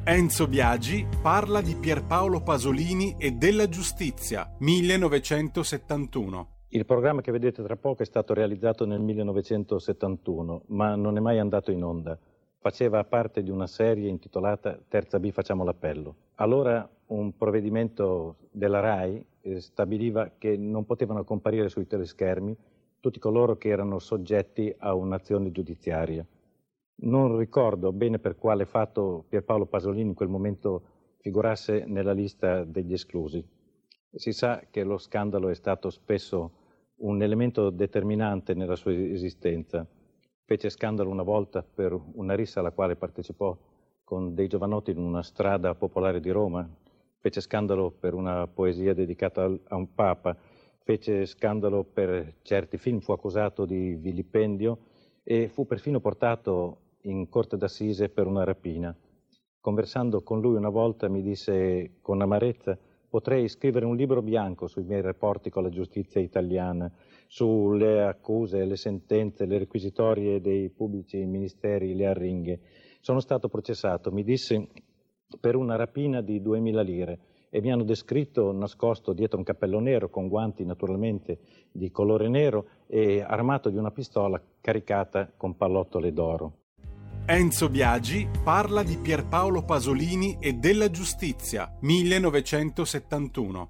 Enzo Biagi parla di Pierpaolo Pasolini e della giustizia, 1971. Il programma che vedete tra poco è stato realizzato nel 1971, ma non è mai andato in onda. Faceva parte di una serie intitolata Terza B facciamo l'appello. Allora un provvedimento della RAI stabiliva che non potevano comparire sui teleschermi tutti coloro che erano soggetti a un'azione giudiziaria. Non ricordo bene per quale fatto Pierpaolo Pasolini in quel momento figurasse nella lista degli esclusi. Si sa che lo scandalo è stato spesso un elemento determinante nella sua esistenza. Fece scandalo una volta per una rissa alla quale partecipò con dei giovanotti in una strada popolare di Roma. Fece scandalo per una poesia dedicata a un papa. Fece scandalo per certi film, fu accusato di vilipendio e fu perfino portato in corte d'assise per una rapina. Conversando con lui una volta mi disse con amarezza: potrei scrivere un libro bianco sui miei rapporti con la giustizia italiana, sulle accuse, le sentenze, le requisitorie dei pubblici ministeri, le arringhe. Sono stato processato, mi disse, per una rapina di 2000 lire e mi hanno descritto nascosto dietro un cappello nero, con guanti naturalmente di colore nero e armato di una pistola caricata con pallottole d'oro. Enzo Biagi parla di Pierpaolo Pasolini e della giustizia, 1971.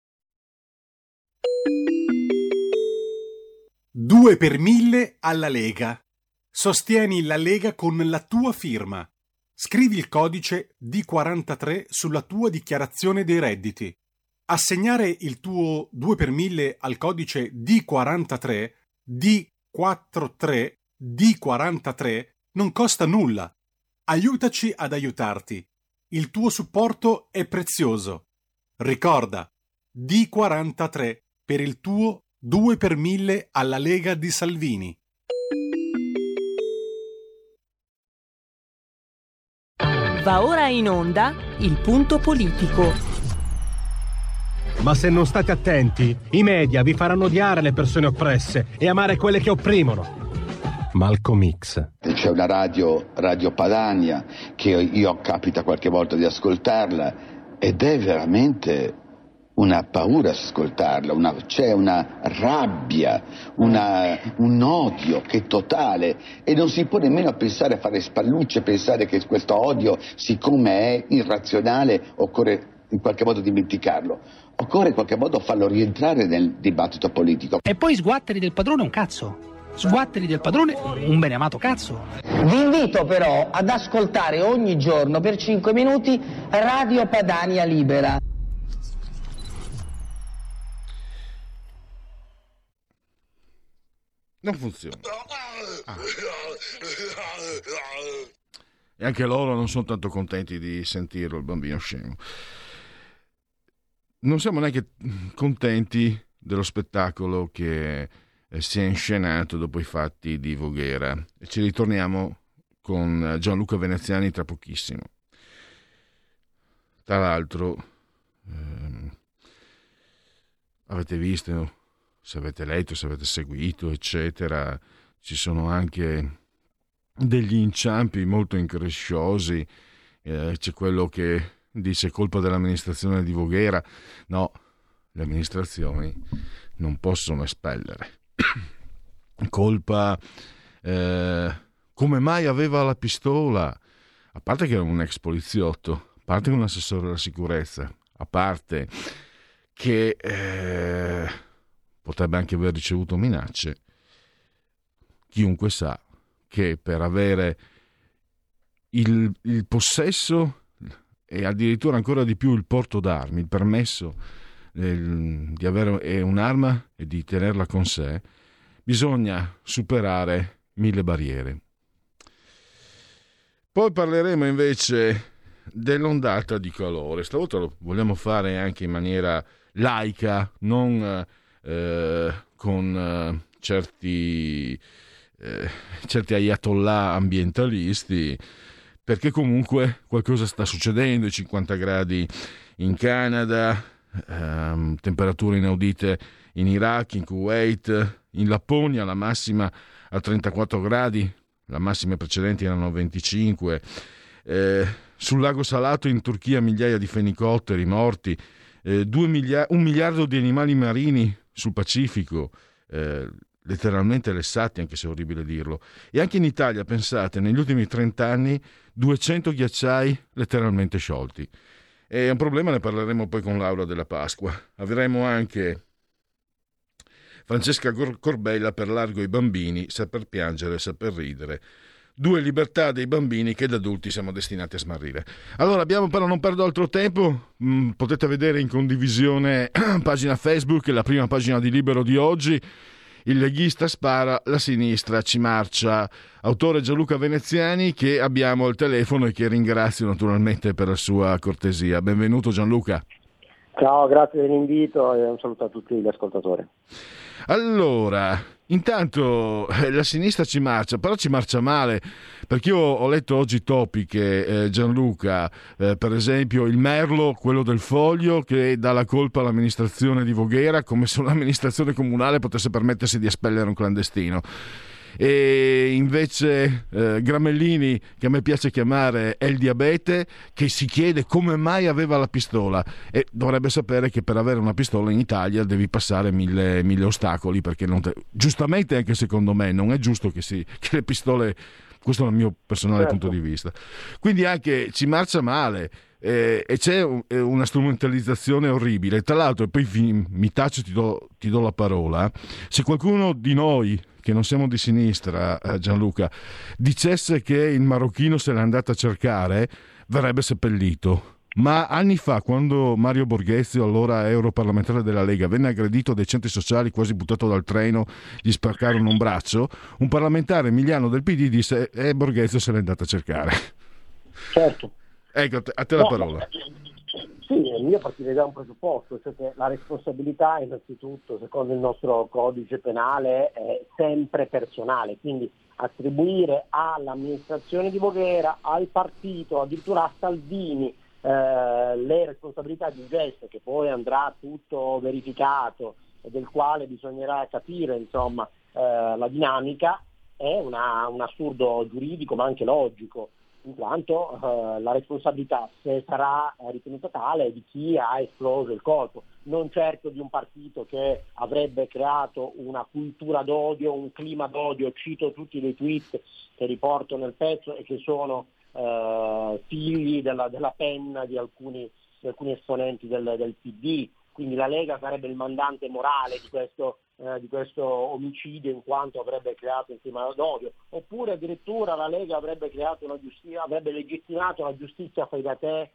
2 per 1000 alla Lega. Sostieni la Lega con la tua firma. Scrivi il codice D43 sulla tua dichiarazione dei redditi. Assegnare il tuo 2 per 1000 al codice D43, D43, D43 non costa nulla. Aiutaci ad aiutarti. Il tuo supporto è prezioso. Ricorda, D43 per il tuo 2 per 1000 alla Lega di Salvini. Va ora in onda il punto politico. Ma se non state attenti, i media vi faranno odiare le persone oppresse e amare quelle che opprimono. Malcolm X. C'è una Radio Padania che io capita qualche volta di ascoltarla ed è veramente una paura ascoltarla, c'è una rabbia, un odio che è totale e non si può nemmeno pensare a fare spallucce, pensare che questo odio, siccome è irrazionale, occorre in qualche modo dimenticarlo, occorre in qualche modo farlo rientrare nel dibattito politico. E poi sguatteri del padrone un cazzo. Sguatteri del padrone, un beneamato cazzo. Vi invito però ad ascoltare ogni giorno per 5 minuti Radio Padania Libera. Non funziona. E anche loro non sono tanto contenti di sentirlo, il bambino scemo. Non siamo neanche contenti dello spettacolo che si è inscenato dopo i fatti di Voghera e ci ritorniamo con Gianluca Veneziani tra pochissimo. Tra l'altro avete visto, se avete letto, se avete seguito eccetera, ci sono anche degli inciampi molto incresciosi, c'è quello che dice colpa dell'amministrazione di Voghera. No, le amministrazioni non possono espellere. Colpa come mai aveva la pistola, a parte che era un ex poliziotto, a parte che un assessore alla sicurezza, a parte che potrebbe anche aver ricevuto minacce. Chiunque sa che per avere il possesso e addirittura ancora di più il porto d'armi, il permesso di avere un'arma e di tenerla con sé, bisogna superare 1000 barriere. Poi parleremo invece dell'ondata di calore. Stavolta lo vogliamo fare anche in maniera laica, non con certi ayatollah ambientalisti, perché comunque qualcosa sta succedendo. I 50 gradi in Canada, temperature inaudite in Iraq, in Kuwait, in Lapponia, la massima a 34 gradi, le massime precedenti erano 25. sul lago Salato in Turchia migliaia di fenicotteri morti, 1 miliardo di animali marini sul Pacifico, letteralmente lessati, anche se è orribile dirlo. E anche in Italia, pensate, negli ultimi 30 anni 200 ghiacciai letteralmente sciolti. È un problema, ne parleremo poi con Laura della Pasqua. Avremo anche Francesca Corbella per Largo i bambini, saper piangere, saper ridere. 2 libertà dei bambini che da adulti siamo destinati a smarrire. Allora abbiamo, però non perdo altro tempo, potete vedere in condivisione pagina Facebook, la prima pagina di Libero di oggi, il leghista spara, la sinistra ci marcia, autore Gianluca Veneziani, che abbiamo al telefono e che ringrazio naturalmente per la sua cortesia. Benvenuto Gianluca. Ciao, grazie dell'invito e un saluto a tutti gli ascoltatori. Allora, intanto la sinistra ci marcia, però ci marcia male, perché io ho letto oggi topiche, Gianluca, per esempio il Merlo, quello del Foglio, che dà la colpa all'amministrazione di Voghera, come se l'amministrazione comunale potesse permettersi di espellere un clandestino. E invece Gramellini, che a me piace chiamare è il diabete, che si chiede come mai aveva la pistola, e dovrebbe sapere che per avere una pistola in Italia devi passare mille ostacoli, perché giustamente, anche secondo me non è giusto che le pistole, questo è il mio personale punto di vista, quindi anche ci marcia male. E c'è una strumentalizzazione orribile. Tra l'altro, e poi mi taccio, ti do la parola, se qualcuno di noi che non siamo di sinistra, Gianluca, dicesse che il marocchino se l'è andato a cercare, verrebbe seppellito. Ma anni fa, quando Mario Borghezio, allora europarlamentare della Lega, venne aggredito dai centri sociali, quasi buttato dal treno, gli spaccarono un braccio, un parlamentare emiliano del PD disse Borghezio se l'è andato a cercare. Certo. Ecco, a te la parola. Sì, io partirei da un presupposto, cioè che la responsabilità innanzitutto, secondo il nostro codice penale, è sempre personale, quindi attribuire all'amministrazione di Voghera, al partito, addirittura a Salvini, le responsabilità di un gesto che poi andrà tutto verificato e del quale bisognerà capire insomma la dinamica, è un assurdo giuridico ma anche logico, in quanto la responsabilità, se sarà ritenuta tale, è di chi ha esploso il colpo, non certo di un partito che avrebbe creato una cultura d'odio, un clima d'odio. Cito tutti dei tweet che riporto nel pezzo e che sono figli della penna di alcuni esponenti del PD, quindi la Lega sarebbe il mandante morale di questo omicidio, in quanto avrebbe creato un clima d'odio, oppure addirittura la Lega avrebbe creato avrebbe legittimato la giustizia fai da te,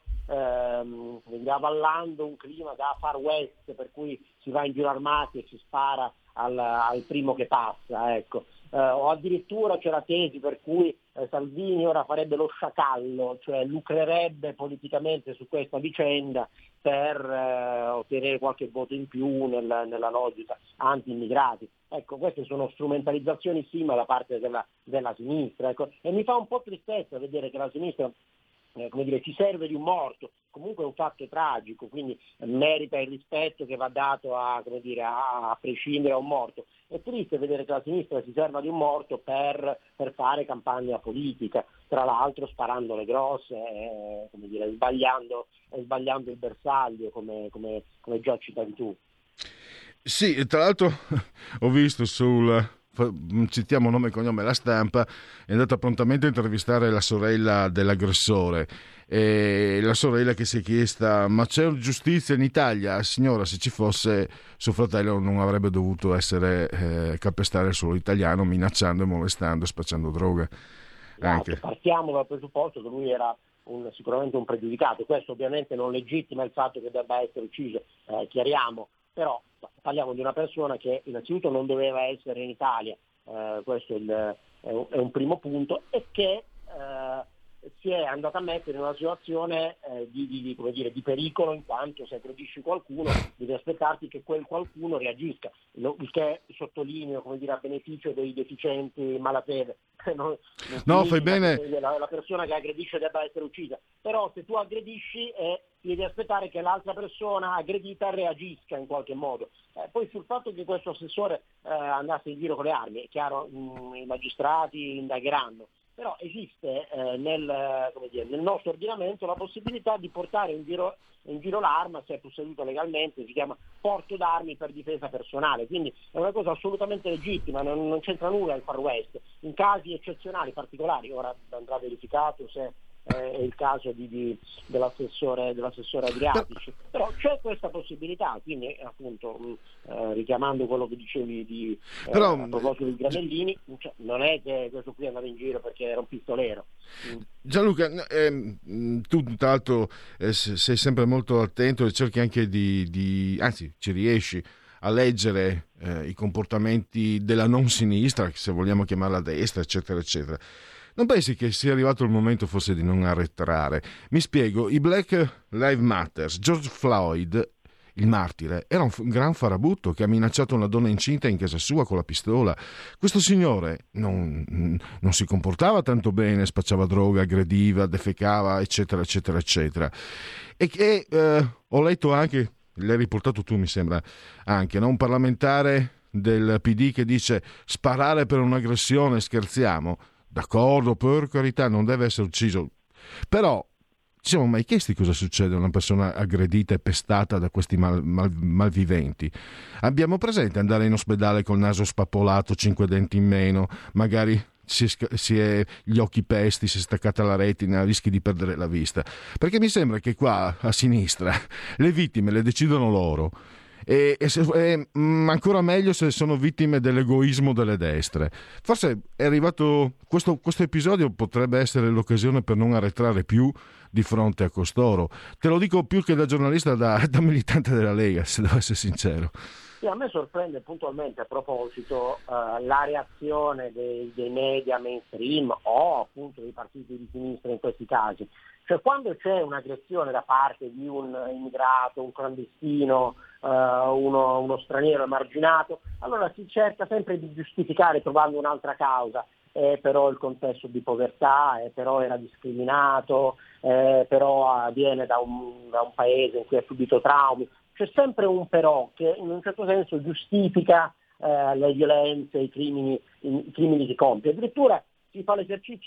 avallando un clima da Far West, per cui si va in giro armati e si spara al primo che passa, ecco. O addirittura c'è la tesi per cui Salvini ora farebbe lo sciacallo, cioè lucrerebbe politicamente su questa vicenda per ottenere qualche voto in più nella logica anti-immigrati. Ecco, queste sono strumentalizzazioni sì, ma da parte della sinistra. Ecco. E mi fa un po' tristezza vedere che la sinistra si serve di un morto, comunque è un fatto tragico, quindi merita il rispetto che va dato a prescindere da un morto. È triste vedere che la sinistra si serva di un morto per fare campagna politica, tra l'altro sparando le grosse, sbagliando il bersaglio, come già citavi tu. Sì, tra l'altro ho visto citiamo nome e cognome, La Stampa è andata prontamente a intervistare la sorella dell'aggressore, e la sorella che si è chiesta: ma c'è giustizia in Italia? Signora, se ci fosse, suo fratello non avrebbe dovuto essere calpestare il suolo italiano, minacciando e molestando, spacciando droga. Anche. Partiamo dal presupposto che lui era sicuramente un pregiudicato. Questo ovviamente non legittima il fatto che debba essere ucciso, chiariamo, però parliamo di una persona che innanzitutto non doveva essere in Italia, questo è un primo punto, e che si è andata a mettere in una situazione di pericolo, in quanto se aggredisci qualcuno devi aspettarti che quel qualcuno reagisca, il che sottolineo a beneficio dei deficienti malafede. No, fai bene. La persona che aggredisce debba essere uccisa, però se tu aggredisci devi aspettare che l'altra persona aggredita reagisca in qualche modo. Poi sul fatto che questo assessore andasse in giro con le armi, è chiaro, i magistrati indagheranno, però esiste nel nostro ordinamento la possibilità di portare in giro l'arma, se è posseduta legalmente, si chiama porto d'armi per difesa personale, quindi è una cosa assolutamente legittima, non c'entra nulla il Far West. In casi eccezionali, particolari, ora andrà verificato se è il caso dell'assessore Adriatici, però c'è questa possibilità, quindi appunto richiamando quello che dicevi a proposito di Granellini, cioè, non è che questo qui è andato in giro perché era un pistolero. Gianluca, tu tra l'altro sei sempre molto attento e cerchi anche anzi ci riesci a leggere i comportamenti della non sinistra, se vogliamo chiamarla destra, eccetera eccetera. Non pensi che sia arrivato il momento forse di non arretrare? Mi spiego, i Black Lives Matter, George Floyd, il martire, era un gran farabutto che ha minacciato una donna incinta in casa sua con la pistola. Questo signore non si comportava tanto bene, spacciava droga, aggrediva, defecava, eccetera, eccetera, eccetera. E ho letto anche, l'hai riportato tu mi sembra anche, no? Un parlamentare del PD che dice sparare per un'aggressione, scherziamo. D'accordo, per carità, non deve essere ucciso. Però ci siamo mai chiesti cosa succede a una persona aggredita e pestata da questi malviventi? Abbiamo presente andare in ospedale col naso spappolato, 5 denti in meno, magari si è gli occhi pesti, si è staccata la retina, rischi di perdere la vista. Perché mi sembra che qua a sinistra le vittime le decidono loro. E ancora meglio se sono vittime dell'egoismo delle destre. Forse è arrivato questo episodio, potrebbe essere l'occasione per non arretrare più di fronte a costoro. Te lo dico più che da giornalista, da militante della Lega, se devo essere sincero. Sì, a me sorprende puntualmente, a proposito, la reazione dei media mainstream o appunto dei partiti di sinistra in questi casi. Cioè, quando c'è un'aggressione da parte di un immigrato, un clandestino, uno straniero emarginato, allora si cerca sempre di giustificare trovando un'altra causa. Però il contesto di povertà, però era discriminato, però viene da un paese in cui ha subito traumi. C'è sempre un però che in un certo senso giustifica le violenze, i crimini che compie. Addirittura si fa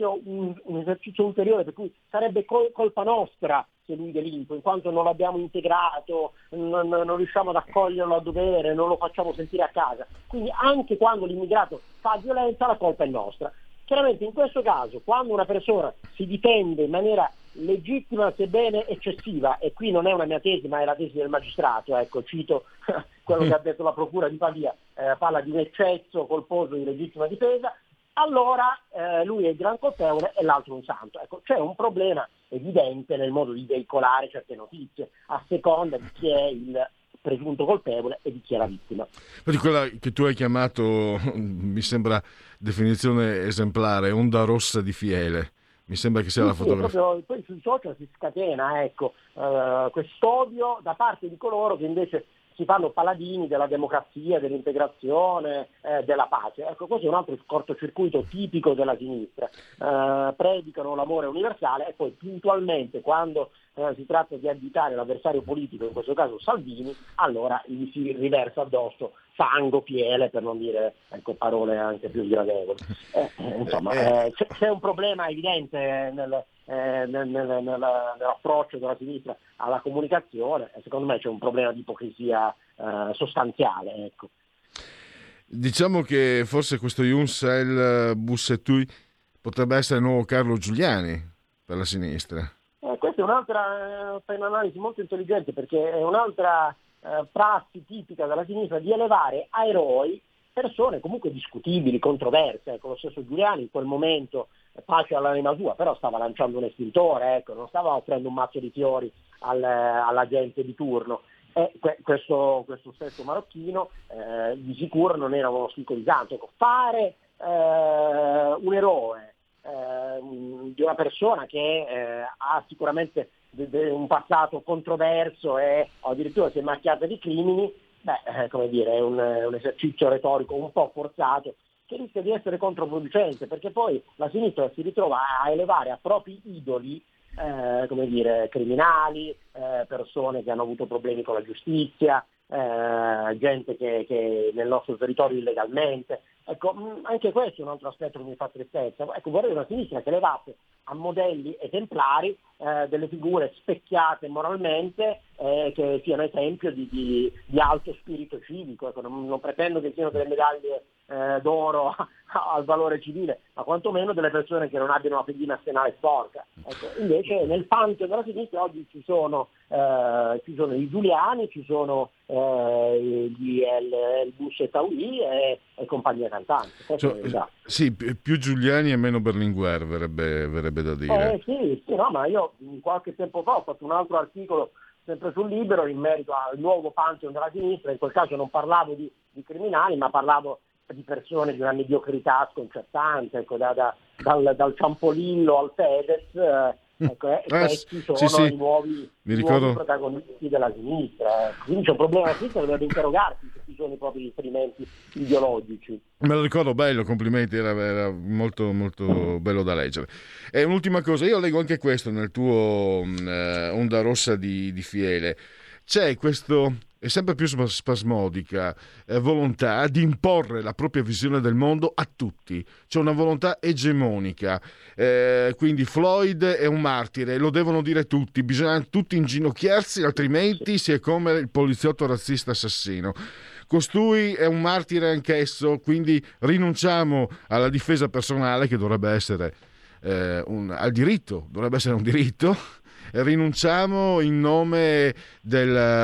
un esercizio ulteriore per cui sarebbe colpa nostra se lui delinque, in quanto non l'abbiamo integrato, non riusciamo ad accoglierlo a dovere, non lo facciamo sentire a casa. Quindi anche quando l'immigrato fa violenza la colpa è nostra. Chiaramente in questo caso, quando una persona si difende in maniera legittima sebbene eccessiva, e qui non è una mia tesi ma è la tesi del magistrato, ecco, cito quello che ha detto la procura di Pavia, parla di un eccesso colposo di legittima difesa, allora lui è il gran colpevole e l'altro un santo. Ecco, c'è un problema evidente nel modo di veicolare certe notizie a seconda di chi è il presunto colpevole e di chi è la vittima. Di quella che tu hai chiamato, mi sembra definizione esemplare, onda rossa di fiele. Mi sembra che sia la fotografia. Proprio, poi sui social si scatena, quest'odio da parte di coloro che invece si fanno paladini della democrazia, dell'integrazione, della pace. Ecco, questo è un altro cortocircuito tipico della sinistra. Predicano l'amore universale e poi puntualmente quando si tratta di additare l'avversario politico, in questo caso Salvini, allora gli si riversa addosso fango, piele, per non dire parole anche più sgradevoli. C'è un problema evidente nell'approccio della sinistra alla comunicazione e secondo me c'è un problema di ipocrisia sostanziale. Ecco. Diciamo che forse questo Yüksel Bussettui potrebbe essere il nuovo Carlo Giuliani per la sinistra. Questa è un'altra un'analisi molto intelligente, perché è un'altra prassi tipica della sinistra di elevare a eroi persone comunque discutibili, controverse. Ecco, lo stesso Giuliani in quel momento, pace all'anima sua, però stava lanciando un estintore, non stava offrendo un mazzo di fiori alla gente di turno. Questo stesso marocchino di sicuro non era uno spicco di santo. Fare un eroe di una persona che ha sicuramente un passato controverso e addirittura si è macchiata di crimini, è un esercizio retorico un po' forzato che rischia di essere controproducente, perché poi la sinistra si ritrova a elevare a propri idoli criminali, persone che hanno avuto problemi con la giustizia, gente che nel nostro territorio illegalmente. Ecco, anche questo è un altro aspetto che mi fa tristezza. Ecco, vorrei una sinistra che levasse a modelli esemplari delle figure specchiate moralmente, che siano esempio di alto spirito civico. Ecco, non pretendo che siano delle medaglie d'oro al valore civile, ma quantomeno delle persone che non abbiano una pedina stenale sporca. Ecco, invece nel pantheon della sinistra oggi ci sono i Giuliani, ci sono il Buscetta-Ui e compagnia cantante. Sì, più Giuliani e meno Berlinguer verrebbe da dire. Sì, no, ma io qualche tempo fa ho fatto un altro articolo sempre sul Libero in merito al nuovo pantheon della sinistra. In quel caso non parlavo di criminali, ma parlavo di persone di una mediocrità sconcertante, ecco, dal Ciampolillo al Fedez, ecco, questi sono i nuovi protagonisti della sinistra. Quindi c'è un problema della sinistra, dovrebbe interrogarsi se ci sono i propri riferimenti ideologici. Me lo ricordo, bello, complimenti, era molto molto bello da leggere. E un'ultima cosa, io leggo anche questo nel tuo Onda Rossa di Fiele. C'è questo, è sempre più spasmodica volontà di imporre la propria visione del mondo a tutti. C'è una volontà egemonica, quindi Floyd è un martire, lo devono dire tutti, bisogna tutti inginocchiarsi, altrimenti si è come il poliziotto razzista assassino. Costui è un martire anch'esso, quindi rinunciamo alla difesa personale, che dovrebbe essere al diritto, dovrebbe essere un diritto. Rinunciamo in nome di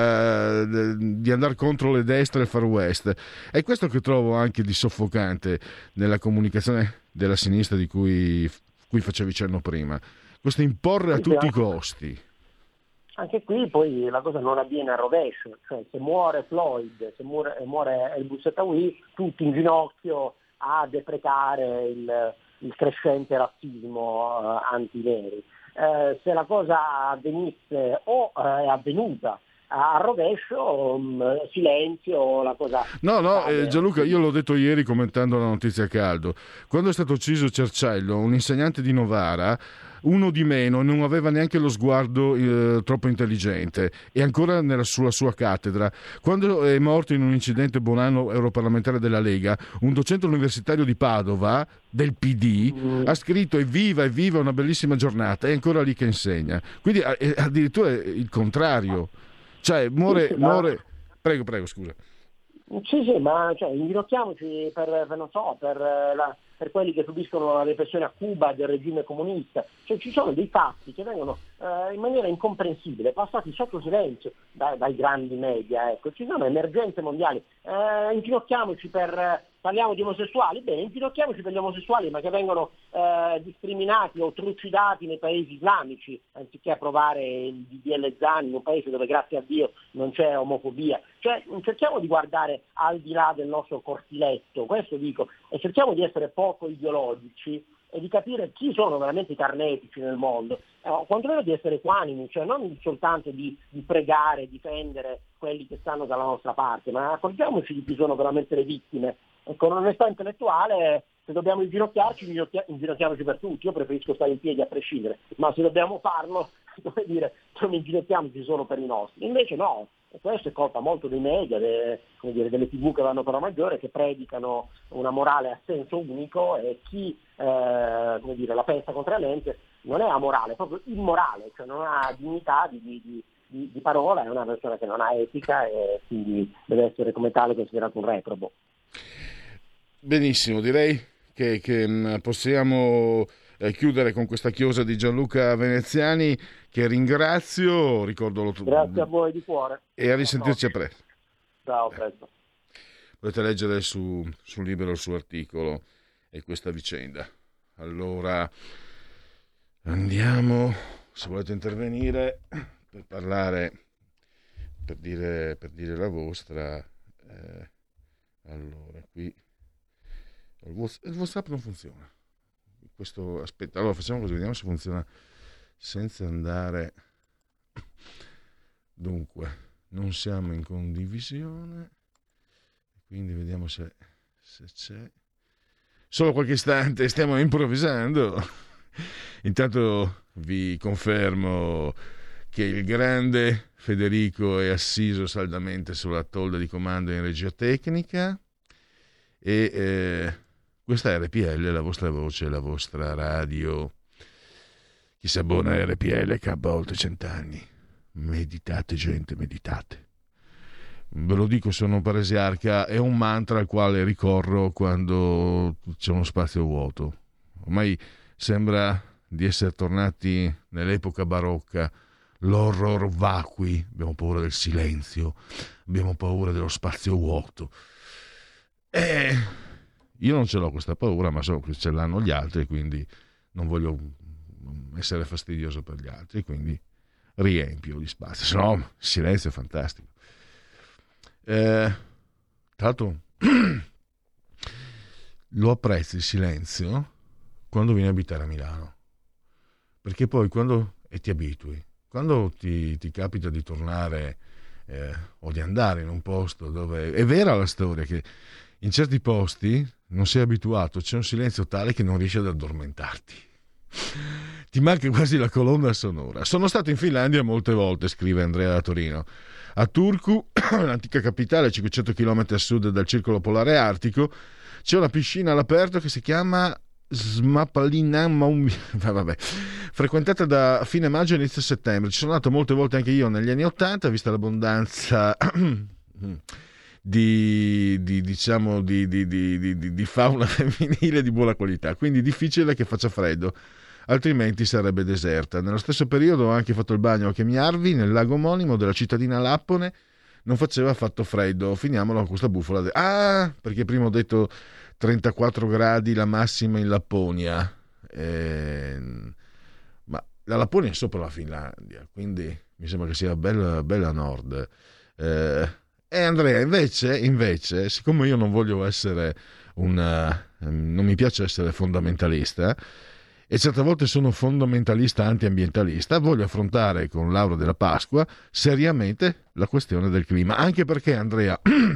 andare contro le destre e il Far West. È questo che trovo anche di soffocante nella comunicazione della sinistra di cui facevi cenno prima, questo imporre a tutti i costi. Anche qui poi la cosa non avviene a rovescio, cioè se muore Floyd, se muore il Buscetta-Ui, tutti in ginocchio a deprecare il crescente razzismo anti-neri. Se la cosa avvenisse o è avvenuta a rovescio, silenzio, la cosa... No, Gianluca, io l'ho detto ieri commentando la notizia a caldo. Quando è stato ucciso Cerciello, un insegnante di Novara, uno di meno, non aveva neanche lo sguardo troppo intelligente, e ancora sulla sua cattedra. Quando è morto in un incidente Bonanno, europarlamentare della Lega, un docente universitario di Padova del PD ha scritto evviva, una bellissima giornata, è ancora lì che insegna. Quindi addirittura il contrario, cioè muore. Prego, scusa. Sì, ma cioè, inginocchiamoci per quelli che subiscono la repressione a Cuba del regime comunista. Cioè, ci sono dei fatti che vengono in maniera incomprensibile passati sotto silenzio dai grandi media. Ecco. Ci sono emergenze mondiali. Inginocchiamoci parliamo di omosessuali, bene, inginocchiamoci per gli omosessuali, ma che vengono discriminati o trucidati nei paesi islamici, anziché approvare il DDL Zan in un paese dove, grazie a Dio, non c'è omofobia. Cioè, cerchiamo di guardare al di là del nostro cortiletto, questo dico, e cerchiamo di essere poco ideologici e di capire chi sono veramente i carnefici nel mondo, quantomeno di essere equanimi, cioè non soltanto di pregare, difendere quelli che stanno dalla nostra parte, ma accorgiamoci di chi sono veramente le vittime. E con onestà intellettuale, se dobbiamo inginocchiarci, inginocchiamoci per tutti. Io preferisco stare in piedi a prescindere, ma se dobbiamo farlo, non inginocchiamoci solo per i nostri. Invece no, e questo è colpa molto dei media, delle TV che vanno per la maggiore, che predicano una morale a senso unico, e chi la pensa contrariamente non è amorale, è proprio immorale, cioè non ha dignità di parola, è una persona che non ha etica e quindi deve essere come tale considerato un reprobo. Benissimo, direi che possiamo chiudere con questa chiosa di Gianluca Veneziani, che ringrazio, Grazie a voi di cuore. E a risentirci a presto. Ciao, presto. Potete leggere sul Libero il suo articolo e questa vicenda. Allora andiamo, se volete intervenire per parlare, per dire la vostra. Allora, qui il WhatsApp non funziona. Aspetta, allora facciamo così, vediamo se funziona senza andare. Dunque, non siamo in condivisione, quindi vediamo se c'è. Solo qualche istante, stiamo improvvisando. Intanto vi confermo che il grande Federico è assiso saldamente sulla tolda di comando in regia tecnica, E questa è RPL, la vostra voce, la vostra radio. Chi si abbona a RPL cabba oltre 100 anni. Meditate, gente, meditate. Ve lo dico, sono paresiarca, è un mantra al quale ricorro quando c'è uno spazio vuoto. Ormai sembra di essere tornati nell'epoca barocca, l'horror vacui, abbiamo paura del silenzio, abbiamo paura dello spazio vuoto. Io non ce l'ho questa paura, ma so che ce l'hanno gli altri, quindi non voglio essere fastidioso per gli altri, quindi riempio gli spazi, se no il silenzio è fantastico. Tra l'altro lo apprezzi il silenzio quando vieni a abitare a Milano, perché poi quando ti abitui, quando ti capita di tornare o di andare in un posto dove è vera la storia che in certi posti non sei abituato, c'è un silenzio tale che non riesci ad addormentarti, ti manca quasi la colonna sonora. Sono stato in Finlandia molte volte, scrive Andrea da Torino, a Turku, l'antica capitale 500 km a sud dal circolo polare artico, c'è una piscina all'aperto che si chiama vabbè, frequentata da fine maggio e inizio settembre. Ci sono andato molte volte anche io negli anni 80, vista l'abbondanza di fauna femminile di buona qualità, quindi difficile che faccia freddo, altrimenti sarebbe deserta. Nello stesso periodo ho anche fatto il bagno a Kemiarvi, nel lago omonimo della cittadina Lappone, non faceva affatto freddo. Finiamolo con questa bufala perché prima ho detto 34 gradi la massima in Lapponia, ma la Lapponia è sopra la Finlandia, quindi mi sembra che sia bella a nord. E Andrea, invece, siccome io non voglio essere non mi piace essere fondamentalista, e certe volte sono fondamentalista antiambientalista, voglio affrontare con Laura della Pasqua seriamente la questione del clima, anche perché, Andrea,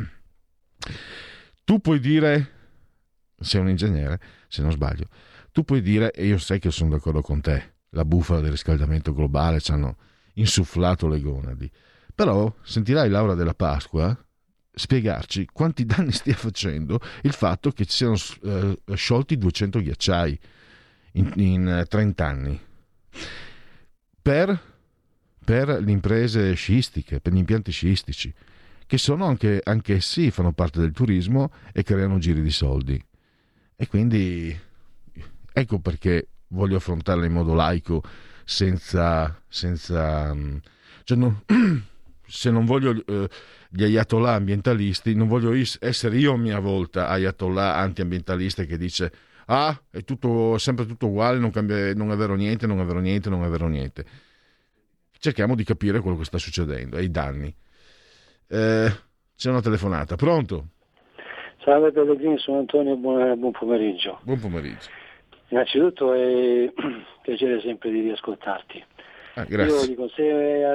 tu puoi dire, sei un ingegnere, se non sbaglio, tu puoi dire, e io sai che sono d'accordo con te, la bufala del riscaldamento globale ci hanno insufflato le gonadi, però sentirai Laura della Pasqua spiegarci quanti danni stia facendo il fatto che ci siano sciolti 200 ghiacciai in 30 anni per le imprese sciistiche, per gli impianti sciistici, che sono anch'essi fanno parte del turismo e creano giri di soldi. E quindi ecco perché voglio affrontarla in modo laico, senza cioè se non voglio gli ayatollah ambientalisti, non voglio essere io a mia volta ayatollah antiambientalista che dice è sempre tutto uguale, non cambia, non è vero niente. Cerchiamo di capire quello che sta succedendo e i danni. C'è una telefonata, pronto? Salve Pellegrini, sono Antonio, buon pomeriggio. Buon pomeriggio. Innanzitutto è piacere sempre di riascoltarti. Grazie. Io dico, se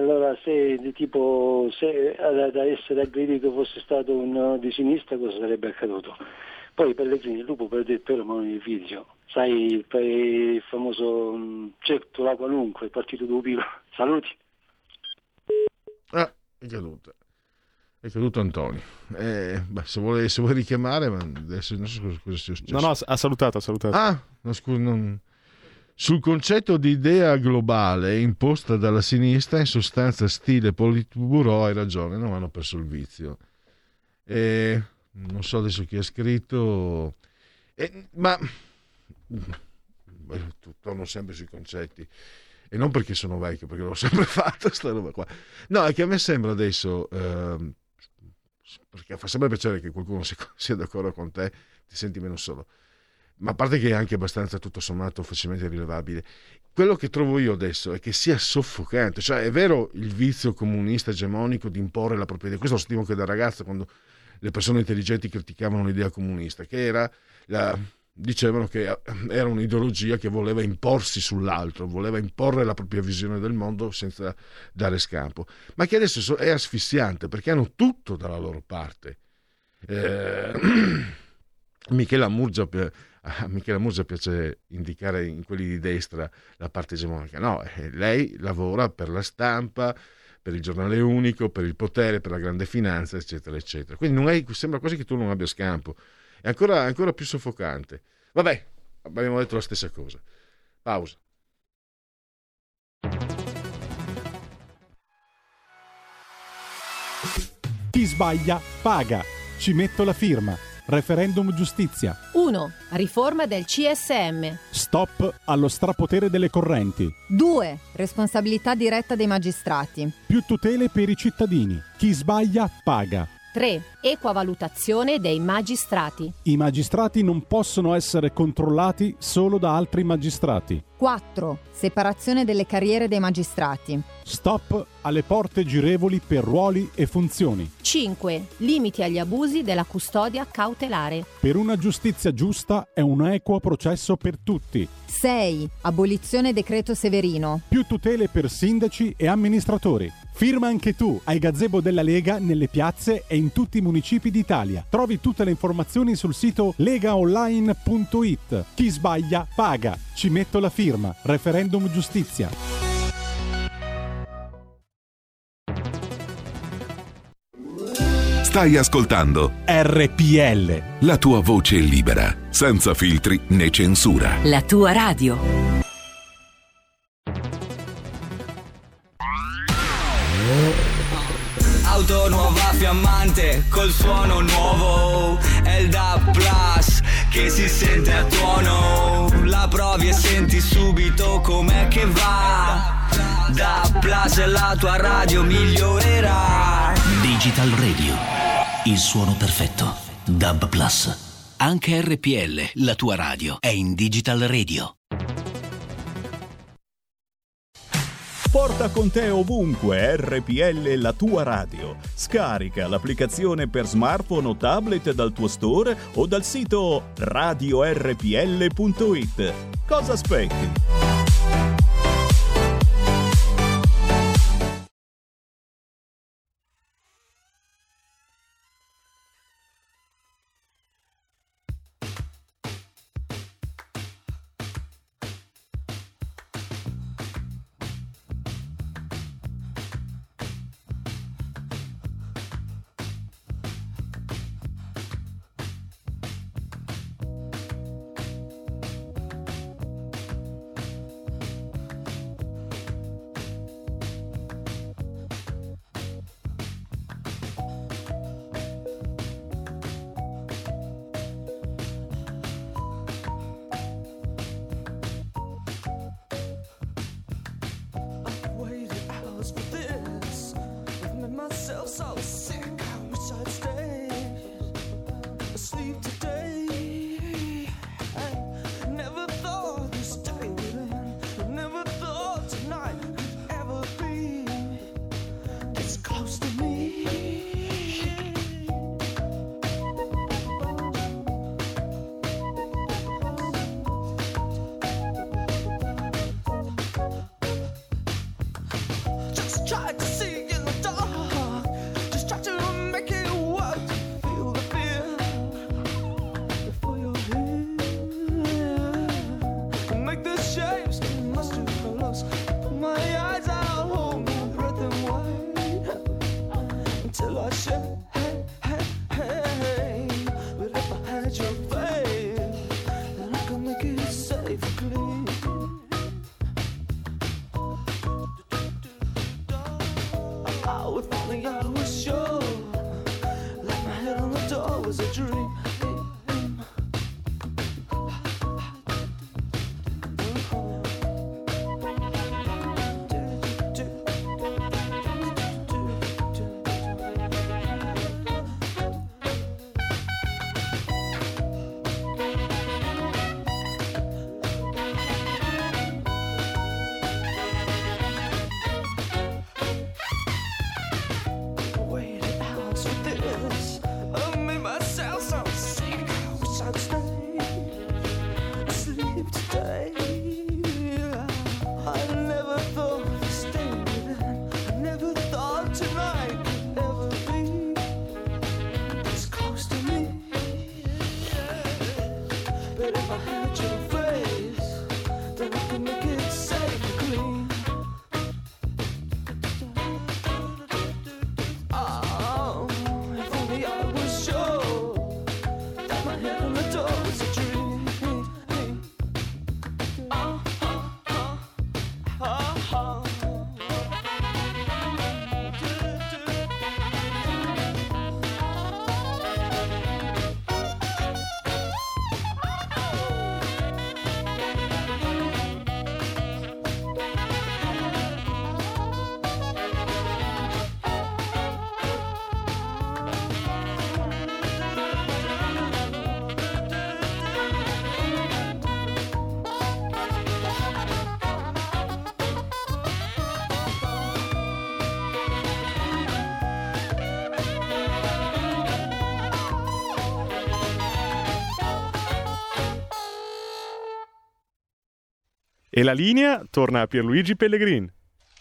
da essere aggredito fosse stato un di sinistra, cosa sarebbe accaduto? Poi Pellegrini, il lupo perde il pelo ma non il vizio. Sai il famoso certo la qualunque, il partito d'Upiro. Saluti. È caduto Antonio. Se vuoi richiamare, ma adesso non so cosa sia successo. No, ha salutato. No, scusa, sul concetto di idea globale imposta dalla sinistra, in sostanza stile Politburo, hai ragione, non hanno perso il vizio. Non so adesso chi ha scritto, ma torno sempre sui concetti, e non perché sono vecchio, perché l'ho sempre fatto sta roba qua. No, è che a me sembra adesso, perché fa sempre piacere che qualcuno sia d'accordo con te, ti senti meno solo, ma a parte che è anche abbastanza tutto sommato facilmente rilevabile. Quello che trovo io adesso è che sia soffocante, cioè è vero il vizio comunista egemonico di imporre la propria idea. Questo lo sentivo anche da ragazzo, quando le persone intelligenti criticavano l'idea comunista, che era dicevano che era un'ideologia che voleva imporsi sull'altro, voleva imporre la propria visione del mondo senza dare scampo, ma che adesso è asfissiante perché hanno tutto dalla loro parte. Michela Murgia piace indicare in quelli di destra la parte egemonica. No, lei lavora per la stampa, per il giornale unico, per il potere, per la grande finanza, eccetera, eccetera. Quindi sembra quasi che tu non abbia scampo. è ancora più soffocante. Vabbè, abbiamo detto la stessa cosa. Pausa. Chi sbaglia paga. Ci metto la firma. Referendum giustizia. 1. Riforma del CSM. Stop allo strapotere delle correnti. 2. Responsabilità diretta dei magistrati. Più tutele per i cittadini. Chi sbaglia paga. 3. Equa valutazione dei magistrati. I magistrati non possono essere controllati solo da altri magistrati. 4. Separazione delle carriere dei magistrati. Stop alle porte girevoli per ruoli e funzioni. 5. Limiti agli abusi della custodia cautelare. Per una giustizia giusta è un equo processo per tutti. 6. Abolizione decreto Severino. Più tutele per sindaci e amministratori. Firma anche tu ai gazebo della Lega nelle piazze e in tutti i municipi d'Italia. Trovi tutte le informazioni sul sito legaonline.it. Chi sbaglia paga. Ci metto la firma. Referendum giustizia. Stai ascoltando RPL. La tua voce libera, senza filtri né censura. La tua radio. Auto nuova fiammante col suono nuovo, è il DAB Plus che si sente a tuono. La provi e senti subito com'è che va. DAB Plus, la tua radio migliorerà. Digital Radio, il suono perfetto. DAB Plus. Anche RPL, la tua radio, è in Digital Radio. Porta con te ovunque RPL, la tua radio. Scarica l'applicazione per smartphone o tablet dal tuo store o dal sito radiorpl.it. Cosa aspetti? Wait. E la linea torna a Pierluigi Pellegrin.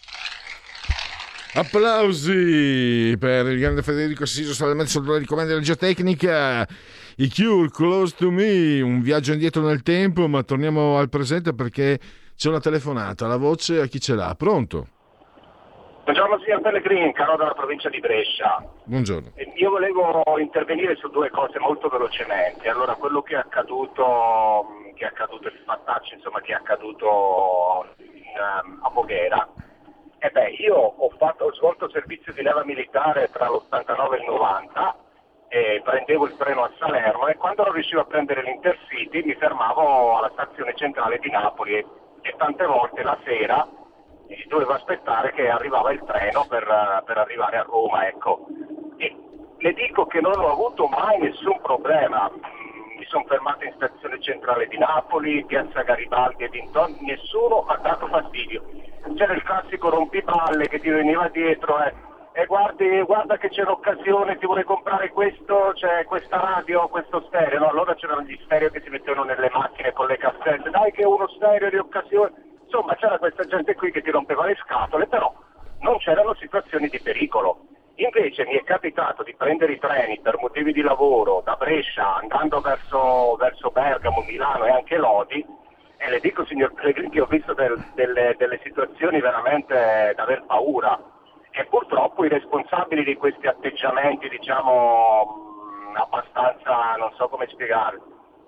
Applausi per il grande Federico Assiso, salvamento soldati di comando della geotecnica. I Cure, Close to Me, un viaggio indietro nel tempo, ma torniamo al presente perché c'è una telefonata. La voce a chi ce l'ha? Pronto? Buongiorno signor Pellegrin, Caro dalla provincia di Brescia. Buongiorno. Io volevo intervenire su due cose molto velocemente. Allora, quello che è accaduto il fattaccio, insomma, che è accaduto a Voghera. Io ho svolto servizio di leva militare tra l'89 e il 90 e prendevo il treno a Salerno, e quando non riuscivo a prendere l'Intercity mi fermavo alla stazione centrale di Napoli e tante volte la sera dovevo aspettare che arrivava il treno per arrivare a Roma, ecco. E le dico che non ho avuto mai nessun problema. Mi sono fermato in stazione centrale di Napoli, piazza Garibaldi e dintorni, nessuno ha dato fastidio. C'era il classico rompipalle che ti veniva dietro e guarda che c'è l'occasione, ti vuole comprare questo, c'è questa radio, questo stereo, no? Allora c'erano gli stereo che si mettevano nelle macchine con le cassette, dai che è uno stereo di occasione, insomma c'era questa gente qui che ti rompeva le scatole, però non c'erano situazioni di pericolo. Invece mi è capitato di prendere i treni per motivi di lavoro da Brescia andando verso Bergamo, Milano e anche Lodi, e le dico signor Pellegrini che ho visto delle situazioni veramente da aver paura, e purtroppo i responsabili di questi atteggiamenti, diciamo, abbastanza, non so come spiegare,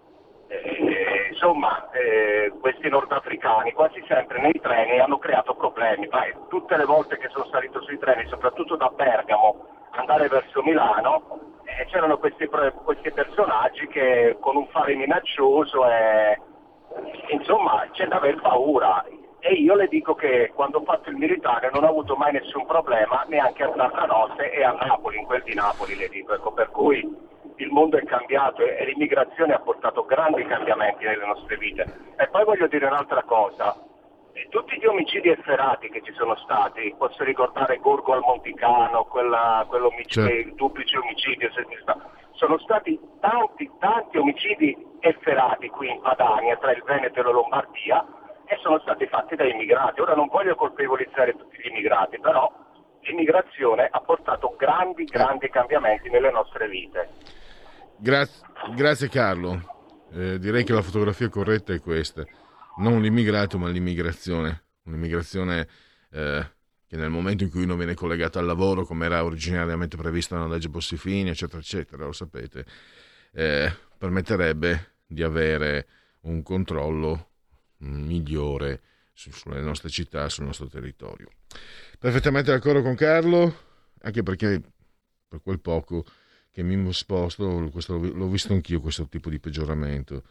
questi nordafricani quasi sempre nei treni hanno creato problemi. Tutte le volte che sono salito sui treni, soprattutto da Bergamo andare verso Milano, c'erano questi personaggi che con un fare minaccioso insomma c'è da aver paura. E io le dico che quando ho fatto il militare non ho avuto mai nessun problema, neanche a Tarranotte e a Napoli, in quel di Napoli, le dico, ecco, per cui il mondo è cambiato e l'immigrazione ha portato grandi cambiamenti nelle nostre vite. E poi voglio dire un'altra cosa, tutti gli omicidi efferati che ci sono stati, posso ricordare Gorgo al Monticano, il duplice omicidio, sono stati tanti omicidi efferati qui in Padania, tra il Veneto e la Lombardia, e sono stati fatti da immigrati. Ora non voglio colpevolizzare tutti gli immigrati, però l'immigrazione ha portato grandi cambiamenti nelle nostre vite. Grazie Carlo. Direi che la fotografia corretta è questa: non l'immigrato ma l'immigrazione. Un'immigrazione che nel momento in cui uno viene collegato al lavoro, come era originariamente previsto nella legge Bossi-Fini, eccetera eccetera, lo sapete, permetterebbe di avere un controllo migliore sulle nostre città, sul nostro territorio. Perfettamente d'accordo con Carlo, anche perché per quel poco che mi sposto, l'ho visto anch'io, questo tipo di peggioramento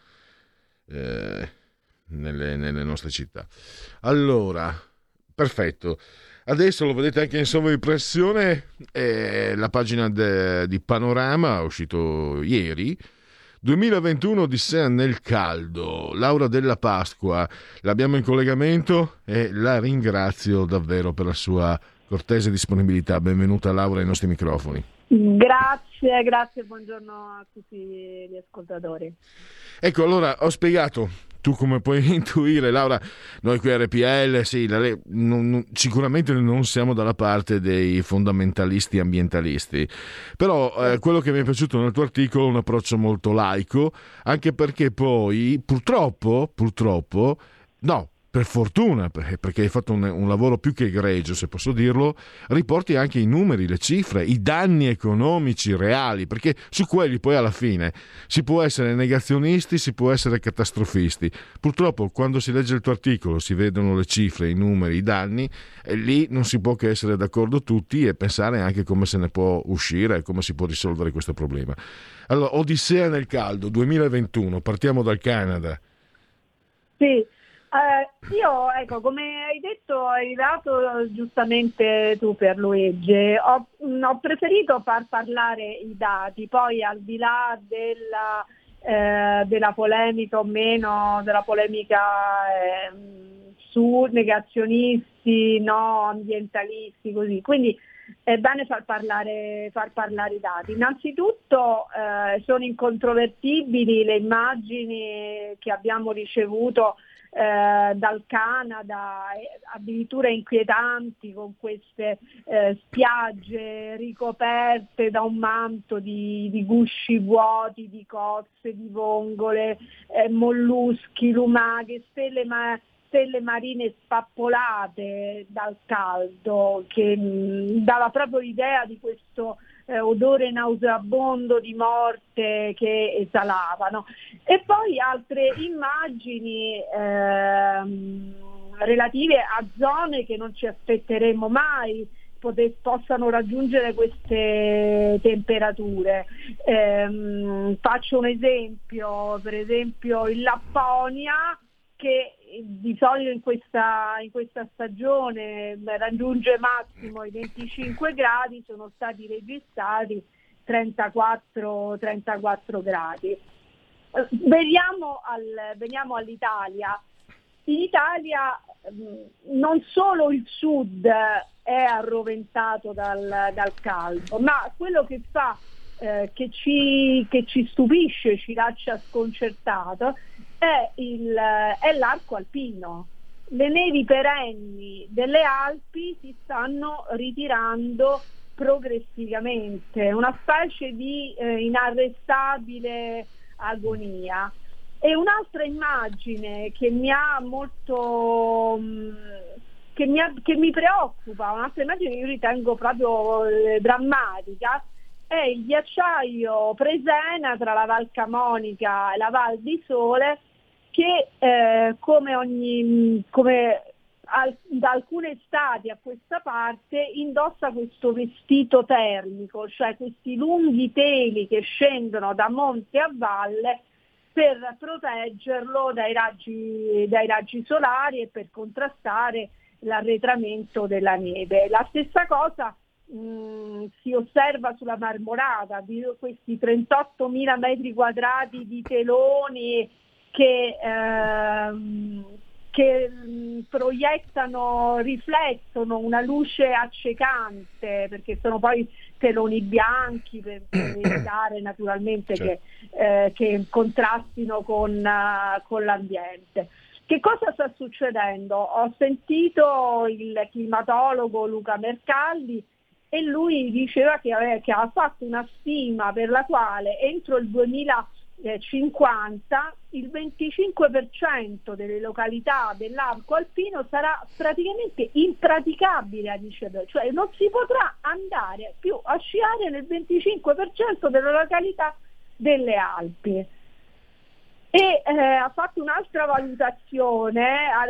nelle nostre città. Allora, perfetto. Adesso lo vedete anche in sovraimpressione, la pagina di Panorama, uscito ieri, 2021 Odissea nel caldo. Laura Della Pasqua, l'abbiamo in collegamento e la ringrazio davvero per la sua cortese disponibilità. Benvenuta Laura ai nostri microfoni. Grazie, buongiorno a tutti gli ascoltatori. Ecco, allora ho spiegato, tu come puoi intuire Laura, noi qui a RPL sicuramente non siamo dalla parte dei fondamentalisti ambientalisti, però quello che mi è piaciuto nel tuo articolo è un approccio molto laico, anche perché poi purtroppo no, per fortuna, perché hai fatto un lavoro più che egregio, se posso dirlo, riporti anche i numeri, le cifre, i danni economici reali, perché su quelli poi alla fine si può essere negazionisti, si può essere catastrofisti. Purtroppo quando si legge il tuo articolo si vedono le cifre, i numeri, i danni, e lì non si può che essere d'accordo tutti e pensare anche come se ne può uscire e come si può risolvere questo problema. Allora, Odissea nel caldo 2021, partiamo dal Canada. Sì. Io, ecco, come hai detto, hai dato giustamente tu Pierluigi, ho preferito far parlare i dati, poi al di là della polemica o meno, della polemica su negazionisti, no, ambientalisti, così, quindi è bene far parlare i dati. Innanzitutto sono incontrovertibili le immagini che abbiamo ricevuto dal Canada, addirittura inquietanti, con queste spiagge ricoperte da un manto di gusci vuoti, di cozze, di vongole, molluschi, lumache, stelle marine spappolate dal caldo, che dava proprio l'idea di questo odore nauseabondo di morte che esalavano. E poi altre immagini relative a zone che non ci aspetteremo mai possano raggiungere queste temperature. Faccio un esempio, per esempio in Lapponia, che di solito in questa stagione raggiunge massimo i 25 gradi, sono stati registrati 34 gradi. Veniamo all'Italia. In Italia non solo il sud è arroventato dal caldo, ma quello che fa che ci stupisce, ci lascia sconcertato, è l'arco alpino. Le nevi perenni delle Alpi si stanno ritirando progressivamente, una specie di inarrestabile agonia. E un'altra immagine che mi ha molto che mi preoccupa, un'altra immagine che io ritengo proprio drammatica, è il ghiacciaio Presena tra la Val Camonica e la Val di Sole, che da alcune estati a questa parte indossa questo vestito termico, cioè questi lunghi teli che scendono da monte a valle per proteggerlo dai raggi solari e per contrastare l'arretramento della neve. La stessa cosa si osserva sulla Marmorata, di questi 38.000 metri quadrati di teloni che riflettono una luce accecante, perché sono poi teloni bianchi per evitare naturalmente che contrastino con l'ambiente. Che cosa sta succedendo? Ho sentito il climatologo Luca Mercalli e lui diceva che ha fatto una stima per la quale entro il 2050 il 25% delle località dell'arco alpino sarà praticamente impraticabile ad sciare, cioè non si potrà andare più a sciare nel 25% delle località delle Alpi. E ha fatto un'altra valutazione, ha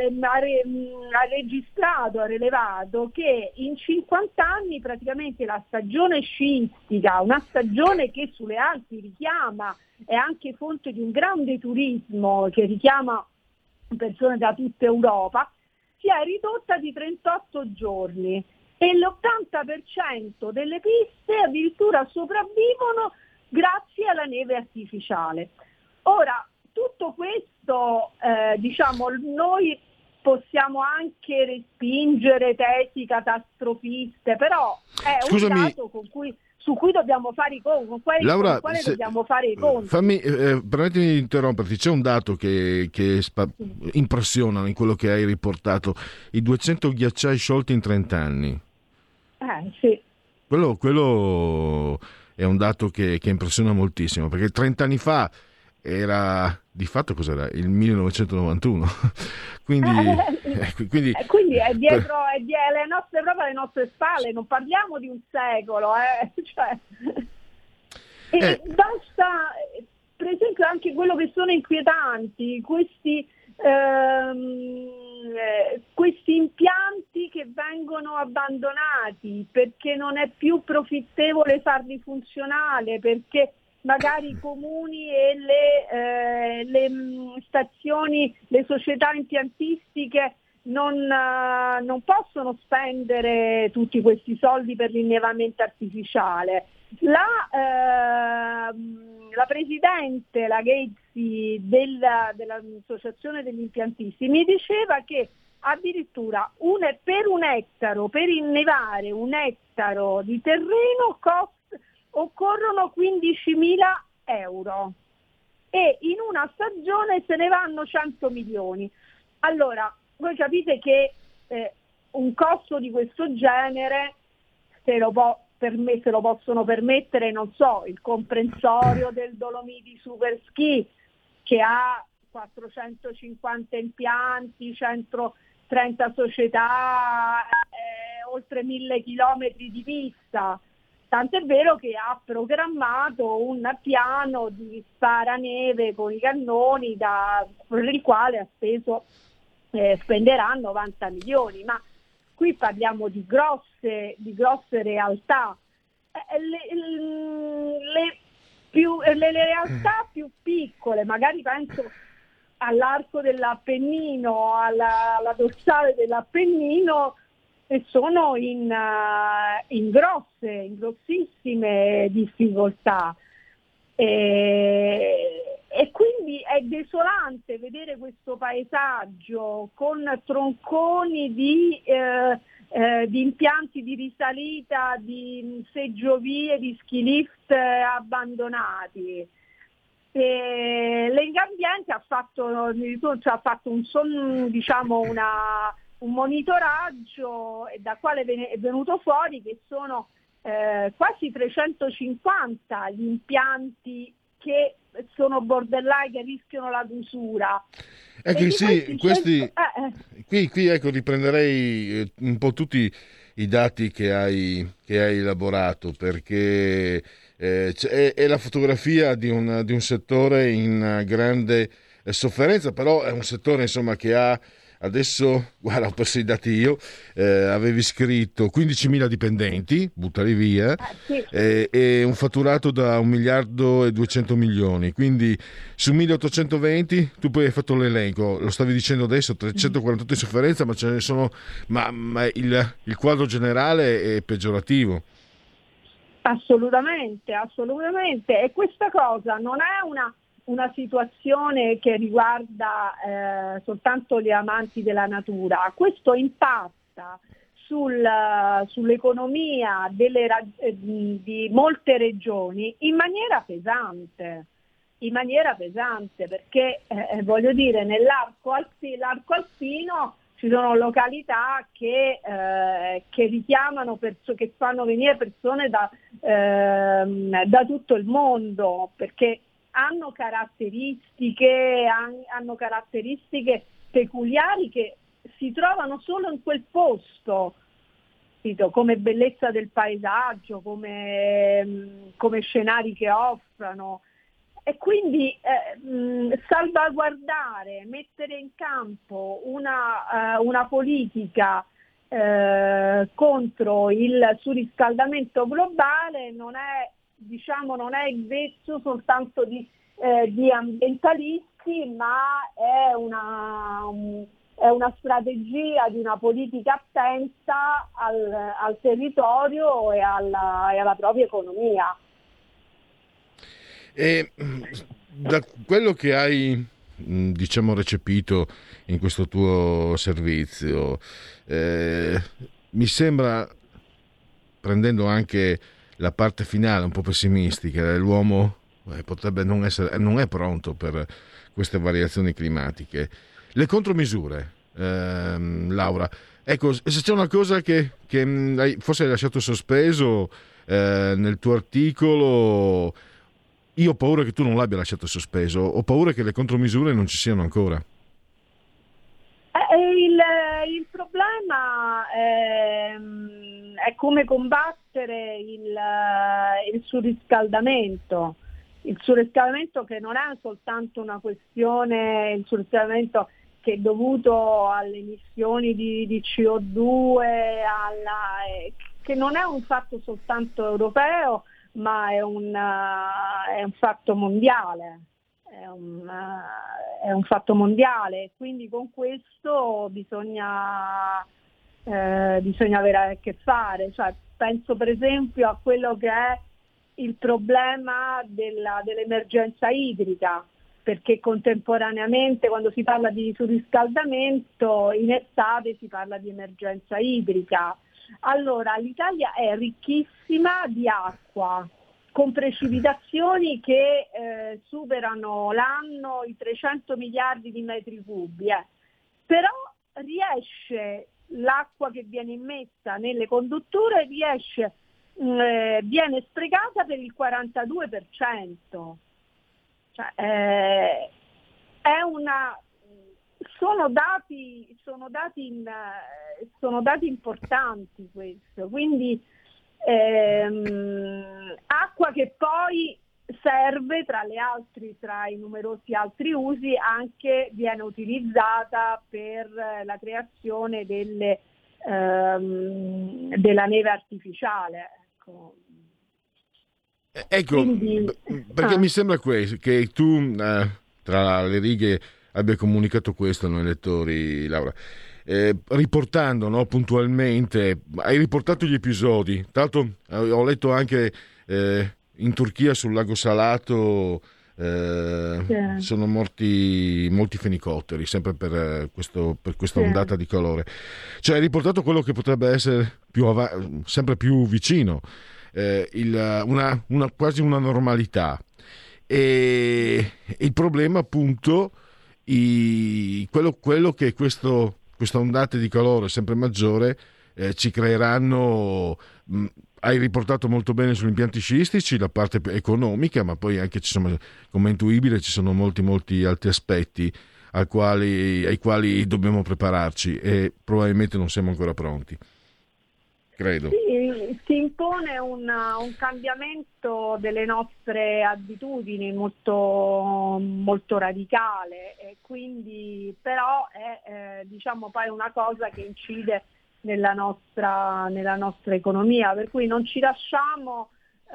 rilevato che in 50 anni praticamente la stagione sciistica, una stagione che sulle Alpi richiama, è anche fonte di un grande turismo che richiama persone da tutta Europa, si è ridotta di 38 giorni e l'80% delle piste addirittura sopravvivono grazie alla neve artificiale. Ora, tutto questo, noi possiamo anche respingere tesi catastrofiste, però è un dato su cui dobbiamo fare i conti, con quale dobbiamo fare i conti. Permettimi di interromperti, c'è un dato che impressiona in quello che hai riportato, i 200 ghiacciai sciolti in 30 anni. Sì. Quello è un dato che impressiona moltissimo, perché 30 anni fa era di fatto cos'era? Il 1991. quindi è dietro proprio alle nostre spalle, non parliamo di un secolo, basta, per esempio, anche quello che sono inquietanti, questi impianti che vengono abbandonati perché non è più profittevole farli funzionare, perché magari i comuni e le stazioni, le società impiantistiche non possono spendere tutti questi soldi per l'innevamento artificiale. La presidente, la Ghezzi dell'associazione degli impiantisti, mi diceva che addirittura per innevare un ettaro di terreno occorrono 15.000 euro e in una stagione se ne vanno 100 milioni. Allora, voi capite che un costo di questo genere se lo possono permettere, non so, il comprensorio del Dolomiti Super Ski, che ha 450 impianti, 130 società, oltre 1000 chilometri di pista. Tant'è vero che ha programmato un piano di sparaneve con i cannoni per il quale spenderà 90 milioni, ma qui parliamo di grosse realtà. Le realtà più piccole, magari penso all'arco dell'Appennino, alla dorsale dell'Appennino, e sono in grossissime difficoltà. E quindi è desolante vedere questo paesaggio con tronconi di impianti di risalita, di seggiovie, di ski lift abbandonati. Legambiente ha fatto un monitoraggio da quale è venuto fuori che sono quasi 350 gli impianti che sono borderline, che rischiano la chiusura. Ecco, sì, qui ecco, riprenderei un po' tutti i dati che hai elaborato, perché è la fotografia di un settore in grande sofferenza, però è un settore, insomma, che ha adesso, guarda, ho perso i dati io, avevi scritto 15.000 dipendenti, buttali via, sì. E un fatturato da 1 miliardo e 200 milioni, quindi su 1820 tu poi hai fatto l'elenco, lo stavi dicendo adesso, 348 in sofferenza, ma ce ne sono, ma il quadro generale è peggiorativo. Assolutamente, e questa cosa non è una situazione che riguarda soltanto gli amanti della natura. Questo impatta sull'economia di molte regioni in maniera pesante, perché voglio dire, nell'arco alpino ci sono località che richiamano che fanno venire persone da tutto il mondo, perché hanno caratteristiche peculiari che si trovano solo in quel posto, come bellezza del paesaggio, come scenari che offrono. E quindi salvaguardare, mettere in campo una politica contro il surriscaldamento globale non è il vezzo soltanto di ambientalisti, ma è una strategia di una politica attenta al territorio e alla propria economia. E da quello che hai recepito in questo tuo servizio, mi sembra, prendendo anche la parte finale un po' pessimistica, l'uomo potrebbe non è pronto per queste variazioni climatiche. Le contromisure, Laura, ecco, se c'è una cosa che forse hai lasciato sospeso nel tuo articolo, io ho paura che tu non l'abbia lasciato sospeso, ho paura che le contromisure non ci siano ancora. Il problema è come combattere il surriscaldamento. Il surriscaldamento che non è soltanto una questione, il surriscaldamento che è dovuto alle emissioni di CO2, che non è un fatto soltanto europeo, ma è un fatto mondiale. È un fatto mondiale, quindi con questo bisogna avere a che fare. Cioè, penso per esempio a quello che è il problema dell'emergenza idrica, perché contemporaneamente quando si parla di surriscaldamento in estate si parla di emergenza idrica. Allora, l'Italia è ricchissima di acqua, con precipitazioni che superano l'anno i 300 miliardi di metri cubi. però l'acqua che viene immessa nelle condutture viene sprecata per il 42%. Cioè, sono dati importanti questo, quindi acqua che poi serve tra i numerosi altri usi, anche viene utilizzata per la creazione della neve artificiale. Ecco, quindi, perché mi sembra che tu tra le righe abbia comunicato questo ai lettori, Laura. Riportando, no, puntualmente, hai riportato gli episodi. Tra l'altro ho letto anche in Turchia sul lago Salato sono morti molti fenicotteri, sempre per questa ondata di calore. Cioè hai riportato quello che potrebbe essere sempre più vicino, quasi una normalità. E il problema appunto quello che questa ondata di calore sempre maggiore ci creeranno. Hai riportato molto bene sugli impianti sciistici la parte economica, ma poi anche come è intuibile ci sono molti altri aspetti ai quali dobbiamo prepararci e probabilmente non siamo ancora pronti, credo. Sì, si impone un cambiamento delle nostre abitudini molto, molto radicale, e quindi però è poi una cosa che incide nella nostra economia, per cui non ci lasciamo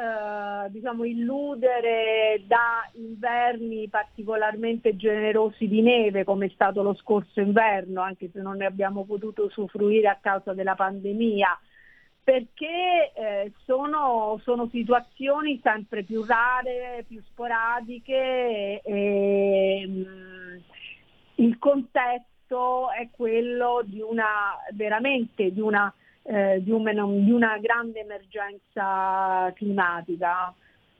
illudere da inverni particolarmente generosi di neve, come è stato lo scorso inverno, anche se non ne abbiamo potuto usufruire a causa della pandemia, perché sono situazioni sempre più rare, più sporadiche, e il contesto è quello di una grande emergenza climatica.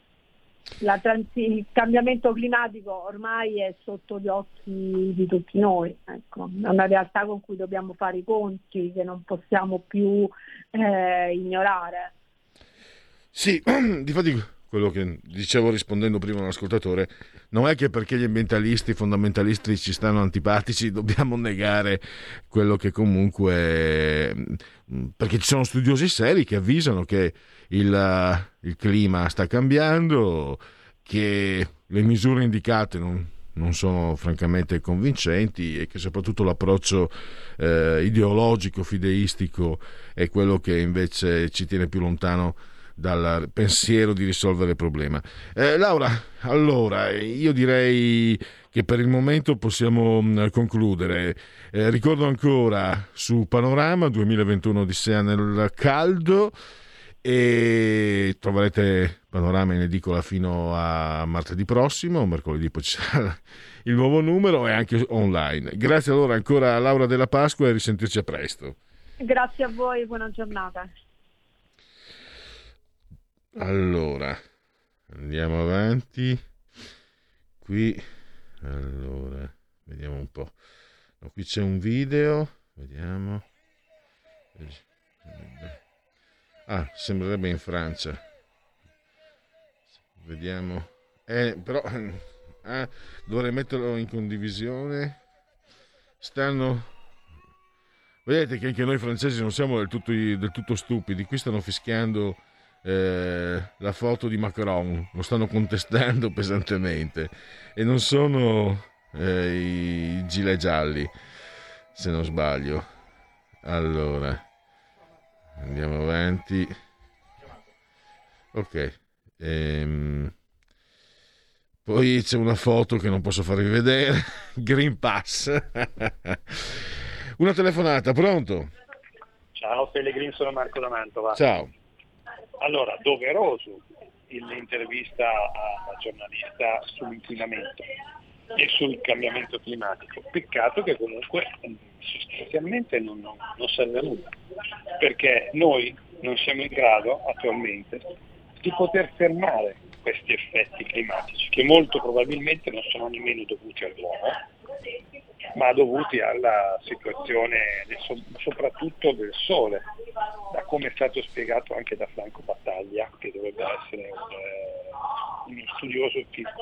Il cambiamento climatico ormai è sotto gli occhi di tutti noi, ecco, è una realtà con cui dobbiamo fare i conti, che non possiamo più ignorare. Sì, difatti quello che dicevo rispondendo prima all'ascoltatore, non è che perché gli ambientalisti fondamentalisti ci stanno antipatici dobbiamo negare quello che comunque, perché ci sono studiosi seri che avvisano che il clima sta cambiando, che le misure indicate non sono francamente convincenti e che soprattutto l'approccio ideologico, fideistico è quello che invece ci tiene più lontano dal pensiero di risolvere il problema. Laura, allora io direi che per il momento possiamo concludere. Ricordo ancora su Panorama 2021 Odissea nel caldo, e troverete Panorama in edicola fino a martedì prossimo, mercoledì poi ci sarà il nuovo numero e anche online. Grazie allora ancora a Laura Della Pasqua e risentirci a presto. Grazie a voi, buona giornata. Allora, andiamo avanti. Qui, allora, vediamo un po'. No, qui c'è un video, vediamo. Ah, sembrerebbe in Francia. Vediamo. Però dovrei metterlo in condivisione. Vedete che anche noi francesi non siamo del tutto stupidi. Qui stanno fischiando la foto di Macron, lo stanno contestando pesantemente, e non sono i gilet gialli, se non sbaglio. Allora andiamo avanti. Ok, poi c'è una foto che non posso farvi vedere. Green Pass. Una telefonata, pronto? Ciao Pellegrini, sono Marco da Mantova. Ciao. Allora, doveroso l'intervista alla giornalista sull'inquinamento e sul cambiamento climatico. Peccato che comunque sostanzialmente non serve a nulla, perché noi non siamo in grado attualmente di poter fermare questi effetti climatici, che molto probabilmente non sono nemmeno dovuti all'uomo, ma dovuti alla situazione soprattutto del sole, da come è stato spiegato anche da Franco Battaglia, che dovrebbe essere uno studioso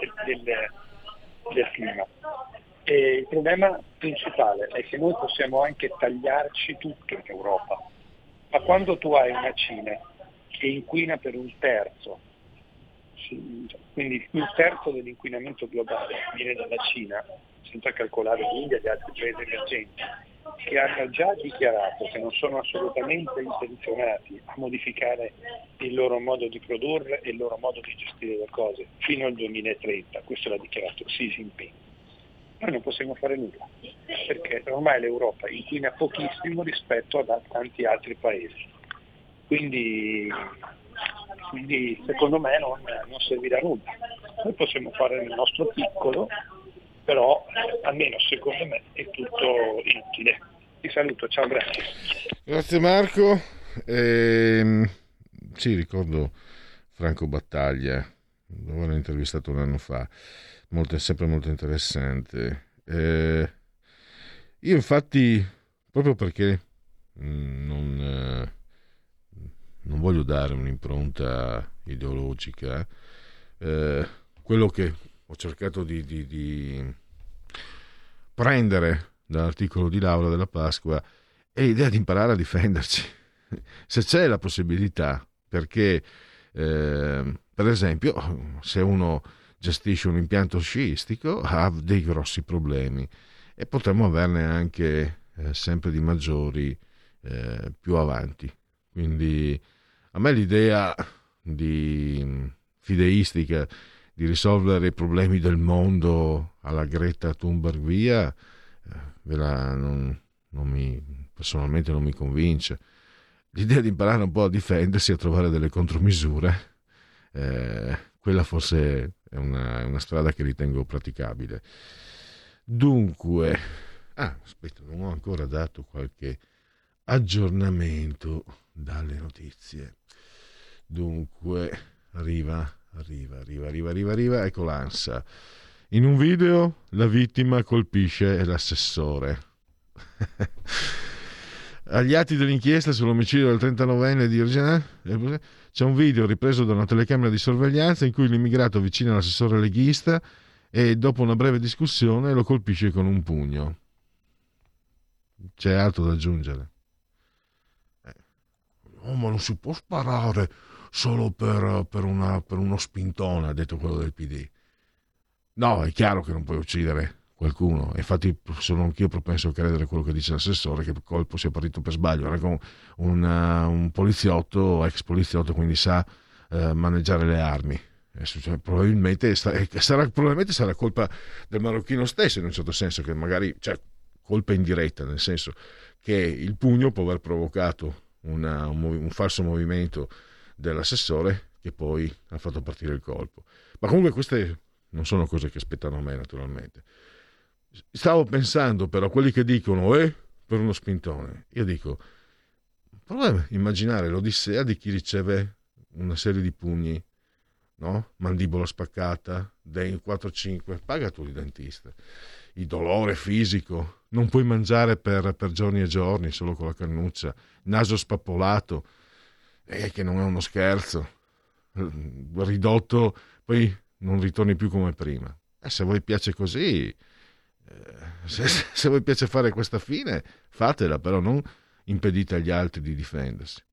del clima. E il problema principale è che noi possiamo anche tagliarci tutto in Europa, ma quando tu hai una Cina che inquina per un terzo, quindi un terzo dell'inquinamento globale viene dalla Cina, senza calcolare l'India e gli altri paesi emergenti, che hanno già dichiarato che non sono assolutamente intenzionati a modificare il loro modo di produrre e il loro modo di gestire le cose fino al 2030, questo l'ha dichiarato Xi Jinping. Noi non possiamo fare nulla, perché ormai l'Europa inquina pochissimo rispetto a tanti altri paesi. Quindi secondo me non servirà a nulla. Noi possiamo fare il nostro piccolo, però almeno secondo me è tutto inutile. Ti saluto, ciao, grazie. Grazie Marco. Sì, ricordo Franco Battaglia, l'avevo intervistato un anno fa, sempre molto interessante. Io infatti, proprio perché non voglio dare un'impronta ideologica, quello che ho cercato di prendere dall'articolo di Laura Della Pasqua è l'idea di imparare a difenderci se c'è la possibilità, perché per esempio se uno gestisce un impianto sciistico ha dei grossi problemi e potremmo averne anche sempre di maggiori più avanti. Quindi a me l'idea fideistica di risolvere i problemi del mondo alla Greta Thunberg via personalmente non mi convince. L'idea di imparare un po' a difendersi, a trovare delle contromisure, quella forse è una strada che ritengo praticabile. Dunque, aspetta, non ho ancora dato qualche aggiornamento dalle notizie. Dunque, arriva, ecco l'ANSA. In un video la vittima colpisce l'assessore. Agli atti dell'inchiesta sull'omicidio del 39enne di Regina c'è un video ripreso da una telecamera di sorveglianza in cui l'immigrato avvicina l'assessore leghista e dopo una breve discussione lo colpisce con un pugno. C'è altro da aggiungere? No, ma non si può sparare solo per uno spintone, ha detto quello del PD. No, è chiaro che non puoi uccidere qualcuno, infatti sono anch'io propenso a credere quello che dice l'assessore, che il colpo sia partito per sbaglio. Era con un poliziotto, ex poliziotto, quindi sa maneggiare le armi. Probabilmente sarà colpa del marocchino stesso, in un certo senso, che magari, cioè, colpa indiretta, nel senso che il pugno può aver provocato un falso movimento dell'assessore che poi ha fatto partire il colpo. Ma comunque queste non sono cose che aspettano a me, naturalmente. Stavo pensando però a quelli che dicono per uno spintone. Io dico, prova a immaginare l'odissea di chi riceve una serie di pugni, no? Mandibola spaccata, dei 4-5, paga tu il dentista. Il dolore fisico, non puoi mangiare per giorni e giorni solo con la cannuccia, naso spappolato, che non è uno scherzo, ridotto, poi non ritorni più come prima. Se a voi piace così, se a voi piace fare questa fine, fatela, però non impedite agli altri di difendersi.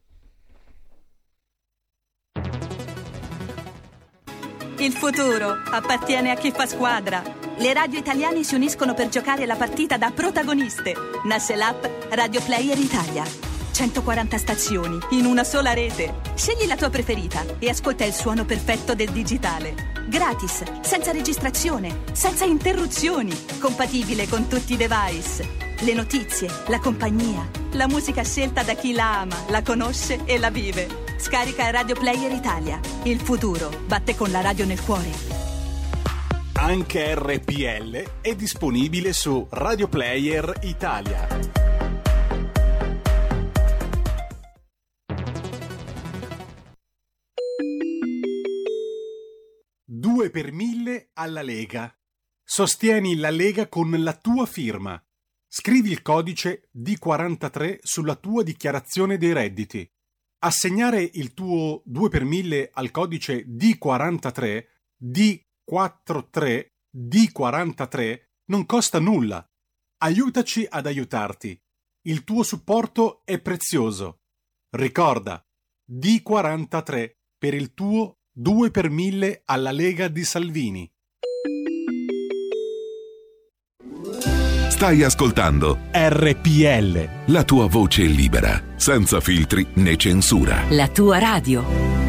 Il futuro appartiene a chi fa squadra. Le radio italiane si uniscono per giocare la partita da protagoniste. Nasce l'app Radio Player Italia. 140 stazioni in una sola rete. Scegli la tua preferita e ascolta il suono perfetto del digitale. Gratis, senza registrazione, senza interruzioni. Compatibile con tutti i device. Le notizie, la compagnia, la musica scelta da chi la ama, la conosce e la vive. Scarica Radio Player Italia. Il futuro batte con la radio nel cuore. Anche RPL è disponibile su Radio Player Italia. 2 per 1000 alla Lega. Sostieni la Lega con la tua firma. Scrivi il codice D43 sulla tua dichiarazione dei redditi. Assegnare il tuo 2 per 1000 al codice D43, D43, D43 non costa nulla. Aiutaci ad aiutarti. Il tuo supporto è prezioso. Ricorda, D43 per il tuo 2 per 1000 alla Lega di Salvini. Stai ascoltando RPL. La tua voce libera, senza filtri né censura. La tua radio.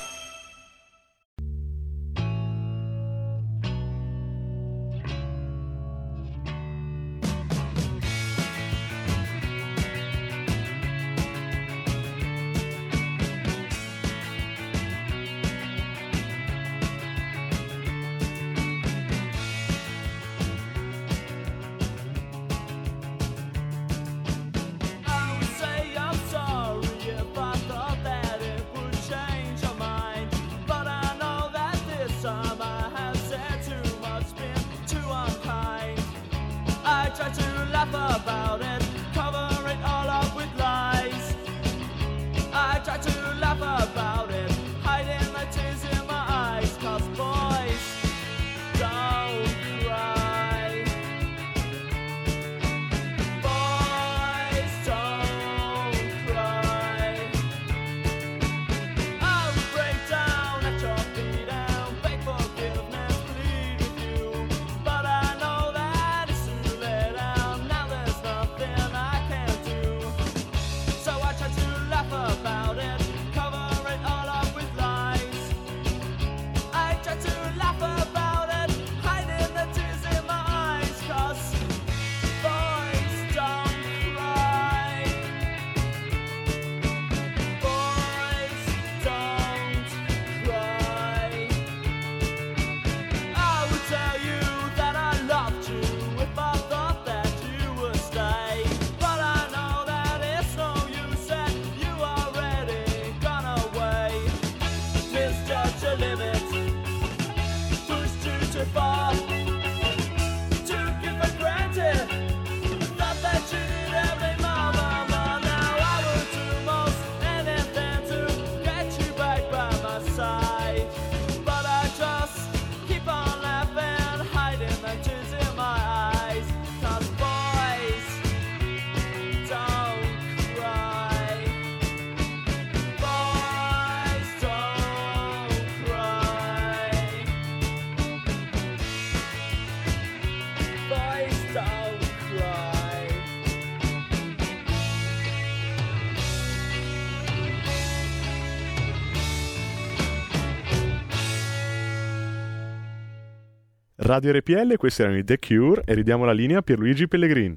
Radio RPL, questi erano i The Cure e ridiamo la linea a Pierluigi Pellegrin.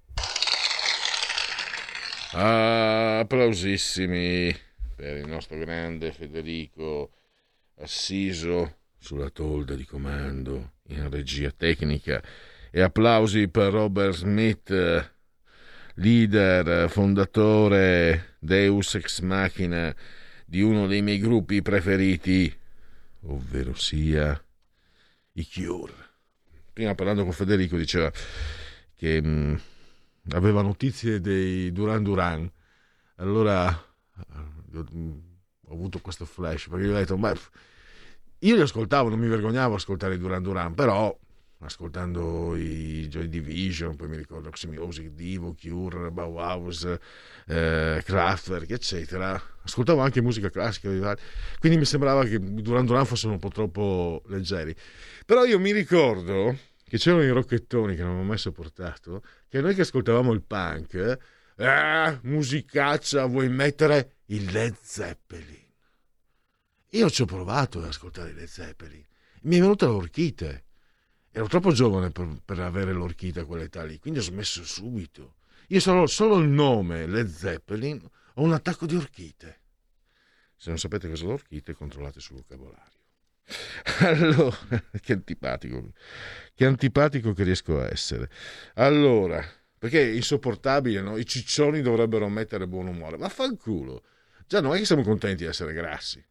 Applausissimi per il nostro grande Federico, assiso sulla tolda di comando in regia tecnica, e applausi per Robert Smith, leader, fondatore Deus Ex Machina di uno dei miei gruppi preferiti, ovvero sia i Cure. Prima, parlando con Federico, diceva che aveva notizie dei Duran Duran. Allora ho avuto questo flash, perché io ho detto, ma io li ascoltavo, non mi vergognavo a ascoltare i Duran Duran, però ascoltando i Joy Division, poi mi ricordo Roxy Music, Divo, Cure, Bauhaus, Kraftwerk, eccetera, ascoltavo anche musica classica, quindi mi sembrava che Duran Duran fossero un po' troppo leggeri. Però io mi ricordo che c'erano i rocchettoni che non avevo mai sopportato, che noi che ascoltavamo il punk, musicaccia, vuoi mettere il Led Zeppelin? Io ci ho provato ad ascoltare il Led Zeppelin, mi è venuta l'orchite. Ero troppo giovane per avere l'orchite a quell'età lì, quindi ho smesso subito. Io solo il nome Led Zeppelin ho un attacco di orchite. Se non sapete cosa è l'orchite, controllate sul vocabolario. Allora, che antipatico che riesco a essere. Allora, perché è insopportabile, no? I ciccioni dovrebbero mettere buon umore, ma fanculo. Già non è che siamo contenti di essere grassi.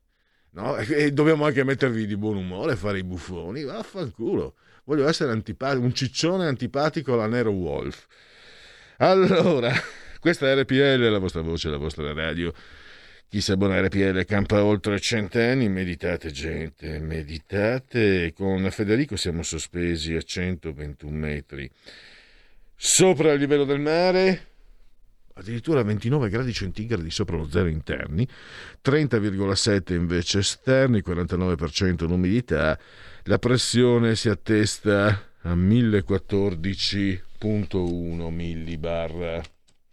no? E dobbiamo anche mettervi di buon umore, fare i buffoni, vaffanculo. Voglio essere un ciccione antipatico alla Nero Wolf. Allora, questa è RPL, la vostra voce, la vostra radio. Chi si abbona a RPL campa oltre 100 anni. Meditate, gente, meditate. Con Federico siamo sospesi a 121 metri sopra il livello del mare, addirittura 29 gradi centigradi sopra lo zero interni, 30,7 invece esterni, 49% l'umidità. La pressione si attesta a 1014,1 millibar.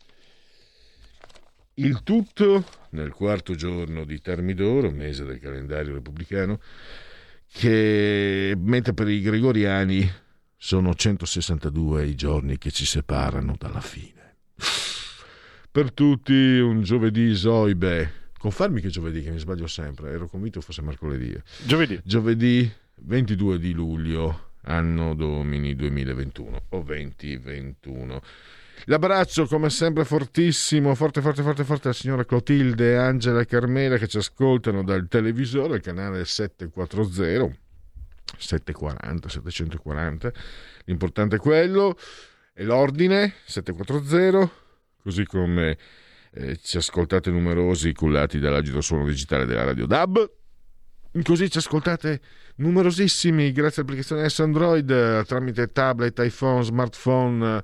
Il tutto nel quarto giorno di Termidoro, mese del calendario repubblicano, che mentre per i gregoriani sono 162 i giorni che ci separano dalla fine. Per tutti un giovedì Zoibe. Confermi che giovedì, che mi sbaglio sempre, ero convinto fosse mercoledì. Giovedì 22 di luglio, anno domini 2021 o 2021. L'abbraccio come sempre fortissimo, forte alla signora Clotilde, Angela e Carmela che ci ascoltano dal televisore, il canale 740, 740, l'importante è quello, e l'ordine 740, così come ci ascoltate numerosi cullati dall'agito suono digitale della Radio DAB, così ci ascoltate numerosissimi grazie all'applicazione S Android tramite tablet, iPhone, smartphone,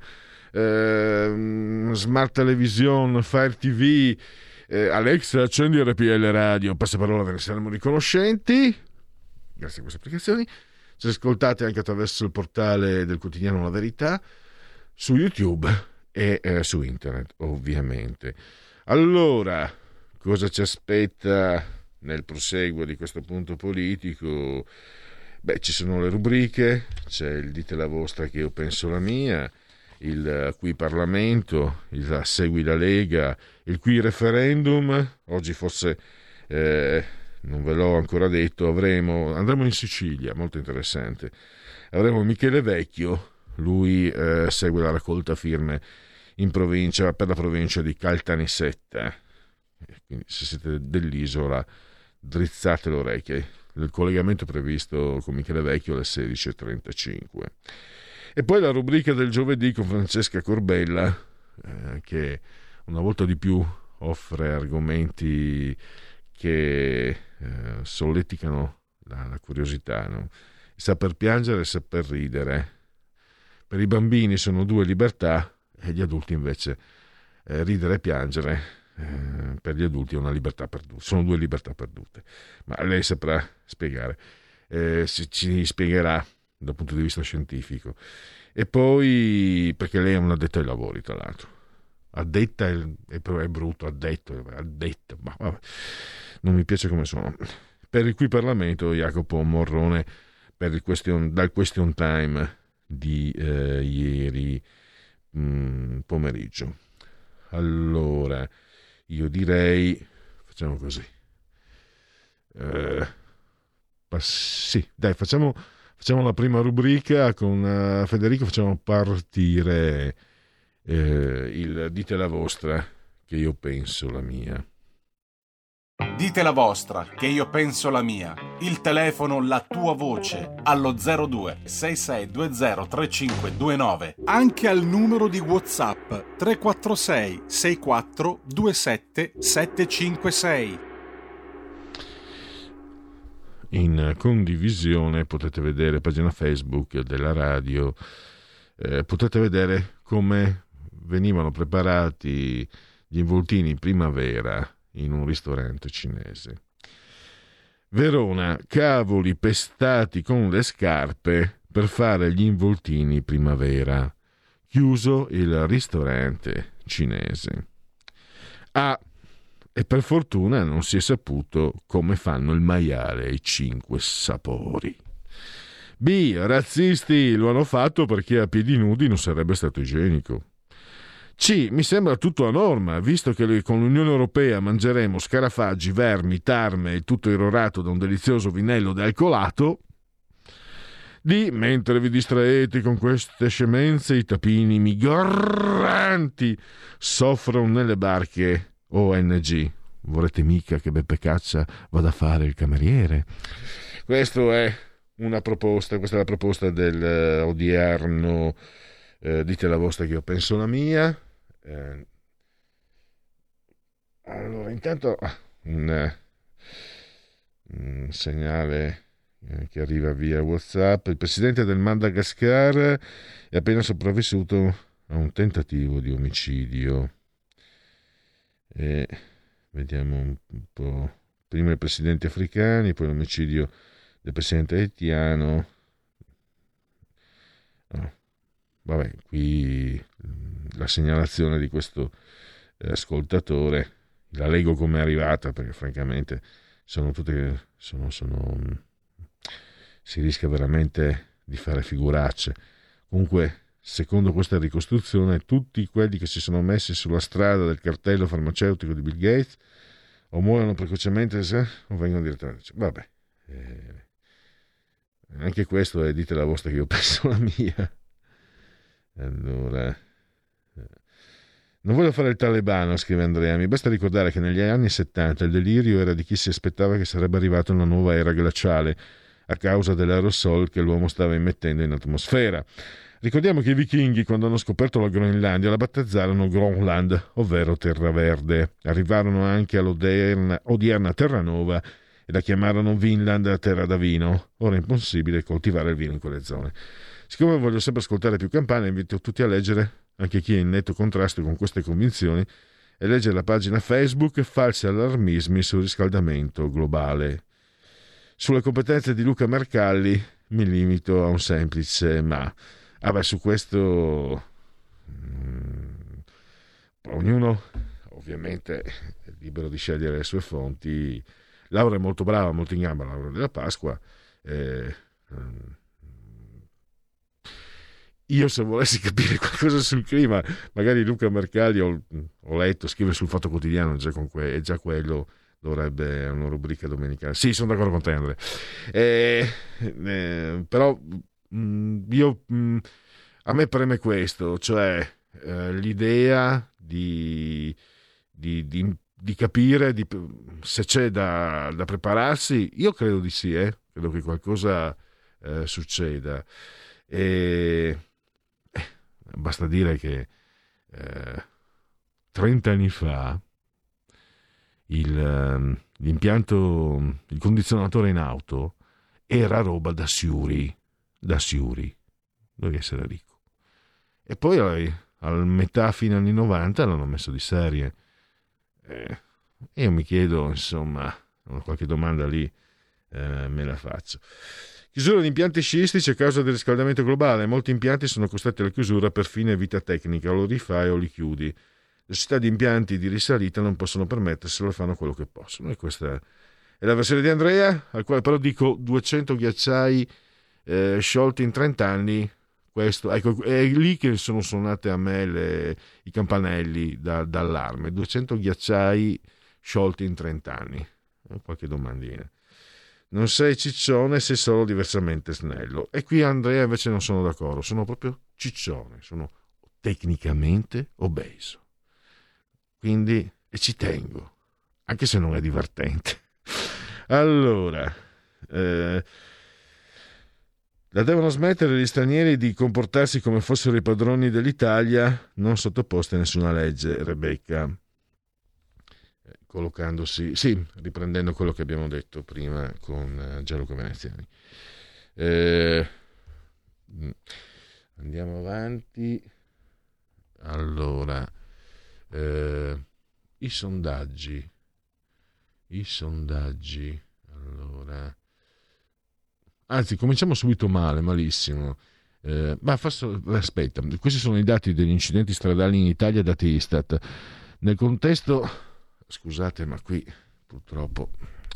smart television, Fire TV, Alexa accendi RPL Radio, passaparola, ve ne saremo riconoscenti grazie a queste applicazioni. Ci ascoltate anche attraverso il portale del quotidiano La Verità, su YouTube e su internet ovviamente. Allora, cosa ci aspetta nel proseguo di questo punto politico? Beh, ci sono le rubriche, c'è il dite la vostra che io penso la mia, il qui Parlamento, il segui la Lega, il qui referendum. Oggi forse non ve l'ho ancora detto, andremo in Sicilia, molto interessante. Avremo Michele Vecchio, lui segue la raccolta firme in provincia, per la provincia di Caltanissetta. Quindi se siete dell'isola drizzate le orecchie. Il collegamento previsto con Michele Vecchio alle 16:35. E poi la rubrica del giovedì con Francesca Corbella, che una volta di più offre argomenti che solleticano la curiosità, no? Saper piangere e saper ridere. Per i bambini sono due libertà e gli adulti invece ridere e piangere per gli adulti è una libertà perduta, sono due libertà perdute, ma lei saprà spiegare, ci spiegherà dal punto di vista scientifico. E poi perché lei è un addetto ai lavori, tra l'altro, addetta è brutto, addetta, ma vabbè, non mi piace come sono. Per il qui Parlamento Jacopo Morrone dal question time di ieri pomeriggio. Allora io direi facciamo così, sì, dai, facciamo la prima rubrica con Federico, facciamo partire il dite la vostra che io penso la mia. Dite la vostra che io penso la mia. Il telefono, la tua voce allo 02 6620 3529, anche al numero di WhatsApp 346 64 27 756. In condivisione potete vedere pagina Facebook della radio, potete vedere come venivano preparati gli involtini in primavera in un ristorante cinese. Verona, cavoli pestati con le scarpe per fare gli involtini primavera. Chiuso il ristorante cinese. E per fortuna non si è saputo come fanno il maiale ai 5 sapori. B, razzisti lo hanno fatto perché a piedi nudi non sarebbe stato igienico. C, mi sembra tutto a norma, visto che con l'Unione Europea mangeremo scarafaggi, vermi, tarme e tutto irrorato da un delizioso vinello dealcolato. D, mentre vi distraete con queste scemenze, i tapini migranti soffrono nelle barche ONG, vorrete mica che Beppe Caccia vada a fare il cameriere? Questa è la proposta del odierno dite la vostra che io penso la mia. Allora, intanto un segnale che arriva via WhatsApp. Il presidente del Madagascar è appena sopravvissuto a un tentativo di omicidio. E vediamo un po'. Prima i presidenti africani, poi l'omicidio del presidente haitiano. Vabbè, qui la segnalazione di questo ascoltatore la leggo come è arrivata, perché francamente sono tutte si rischia veramente di fare figuracce. Comunque, secondo questa ricostruzione, tutti quelli che si sono messi sulla strada del cartello farmaceutico di Bill Gates o muoiono precocemente o vengono direttamente. Vabbè, anche questo è dite la vostra che io penso la mia. Allora, non voglio fare il talebano, scrive Andrea, mi basta ricordare che negli anni 70 il delirio era di chi si aspettava che sarebbe arrivata una nuova era glaciale a causa dell'aerosol che l'uomo stava immettendo in atmosfera. Ricordiamo che i vichinghi, quando hanno scoperto la Groenlandia, la battezzarono Groenland, ovvero Terra Verde. Arrivarono anche all'odierna Terranova e la chiamarono Vinland, terra da vino. Ora è impossibile coltivare il vino in quelle zone. Siccome voglio sempre ascoltare più campane, invito tutti a leggere, anche chi è in netto contrasto con queste convinzioni, e leggere la pagina Facebook Falsi allarmismi sul riscaldamento globale. Sulle competenze di Luca Mercalli mi limito a un semplice ma. Su questo ognuno ovviamente è libero di scegliere le sue fonti. Laura è molto brava, molto in gamba, Laura della Pasqua. Io, se volessi capire qualcosa sul clima, magari Luca Mercalli ho letto, scrive sul Fatto Quotidiano, è già quello dovrebbe una rubrica domenicale. Sì, sono d'accordo con te, Andrea. Però a me preme questo, cioè l'idea di capire se c'è da prepararsi. Io credo di sì, credo che qualcosa succeda. Basta dire che 30 anni fa l'impianto, il condizionatore in auto era roba da siuri, devi essere ricco. E poi al metà fine anni 90 l'hanno messo di serie. Io mi chiedo, insomma, qualche domanda lì me la faccio. Chiusura di impianti sciistici a causa del riscaldamento globale. Molti impianti sono costretti alla chiusura per fine vita tecnica, o lo rifai o li chiudi. Le società di impianti di risalita non possono permetterselo e fanno quello che possono. E questa è la versione di Andrea, al quale però dico 200 ghiacciai sciolti in 30 anni. Questo, ecco, è lì che sono suonate a me i campanelli d'allarme. 200 ghiacciai sciolti in 30 anni. Qualche domandina. Non sei ciccione, sei solo diversamente snello. E qui Andrea invece non sono d'accordo, sono proprio ciccione, sono tecnicamente obeso. Quindi, e ci tengo, anche se non è divertente. Allora, la devono smettere gli stranieri di comportarsi come fossero i padroni dell'Italia, non sottoposti a nessuna legge, Rebecca. Collocandosi, sì, riprendendo quello che abbiamo detto prima con Gianluca Veneziani. Andiamo avanti. Allora, i sondaggi. Allora, anzi, cominciamo subito malissimo. Aspetta, questi sono i dati degli incidenti stradali in Italia dati Istat. Nel contesto, scusate, ma qui purtroppo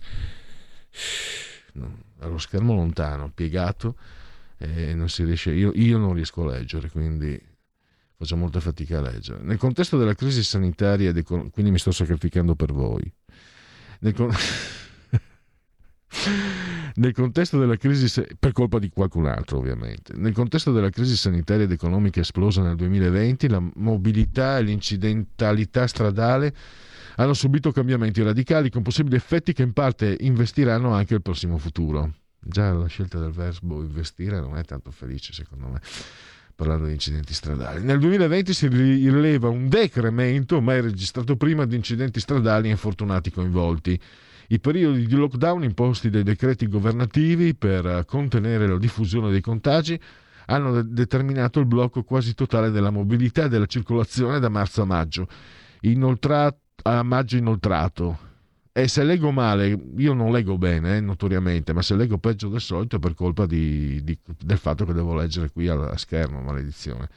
allo schermo lontano, piegato, non si riesce, io non riesco a leggere, quindi faccio molta fatica a leggere. Nel contesto della crisi sanitaria, quindi mi sto sacrificando per voi. Nel contesto della crisi, per colpa di qualcun altro ovviamente, nel contesto della crisi sanitaria ed economica esplosa nel 2020, la mobilità e l'incidentalità stradale hanno subito cambiamenti radicali con possibili effetti che in parte investiranno anche il prossimo futuro. Già la scelta del verbo investire non è tanto felice, secondo me, parlando di incidenti stradali. Nel 2020 si rileva un decremento mai registrato prima di incidenti stradali e infortunati coinvolti. I periodi di lockdown imposti dai decreti governativi per contenere la diffusione dei contagi hanno determinato il blocco quasi totale della mobilità e della circolazione da marzo a maggio. A maggio inoltrato. E se leggo male, io non leggo bene notoriamente, ma se leggo peggio del solito è per colpa del fatto che devo leggere qui a schermo, maledizione.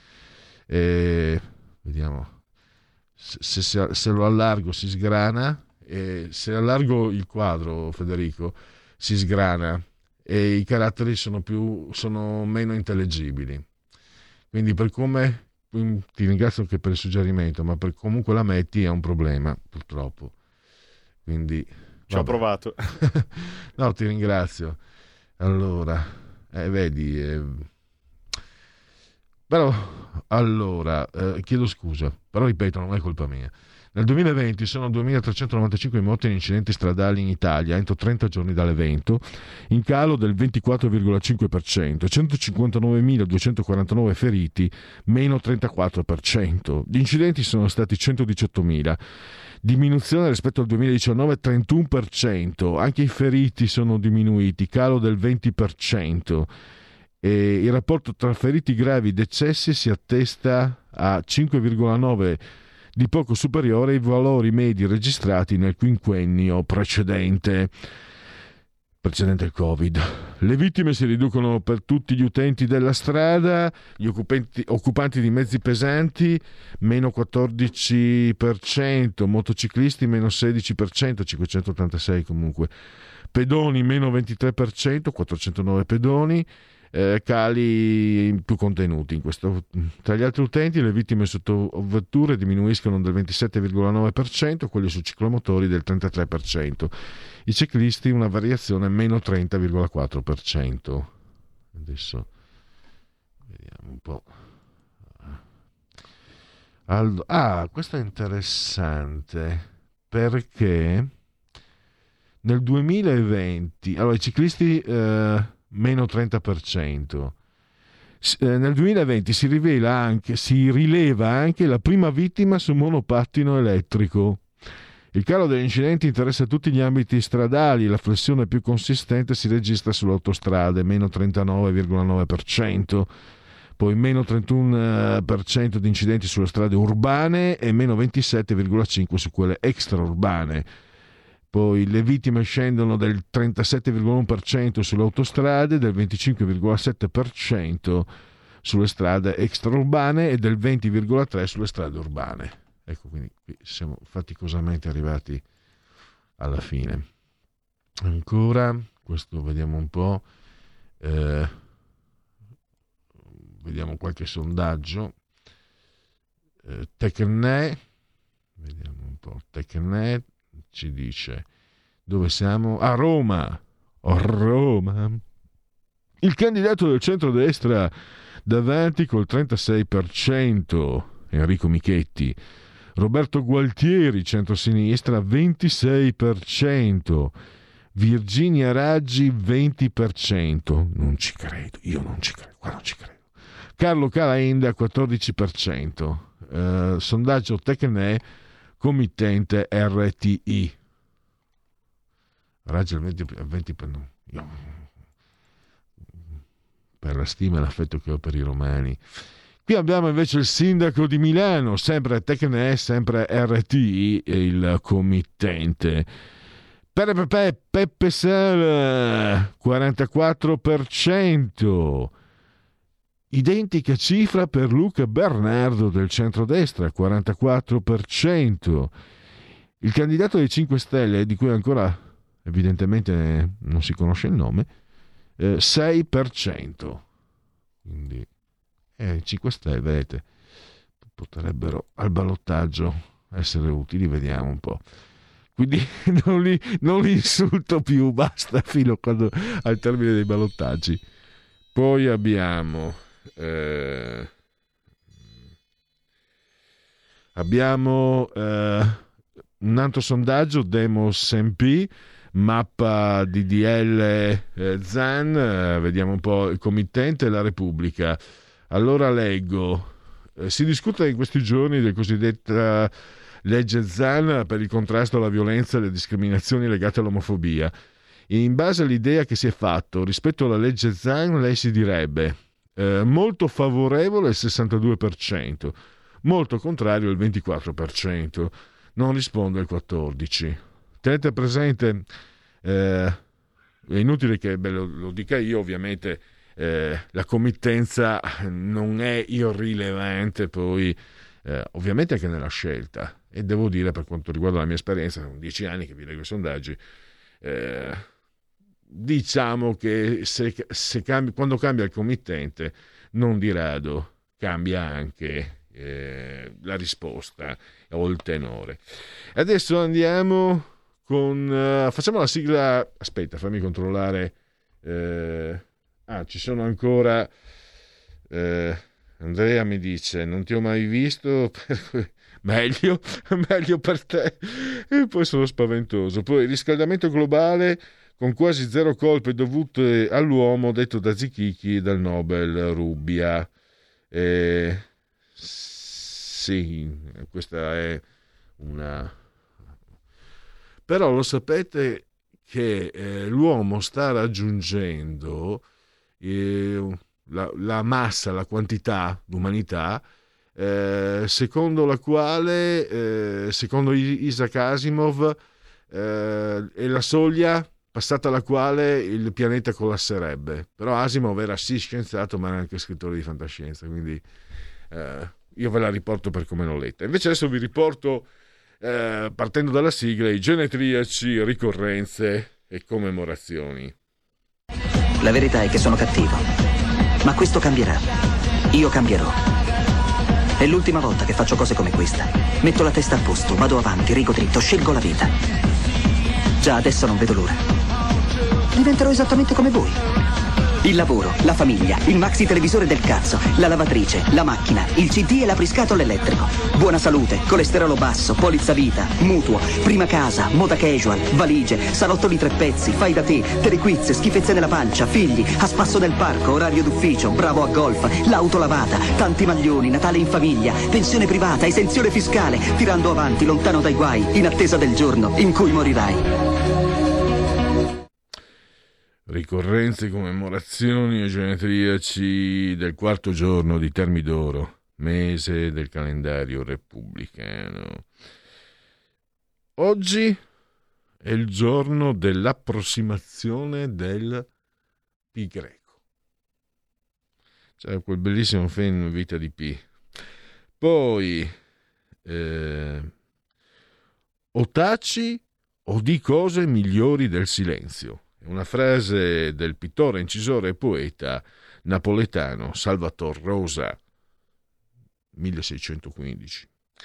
Vediamo se lo allargo si sgrana, e se allargo il quadro, Federico, si sgrana e i caratteri sono meno intellegibili. Quindi per come ti ringrazio anche per il suggerimento, ma per comunque la metti è un problema, purtroppo. Quindi ci ho provato. No, ti ringrazio. Allora, vedi, però allora chiedo scusa, però ripeto, non è colpa mia. Nel 2020 sono 2.395 morti in incidenti stradali in Italia entro 30 giorni dall'evento, in calo del 24,5%, 159.249 feriti, meno 34%. Gli incidenti sono stati 118.000, diminuzione rispetto al 2019 31%, anche i feriti sono diminuiti, calo del 20%. E il rapporto tra feriti gravi e decessi si attesta a 5,9, di poco superiore ai valori medi registrati nel quinquennio precedente al Covid. Le vittime si riducono per tutti gli utenti della strada, gli occupanti di mezzi pesanti meno 14%, motociclisti meno 16%, 586 comunque, pedoni meno 23%, 409 pedoni, cali più contenuti in questo. Tra gli altri utenti le vittime sotto vetture diminuiscono del 27,9%, quelli su ciclomotori del 33%, i ciclisti una variazione meno 30,4%. Adesso vediamo un po'. Questo è interessante perché nel 2020 allora i ciclisti meno 30%. Nel 2020 si rileva anche la prima vittima su monopattino elettrico. Il calo degli incidenti interessa tutti gli ambiti stradali, la flessione più consistente si registra sulle autostrade, meno 39,9%, poi meno 31% di incidenti sulle strade urbane e meno 27,5% su quelle extraurbane. Poi le vittime scendono del 37,1% sulle autostrade, del 25,7% sulle strade extraurbane e del 20,3% sulle strade urbane. Ecco, quindi qui siamo faticosamente arrivati alla fine. Ancora, questo vediamo un po', vediamo qualche sondaggio. Tecne, vediamo un po', Tecne ci dice dove siamo? A Roma. Il candidato del centrodestra davanti col 36%, Enrico Michetti. Roberto Gualtieri, centrosinistra, 26%. Virginia Raggi, 20%. Non ci credo, qua non ci credo. Carlo Calenda, 14%. Sondaggio Tecne, committente RTI. Raggi al 20%. No. Per la stima e l'affetto che ho per i romani. Qui abbiamo invece il sindaco di Milano, sempre Tecne, sempre RTI, e il committente. Peppe Sala, 44%. Identica cifra per Luca Bernardo del centrodestra, 44%. Il candidato dei 5 Stelle, di cui ancora evidentemente non si conosce il nome, 6%. Quindi 5 Stelle, vedete, potrebbero al ballottaggio essere utili, vediamo un po'. quindi non li insulto più, basta, fino al termine dei ballottaggi. Poi abbiamo un altro sondaggio, Demos MP, mappa DDL Zan, vediamo un po' il committente e la Repubblica. Allora leggo, si discute in questi giorni del cosiddetta legge Zan per il contrasto alla violenza e alle discriminazioni legate all'omofobia. In base all'idea che si è fatto rispetto alla legge Zan, lei si direbbe molto favorevole il 62%, molto contrario il 24%, non risponde il 14%. Tenete presente, è inutile che lo dica io, ovviamente la committenza non è irrilevante poi ovviamente anche nella scelta, e devo dire, per quanto riguarda la mia esperienza, sono 10 anni che vi leggo i sondaggi, diciamo che quando cambia il committente non di rado cambia anche la risposta o il tenore. Adesso andiamo facciamo la sigla. Aspetta, fammi controllare. Ci sono ancora. Andrea mi dice: non ti ho mai visto, meglio per te. E poi sono spaventoso. Poi riscaldamento globale con quasi zero colpe dovute all'uomo, detto da Zichichi e dal Nobel Rubbia. Sì, questa è una. Però lo sapete che l'uomo sta raggiungendo la massa, la quantità d'umanità, secondo la quale, secondo Isaac Asimov, è la soglia passata la quale il pianeta collasserebbe. Però Asimov era sì scienziato, ma era anche scrittore di fantascienza, quindi io ve la riporto per come l'ho letta. Invece adesso vi riporto, partendo dalla sigla, i genetriaci, ricorrenze e commemorazioni. La verità è che sono cattivo, ma questo cambierà. Io cambierò. È l'ultima volta che faccio cose come questa. Metto la testa a posto, vado avanti, rigo dritto, scelgo la vita. Già adesso non vedo l'ora. Diventerò esattamente come voi. Il lavoro, la famiglia, il maxi televisore del cazzo, la lavatrice, la macchina, il CD e l'apriscatole elettrico. Buona salute, colesterolo basso, polizza vita, mutuo, prima casa, moda casual, valigie, salottoli 3 pezzi, fai da te, telequiz, schifezze nella pancia, figli, a spasso nel parco, orario d'ufficio, bravo a golf, l'auto lavata, tanti maglioni, Natale in famiglia, pensione privata, esenzione fiscale, tirando avanti, lontano dai guai, in attesa del giorno in cui morirai. Ricorrenze, commemorazioni e genetriaci del 4° giorno di Termidoro, mese del calendario repubblicano. Oggi è il giorno dell'approssimazione del Pi greco. C'è quel bellissimo film Vita di Pi. Poi o taci o di cose migliori del silenzio. È una frase del pittore, incisore e poeta napoletano Salvator Rosa, 1615.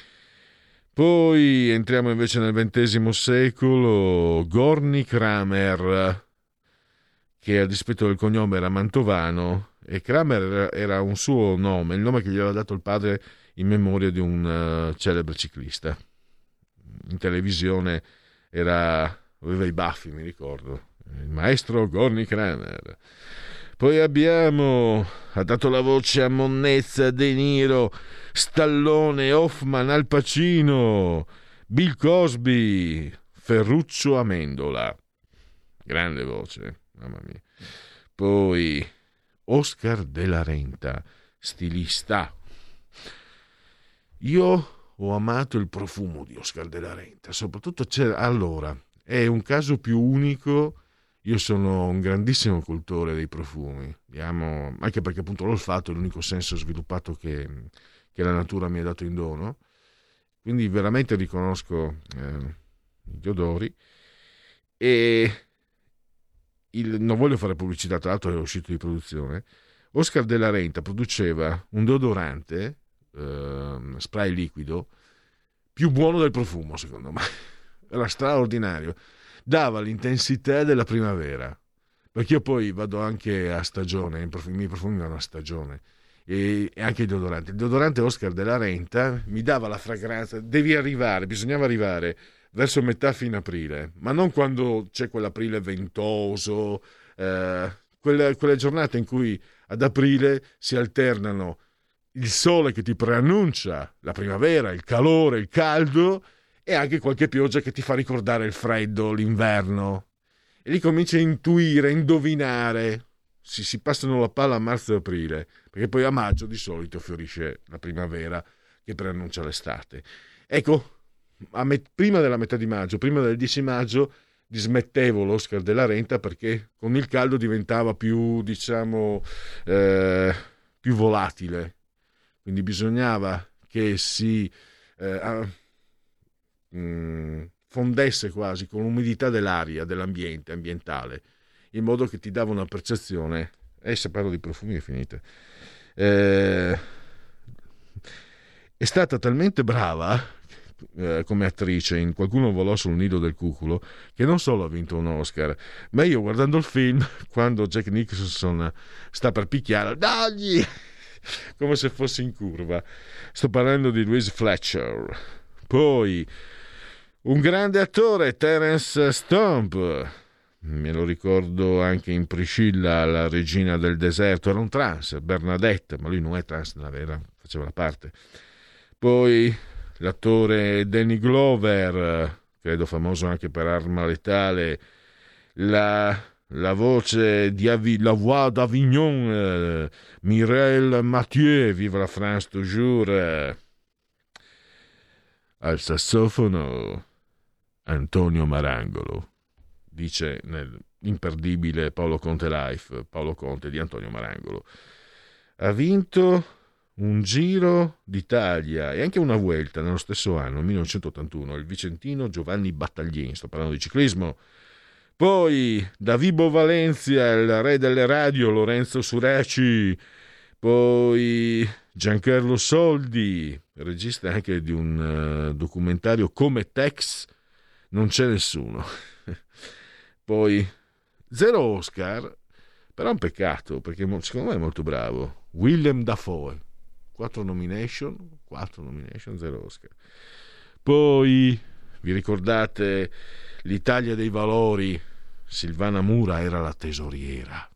Poi entriamo invece nel XX secolo. Gorny Kramer, che a dispetto del cognome era mantovano, e Kramer era un suo nome, il nome che gli aveva dato il padre in memoria di un celebre ciclista. In televisione aveva i baffi, mi ricordo, il maestro Gorny Kramer. Poi ha dato la voce a Monnezza, De Niro, Stallone, Hoffman, Al Pacino, Bill Cosby, Ferruccio Amendola. Grande voce, mamma mia. Poi Oscar de la Renta, stilista. Io ho amato il profumo di Oscar de la Renta, soprattutto allora, è un caso più unico. Io sono un grandissimo cultore dei profumi, anche perché appunto l'olfatto è l'unico senso sviluppato che la natura mi ha dato in dono, quindi veramente riconosco gli odori. E non voglio fare pubblicità, tra l'altro è uscito di produzione. Oscar de la Renta produceva un deodorante spray liquido più buono del profumo, secondo me. era straordinario, dava l'intensità della primavera, perché io poi vado anche a stagione, mi profumo a stagione, e anche il deodorante Oscar della Renta mi dava la fragranza, bisognava arrivare verso metà fine aprile, ma non quando c'è quell'aprile ventoso, quelle giornate in cui ad aprile si alternano il sole che ti preannuncia la primavera, il calore, il caldo, e anche qualche pioggia che ti fa ricordare il freddo, l'inverno, e lì cominci a intuire, a indovinare. Si passano la palla a marzo e aprile, perché poi a maggio di solito fiorisce la primavera che preannuncia l'estate. Ecco, prima della metà di maggio, prima del 10 maggio, dismettevo l'Oscar della Renta, perché con il caldo diventava più, diciamo, più volatile. Quindi bisognava che si fondesse quasi con l'umidità dell'aria, dell'ambiente ambientale, in modo che ti dava una percezione. Se parlo di profumi è finita. È stata talmente brava come attrice in Qualcuno volò sul nido del cuculo, che non solo ha vinto un Oscar, ma io guardando il film, quando Jack Nicholson sta per picchiare, dagli, come se fosse in curva. Sto parlando di Louise Fletcher. Poi un grande attore, Terence Stamp, me lo ricordo anche in Priscilla, la regina del deserto, era un trans, Bernadette, ma lui non è trans, faceva la parte. Poi l'attore Danny Glover, credo famoso anche per Arma letale, la voce di La Voix d'Avignon, Mireille Mathieu, Vive la France toujours, al sassofono Antonio Marangolo, dice nell'imperdibile Paolo Conte Life, Paolo Conte di Antonio Marangolo. Ha vinto un Giro d'Italia e anche una Vuelta nello stesso anno, 1981, il vicentino Giovanni Battaglini, sto parlando di ciclismo. Poi da Vibo Valencia, il re delle radio, Lorenzo Sureci. Poi Giancarlo Soldi, regista anche di un documentario Come Tex non c'è nessuno. Poi 0 Oscar, però è un peccato, perché secondo me è molto bravo. Willem Dafoe, 4 nomination, 0 Oscar. Poi vi ricordate l'Italia dei valori? Silvana Mura era la tesoriera.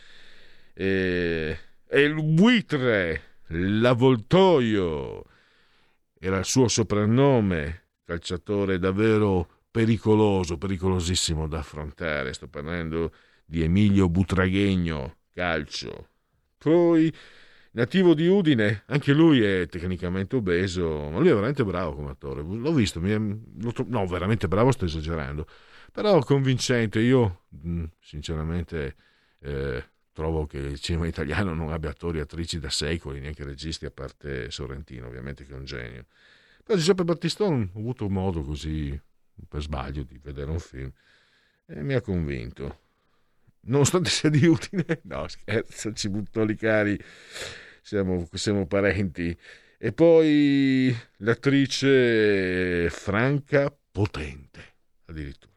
E il buitre, l'avvoltoio, era il suo soprannome, calciatore davvero pericoloso, pericolosissimo da affrontare. Sto parlando di Emilio Butragueño, calcio. Poi nativo di Udine, anche lui è tecnicamente obeso, ma lui è veramente bravo come attore. L'ho visto, no, veramente bravo, sto esagerando, però convincente. Io sinceramente trovo che il cinema italiano non abbia attori e attrici da secoli, neanche registi, a parte Sorrentino ovviamente, che è un genio. Però Giuseppe Battistone ho avuto modo così per sbaglio di vedere un film e mi ha convinto, nonostante sia di Udine. No, scherzo, ci butto lì cari, siamo parenti. E poi l'attrice Franca Potente, addirittura.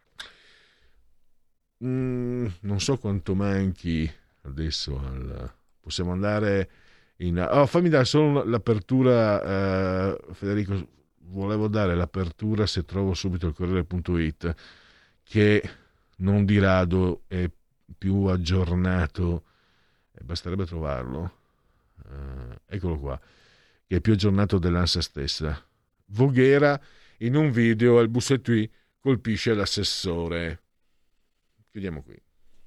Non so quanto manchi adesso possiamo andare in... fammi dare solo l'apertura, Federico. Volevo dare l'apertura, se trovo subito il Corriere.it, che non di rado è più aggiornato, basterebbe trovarlo, eccolo qua, che è più aggiornato dell'ANSA stessa. Voghera in un video al Bussettui colpisce l'assessore. Chiudiamo qui.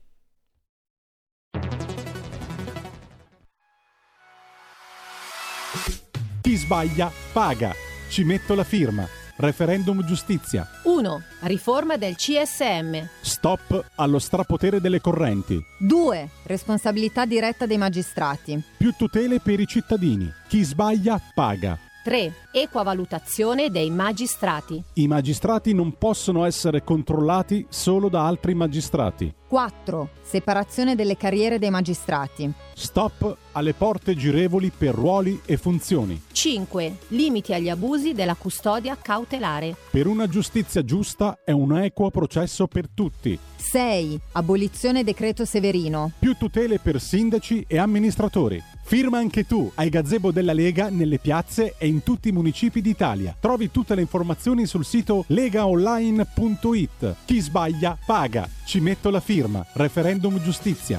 Chi sbaglia paga. Ci metto la firma. Referendum giustizia. 1. Riforma del CSM. Stop allo strapotere delle correnti. 2. Responsabilità diretta dei magistrati. Più tutele per i cittadini. Chi sbaglia paga. 3. Equavalutazione dei magistrati. I magistrati non possono essere controllati solo da altri magistrati. 4. Separazione delle carriere dei magistrati. Stop alle porte girevoli per ruoli e funzioni. 5. Limiti agli abusi della custodia cautelare. Per una giustizia giusta e un equo processo per tutti. 6. Abolizione decreto Severino. Più tutele per sindaci e amministratori. Firma anche tu ai gazebo della Lega nelle piazze e in tutti i municipi d'Italia. Trovi tutte le informazioni sul sito legaonline.it. Chi sbaglia paga. Ci metto la firma. Referendum giustizia.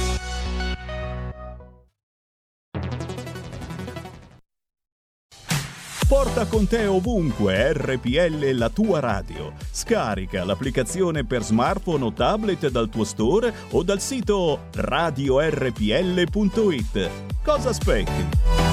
Porta con te ovunque RPL la tua radio. Scarica l'applicazione per smartphone o tablet dal tuo store o dal sito radiorpl.it. Cosa aspetti?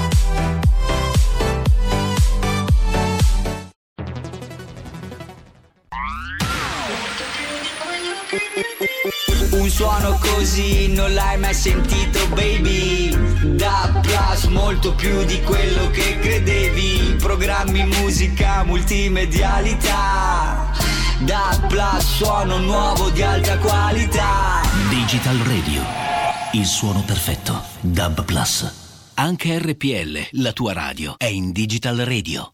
Un suono così non l'hai mai sentito, baby. Da Plus, molto più di quello che credevi. Programmi, musica, multimedialità. Da Plus, suono nuovo di alta qualità. Digital Radio, il suono perfetto. DAB Plus. Anche RPL, la tua radio, è in Digital Radio.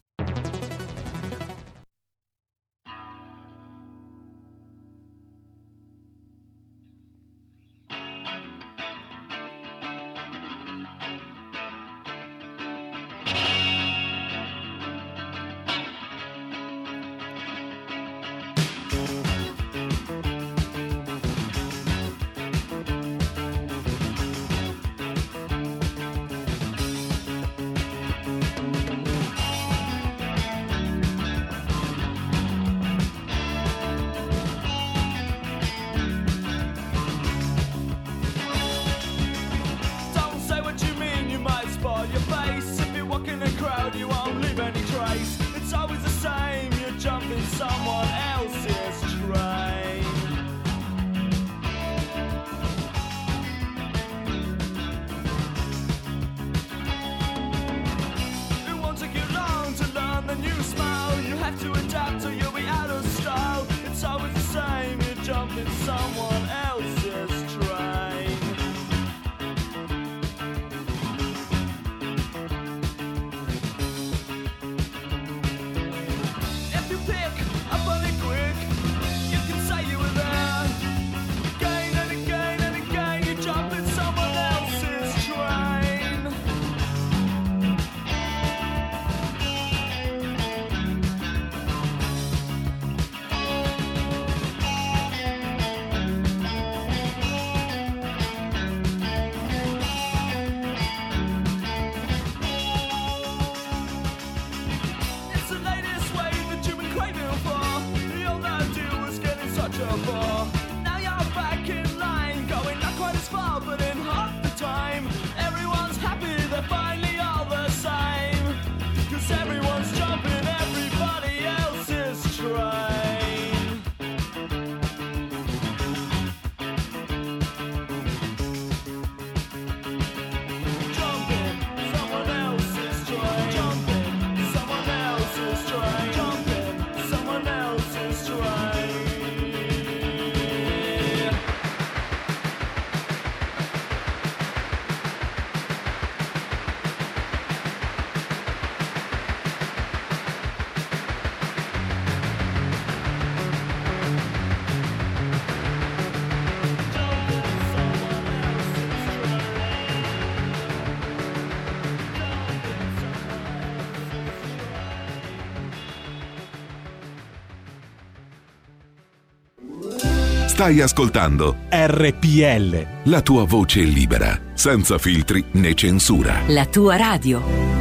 Stai ascoltando RPL, la tua voce libera, senza filtri né censura. La tua radio.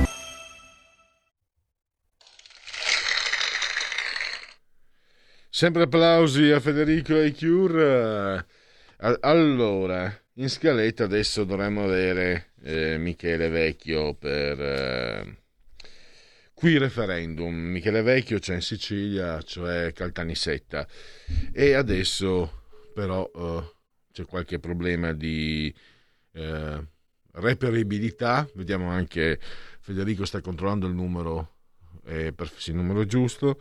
Sempre applausi a Federico e Cure. Allora, in scaletta adesso dovremmo avere Michele Vecchio per qui referendum. Michele Vecchio c'è in Sicilia, cioè Caltanissetta, e adesso però c'è qualche problema di reperibilità. Vediamo anche, Federico sta controllando il numero, il numero giusto,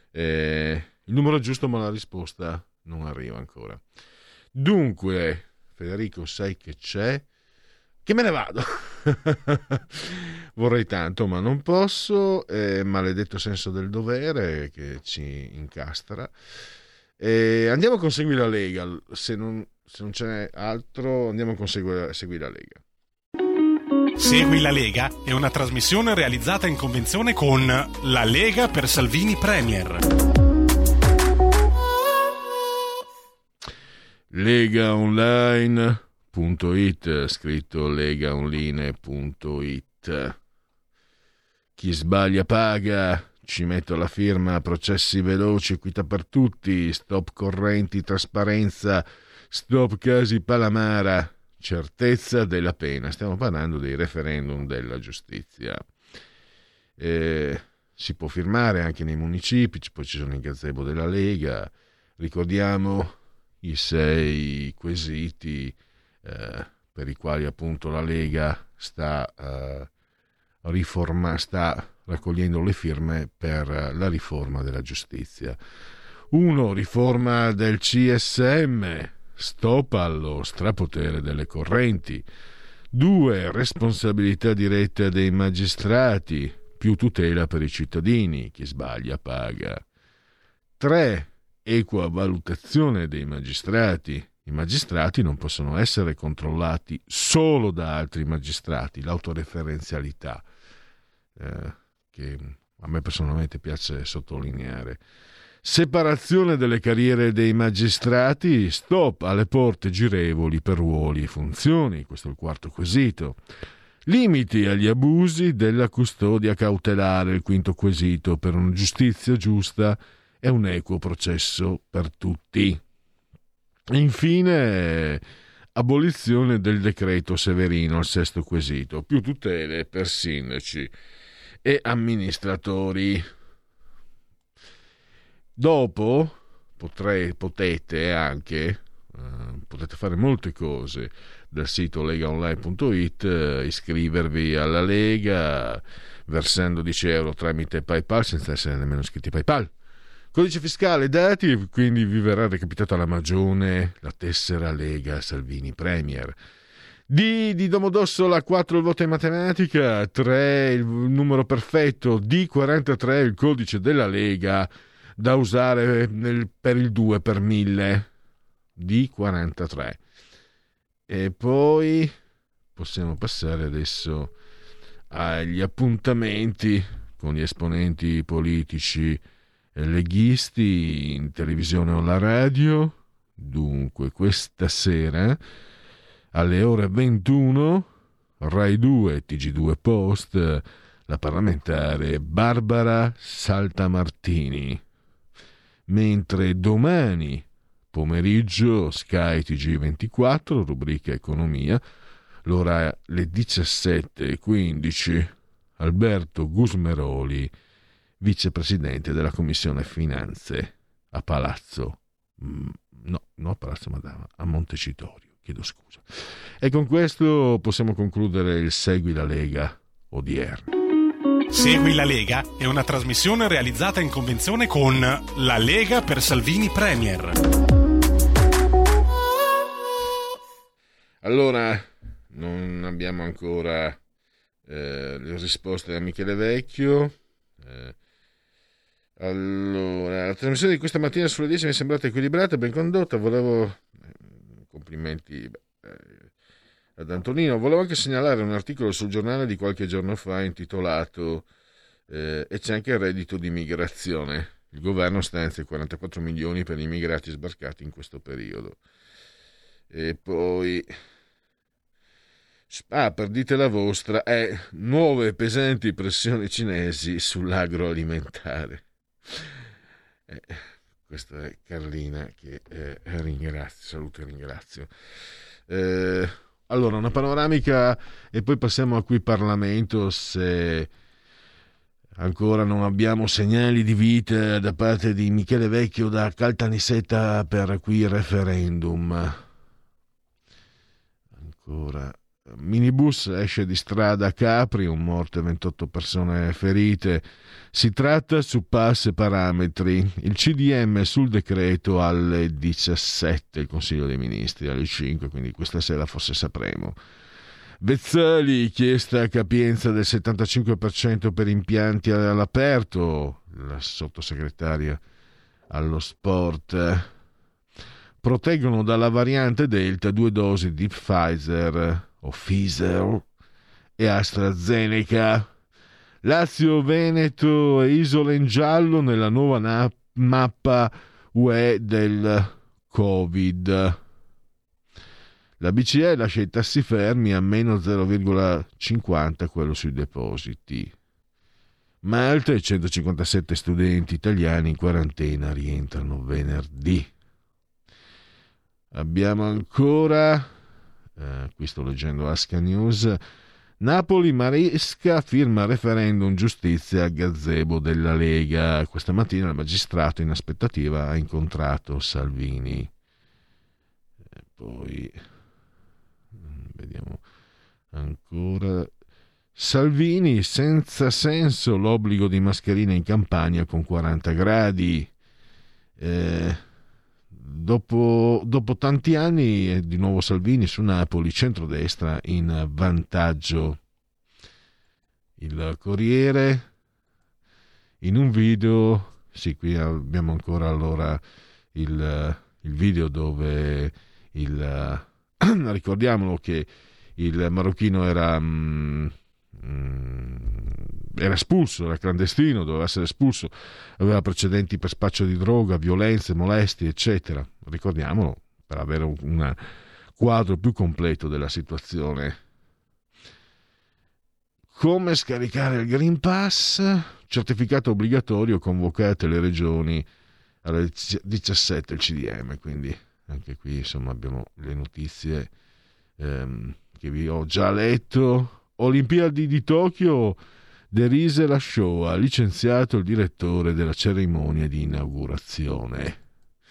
ma la risposta non arriva ancora. Dunque, Federico, sai che c'è? Che me ne vado. Vorrei tanto, ma non posso. Maledetto senso del dovere che ci incastra. Andiamo con Segui la Lega. Se non c'è altro, andiamo con Segui la Lega. Segui la Lega è una trasmissione realizzata in convenzione con La Lega per Salvini Premier. Legaonline.it, scritto legaonline.it. Chi sbaglia paga. Ci metto la firma, processi veloci, equità per tutti, stop correnti, trasparenza, stop casi Palamara, certezza della pena. Stiamo parlando dei referendum della giustizia. Si può firmare anche nei municipi, poi ci sono i gazebo della Lega. Ricordiamo i 6 quesiti per i quali appunto la Lega sta raccogliendo le firme per la riforma della giustizia. 1. Riforma del CSM, stop allo strapotere delle correnti. 2. Responsabilità diretta dei magistrati, più tutela per i cittadini, chi sbaglia paga. 3. Equa valutazione dei magistrati. I magistrati non possono essere controllati solo da altri magistrati, l'autoreferenzialità, che a me personalmente piace sottolineare. Separazione delle carriere dei magistrati, stop alle porte girevoli per ruoli e funzioni, questo è il 4 quesito. Limiti agli abusi della custodia cautelare, il 5 quesito, per una giustizia giusta e un equo processo per tutti. Infine, abolizione del decreto Severino, il 6 quesito, più tutele per sindaci e amministratori. Dopo potete fare molte cose dal sito legaonline.it, iscrivervi alla Lega versando 10 euro tramite PayPal senza essere nemmeno iscritti PayPal. Codice fiscale dati, quindi vi verrà recapitata la magione, la tessera Lega Salvini Premier. D di Domodossola, 4 il voto in matematica, 3 il numero perfetto, D43 il codice della Lega da usare per il 2 per 1000, D43. E poi possiamo passare adesso agli appuntamenti con gli esponenti politici leghisti in televisione o alla radio. Dunque, questa sera alle ore 21 Rai 2 TG2 Post, la parlamentare Barbara Saltamartini, mentre domani pomeriggio Sky TG24 rubrica Economia, l'ora le 17:15 Alberto Gusmeroli, vicepresidente della Commissione Finanze a Palazzo a Palazzo Madama, a Montecitorio, chiedo scusa. E con questo possiamo concludere il Segui la Lega odierno. Segui la Lega è una trasmissione realizzata in convenzione con La Lega per Salvini Premier. Allora, non abbiamo ancora le risposte da Michele Vecchio. Allora, la trasmissione di questa mattina sulle 10 mi è sembrata equilibrata e ben condotta. Complimenti ad Antonino. Volevo anche segnalare un articolo sul giornale di qualche giorno fa intitolato e c'è anche il reddito di immigrazione. Il governo stanzia 44 milioni per gli immigrati sbarcati in questo periodo. E poi per dite la vostra, nuove pesanti pressioni cinesi sull'agroalimentare. Questa è Carlina che ringrazio, saluto e ringrazio. Allora, una panoramica e poi passiamo a qui Parlamento, se ancora non abbiamo segnali di vita da parte di Michele Vecchio da Caltanissetta per qui referendum. Ancora minibus esce di strada a Capri, un morto e 28 persone ferite. Si tratta su passe parametri. Il CDM sul decreto alle 17, il Consiglio dei Ministri alle 5, quindi questa sera forse sapremo. Vezzali, chiesta capienza del 75% per impianti all'aperto. La sottosegretaria allo sport. Proteggono dalla variante Delta 2 dosi di Pfizer o Pfizer e AstraZeneca. Lazio, Veneto e isole in giallo nella nuova mappa UE del Covid. La BCE lascia i tassi fermi a meno 0,50 quello sui depositi. Malta e 157 studenti italiani in quarantena rientrano venerdì. Abbiamo ancora, qui sto leggendo Asca News, Napoli Maresca firma referendum giustizia a gazebo della Lega. Questa mattina il magistrato in aspettativa ha incontrato Salvini. E poi vediamo ancora Salvini, senza senso l'obbligo di mascherine in campagna con 40 gradi. Dopo tanti anni, di nuovo Salvini su Napoli, centrodestra in vantaggio. Il Corriere, in un video, sì, qui abbiamo ancora allora il video dove ricordiamolo che il marocchino era espulso, era clandestino, doveva essere espulso, aveva precedenti per spaccio di droga, violenze, molestie, eccetera. Ricordiamolo per avere un quadro più completo della situazione. Come scaricare il Green Pass? Certificato obbligatorio, convocate le regioni alle 17 il CDM, quindi anche qui insomma abbiamo le notizie che vi ho già letto. Olimpiadi di Tokyo, derise la Shoah, licenziato il direttore della cerimonia di inaugurazione.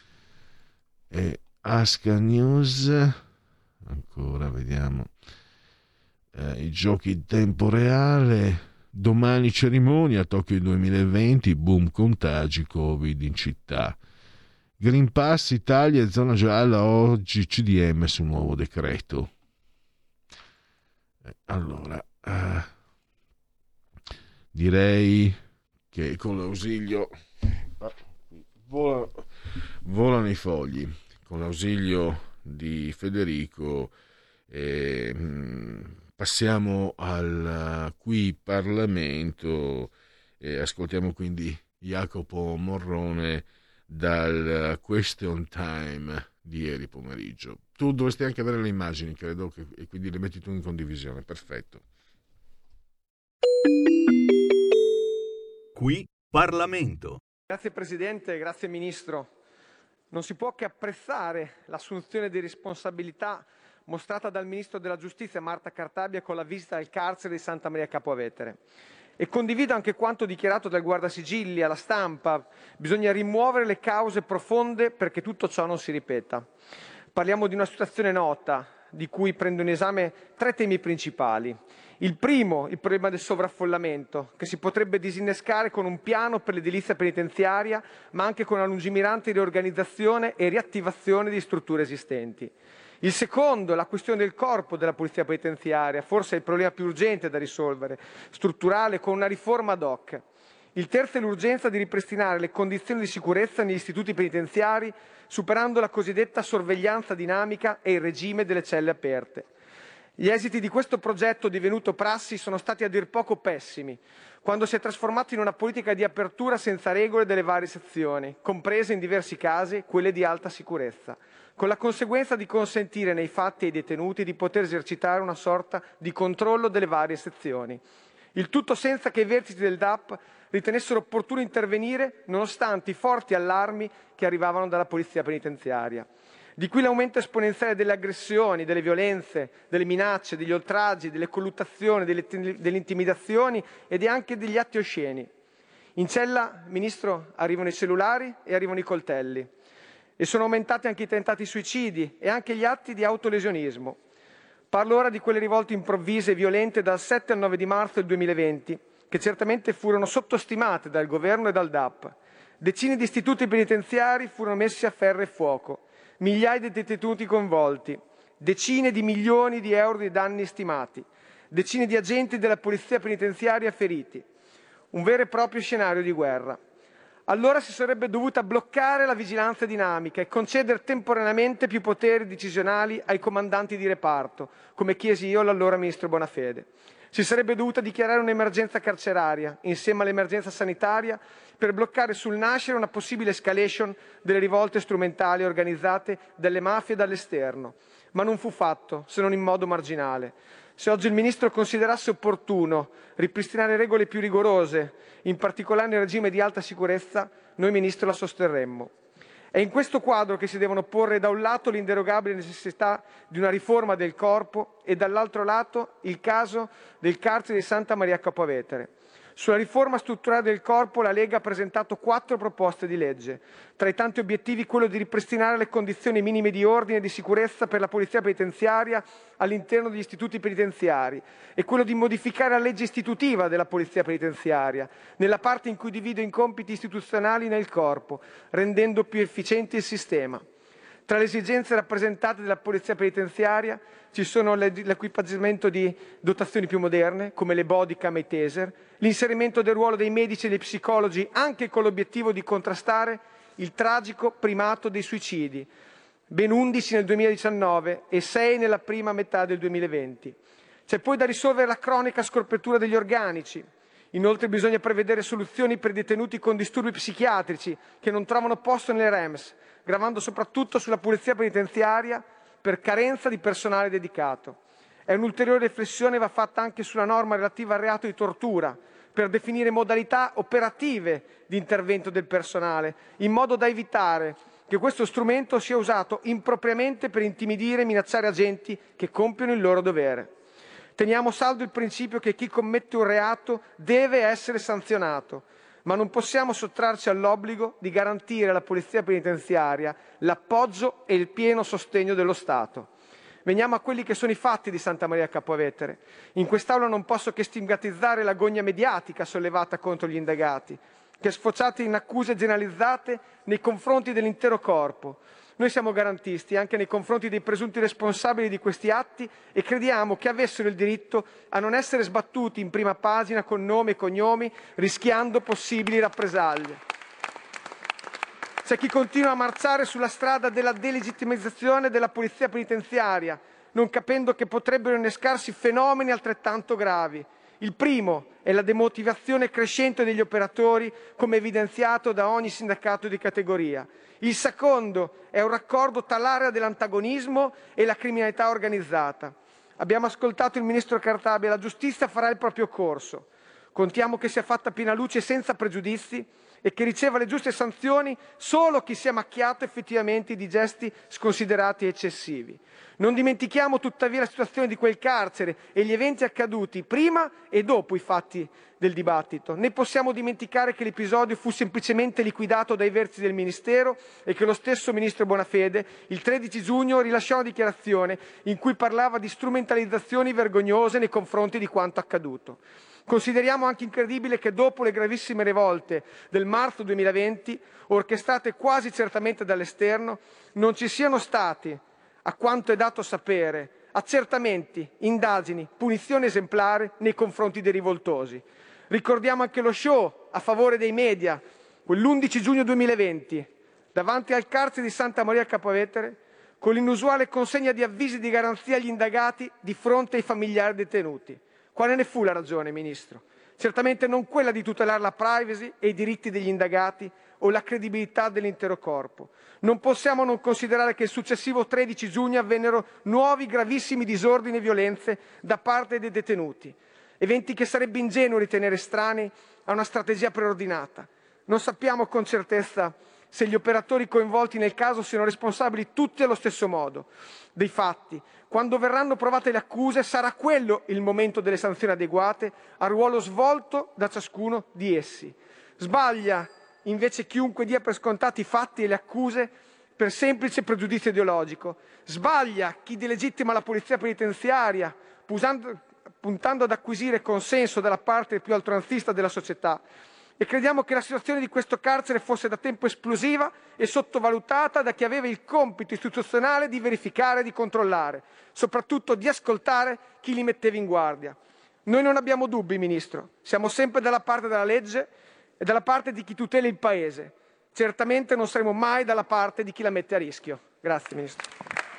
E Asca News, ancora vediamo i giochi in tempo reale. Domani cerimonia, Tokyo 2020, boom contagi Covid in città. Green Pass Italia e zona gialla, oggi CDM sul nuovo decreto. Allora, direi che con l'ausilio volano i fogli, con l'ausilio di Federico passiamo al qui Parlamento e ascoltiamo quindi Jacopo Morrone dal Question Time di ieri pomeriggio. Tu dovresti anche avere le immagini, credo, e quindi le metti tu in condivisione. Perfetto. Qui Parlamento. Grazie Presidente, grazie Ministro. Non si può che apprezzare l'assunzione di responsabilità mostrata dal Ministro della Giustizia Marta Cartabia con la visita al carcere di Santa Maria Capua Vetere. E condivido anche quanto dichiarato dal Guardasigilli alla stampa: bisogna rimuovere le cause profonde perché tutto ciò non si ripeta. Parliamo di una situazione nota, di cui prendo in esame 3 temi principali. Il primo, il problema del sovraffollamento, che si potrebbe disinnescare con un piano per l'edilizia penitenziaria, ma anche con una lungimirante riorganizzazione e riattivazione di strutture esistenti. Il secondo, la questione del corpo della polizia penitenziaria, forse è il problema più urgente da risolvere, strutturale, con una riforma ad hoc. Il terzo è l'urgenza di ripristinare le condizioni di sicurezza negli istituti penitenziari, superando la cosiddetta sorveglianza dinamica e il regime delle celle aperte. Gli esiti di questo progetto divenuto prassi sono stati a dir poco pessimi, quando si è trasformato in una politica di apertura senza regole delle varie sezioni, comprese in diversi casi quelle di alta sicurezza, con la conseguenza di consentire nei fatti ai detenuti di poter esercitare una sorta di controllo delle varie sezioni. Il tutto senza che i vertici del DAP ritenessero opportuno intervenire nonostante i forti allarmi che arrivavano dalla polizia penitenziaria. Di qui l'aumento esponenziale delle aggressioni, delle violenze, delle minacce, degli oltraggi, delle colluttazioni, delle intimidazioni ed anche degli atti osceni. In cella, Ministro, arrivano i cellulari e arrivano i coltelli. E sono aumentati anche i tentati suicidi e anche gli atti di autolesionismo. Parlo ora di quelle rivolte improvvise e violente dal 7 al 9 di marzo del 2020, che certamente furono sottostimate dal governo e dal DAP. Decine di istituti penitenziari furono messi a ferro e fuoco, migliaia di detenuti coinvolti, decine di milioni di euro di danni stimati, decine di agenti della polizia penitenziaria feriti. Un vero e proprio scenario di guerra. Allora si sarebbe dovuta bloccare la vigilanza dinamica e concedere temporaneamente più poteri decisionali ai comandanti di reparto, come chiesi io all'allora ministro Bonafede. Si sarebbe dovuta dichiarare un'emergenza carceraria, insieme all'emergenza sanitaria, per bloccare sul nascere una possibile escalation delle rivolte strumentali organizzate dalle mafie dall'esterno. Ma non fu fatto, se non in modo marginale. Se oggi il Ministro considerasse opportuno ripristinare regole più rigorose, in particolare nel regime di alta sicurezza, noi, Ministro, la sosterremmo. È in questo quadro che si devono porre da un lato l'inderogabile necessità di una riforma del corpo e dall'altro lato il caso del carcere di Santa Maria Capua Vetere. Sulla riforma strutturale del corpo la Lega ha presentato 4 proposte di legge. Tra i tanti obiettivi quello di ripristinare le condizioni minime di ordine e di sicurezza per la polizia penitenziaria all'interno degli istituti penitenziari e quello di modificare la legge istitutiva della polizia penitenziaria, nella parte in cui divide i compiti istituzionali nel corpo, rendendo più efficiente il sistema. Tra le esigenze rappresentate dalla polizia penitenziaria ci sono l'equipaggiamento di dotazioni più moderne, come le bodycam e i taser, l'inserimento del ruolo dei medici e dei psicologi anche con l'obiettivo di contrastare il tragico primato dei suicidi, ben 11 nel 2019 e 6 nella prima metà del 2020. C'è poi da risolvere la cronica scorperatura degli organici. Inoltre bisogna prevedere soluzioni per i detenuti con disturbi psichiatrici che non trovano posto nelle REMS, gravando soprattutto sulla polizia penitenziaria per carenza di personale dedicato. E un'ulteriore riflessione va fatta anche sulla norma relativa al reato di tortura, per definire modalità operative di intervento del personale, in modo da evitare che questo strumento sia usato impropriamente per intimidire e minacciare agenti che compiono il loro dovere. Teniamo saldo il principio che chi commette un reato deve essere sanzionato, ma non possiamo sottrarci all'obbligo di garantire alla polizia penitenziaria l'appoggio e il pieno sostegno dello Stato. Veniamo a quelli che sono i fatti di Santa Maria Capua Vetere. In quest'Aula non posso che stigmatizzare la gogna mediatica sollevata contro gli indagati, che è sfociata in accuse generalizzate nei confronti dell'intero corpo. Noi siamo garantisti anche nei confronti dei presunti responsabili di questi atti e crediamo che avessero il diritto a non essere sbattuti in prima pagina con nomi e cognomi, rischiando possibili rappresaglie. C'è chi continua a marciare sulla strada della delegittimizzazione della polizia penitenziaria, non capendo che potrebbero innescarsi fenomeni altrettanto gravi. Il primo è la demotivazione crescente degli operatori, come evidenziato da ogni sindacato di categoria. Il secondo è un raccordo tra l'area dell'antagonismo e la criminalità organizzata. Abbiamo ascoltato il Ministro Cartabia, la giustizia farà il proprio corso. Contiamo che sia fatta piena luce senza pregiudizi e che riceva le giuste sanzioni solo chi sia macchiato effettivamente di gesti sconsiderati e eccessivi. Non dimentichiamo tuttavia la situazione di quel carcere e gli eventi accaduti prima e dopo i fatti del dibattito. Né possiamo dimenticare che l'episodio fu semplicemente liquidato dai vertici del Ministero e che lo stesso Ministro Bonafede il 13 giugno rilasciò una dichiarazione in cui parlava di strumentalizzazioni vergognose nei confronti di quanto accaduto. Consideriamo anche incredibile che dopo le gravissime rivolte del marzo 2020, orchestrate quasi certamente dall'esterno, non ci siano stati, a quanto è dato sapere, accertamenti, indagini, punizioni esemplari nei confronti dei rivoltosi. Ricordiamo anche lo show a favore dei media, quell'11 giugno 2020, davanti al carcere di Santa Maria Capua Vetere, con l'inusuale consegna di avvisi di garanzia agli indagati di fronte ai familiari detenuti. Quale ne fu la ragione, Ministro? Certamente non quella di tutelare la privacy e i diritti degli indagati o la credibilità dell'intero corpo. Non possiamo non considerare che il successivo 13 giugno avvennero nuovi gravissimi disordini e violenze da parte dei detenuti, eventi che sarebbe ingenuo ritenere estranei a una strategia preordinata. Non sappiamo con certezza se gli operatori coinvolti nel caso siano responsabili tutti allo stesso modo dei fatti. Quando verranno provate le accuse sarà quello il momento delle sanzioni adeguate al ruolo svolto da ciascuno di essi. Sbaglia invece chiunque dia per scontati i fatti e le accuse per semplice pregiudizio ideologico. Sbaglia chi delegittima la polizia penitenziaria, puntando ad acquisire consenso dalla parte più oltranzista della società. E crediamo che la situazione di questo carcere fosse da tempo esplosiva e sottovalutata da chi aveva il compito istituzionale di verificare e di controllare, soprattutto di ascoltare chi li metteva in guardia. Noi non abbiamo dubbi, Ministro, siamo sempre dalla parte della legge e dalla parte di chi tutela il Paese. Certamente non saremo mai dalla parte di chi la mette a rischio. Grazie, Ministro.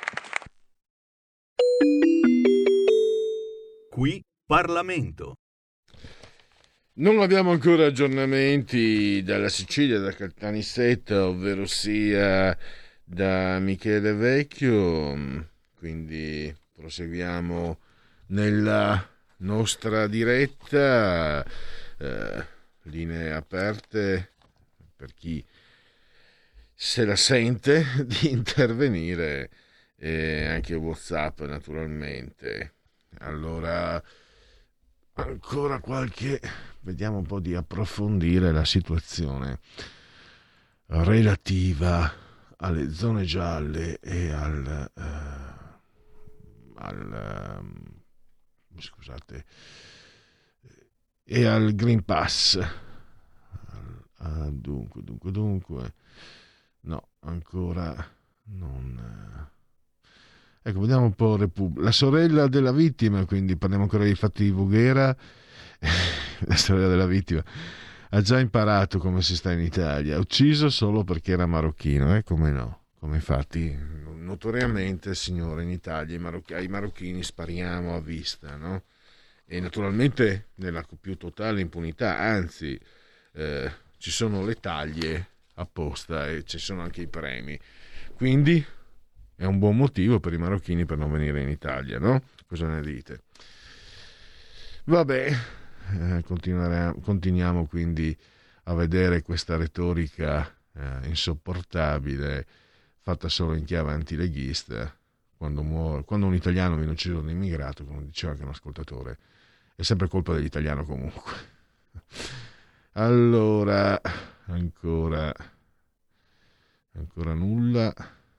Qui Parlamento. Non abbiamo ancora aggiornamenti dalla Sicilia, da Caltanissetta, ovvero sia da Michele Vecchio, quindi proseguiamo nella nostra diretta, linee aperte per chi se la sente di intervenire, e anche WhatsApp naturalmente. Allora, ancora vediamo un po' di approfondire la situazione relativa alle zone gialle e e al Green Pass. Dunque, no, ancora non. Ecco, vediamo un po' la sorella della vittima, quindi parliamo ancora dei fatti di Voghera. La sorella della vittima ha già imparato come si sta in Italia, ucciso solo perché era marocchino, come no? Come infatti notoriamente, signore, in Italia ai marocchini spariamo a vista, no? E naturalmente nella più totale impunità, anzi ci sono le taglie apposta e ci sono anche i premi, quindi è un buon motivo per i marocchini per non venire in Italia, no? Cosa ne dite? Vabbè, continuiamo quindi a vedere questa retorica insopportabile, fatta solo in chiave antileghista, quando un italiano viene ucciso da un immigrato, come diceva anche un ascoltatore, è sempre colpa dell'italiano comunque. Allora, ancora nulla.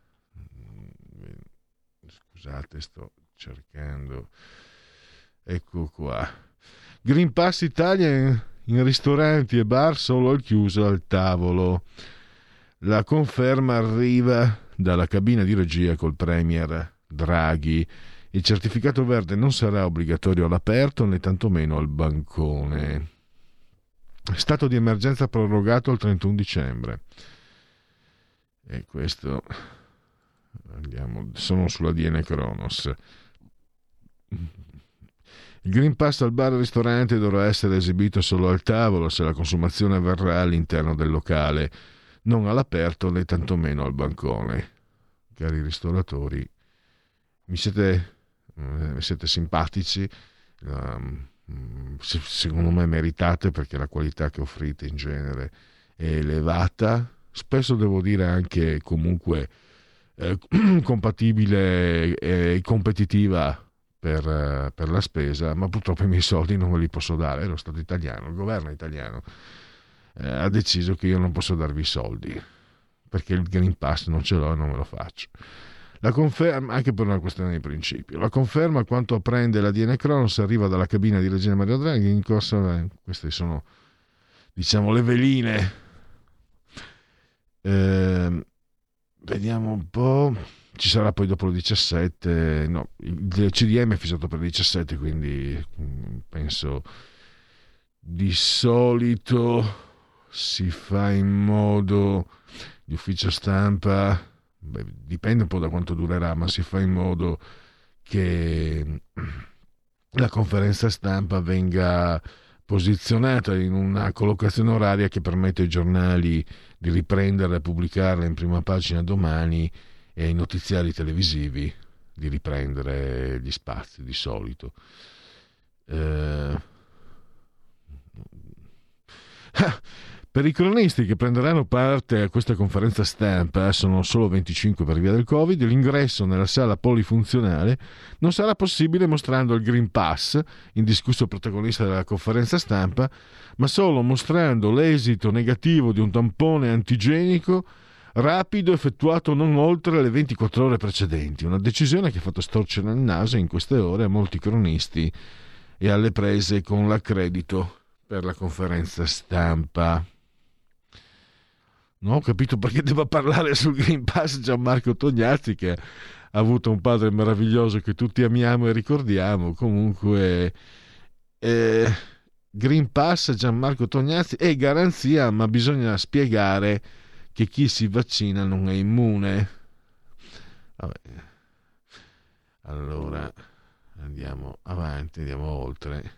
Scusate, sto cercando. Ecco qua. Green Pass Italia in ristoranti e bar solo al chiuso al tavolo. La conferma arriva dalla cabina di regia col premier Draghi. Il certificato verde non sarà obbligatorio all'aperto né tantomeno al bancone. Stato di emergenza prorogato al 31 dicembre. E questo sono sulla DN Cronos. Il Green Pass al bar e ristorante dovrà essere esibito solo al tavolo se la consumazione avverrà all'interno del locale, non all'aperto né tantomeno al bancone. Cari ristoratori, mi siete simpatici, secondo me meritate, perché la qualità che offrite in genere è elevata, spesso devo dire anche comunque compatibile e competitiva per la spesa, ma purtroppo i miei soldi non ve li posso dare. Lo Stato italiano, il governo italiano ha deciso che io non posso darvi i soldi perché il Green Pass non ce l'ho e non me lo faccio. La conferma, anche per una questione di principio, la conferma quanto apprende la DN Cronos arriva dalla cabina di Regina Mario Draghi in corsa. Queste sono, diciamo, le veline. Vediamo un po'. Ci sarà poi dopo il 17, no, il CDM è fissato per il 17, quindi penso di solito si fa in modo, di ufficio stampa, dipende un po' da quanto durerà, ma si fa in modo che la conferenza stampa venga posizionata in una collocazione oraria che permette ai giornali di riprenderla e pubblicarla in prima pagina domani, e ai notiziari televisivi di riprendere gli spazi di solito. Per i cronisti che prenderanno parte a questa conferenza stampa, sono solo 25 per via del Covid, l'ingresso nella sala polifunzionale non sarà possibile mostrando il Green Pass, indiscusso protagonista della conferenza stampa, ma solo mostrando l'esito negativo di un tampone antigenico rapido effettuato non oltre le 24 ore precedenti, una decisione che ha fatto storcere il naso in queste ore a molti cronisti e alle prese con l'accredito per la conferenza stampa. Non ho capito perché debba parlare sul Green Pass Gianmarco Tognazzi, che ha avuto un padre meraviglioso che tutti amiamo e ricordiamo. Comunque Green Pass Gianmarco Tognazzi è garanzia, ma bisogna spiegare che chi si vaccina non è immune. Vabbè. Allora andiamo avanti, andiamo oltre.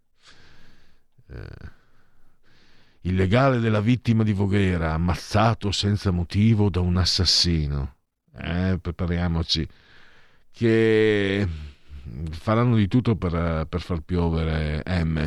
Il legale della vittima di Voghera ammazzato senza motivo da un assassino. Prepariamoci che faranno di tutto per far piovere M.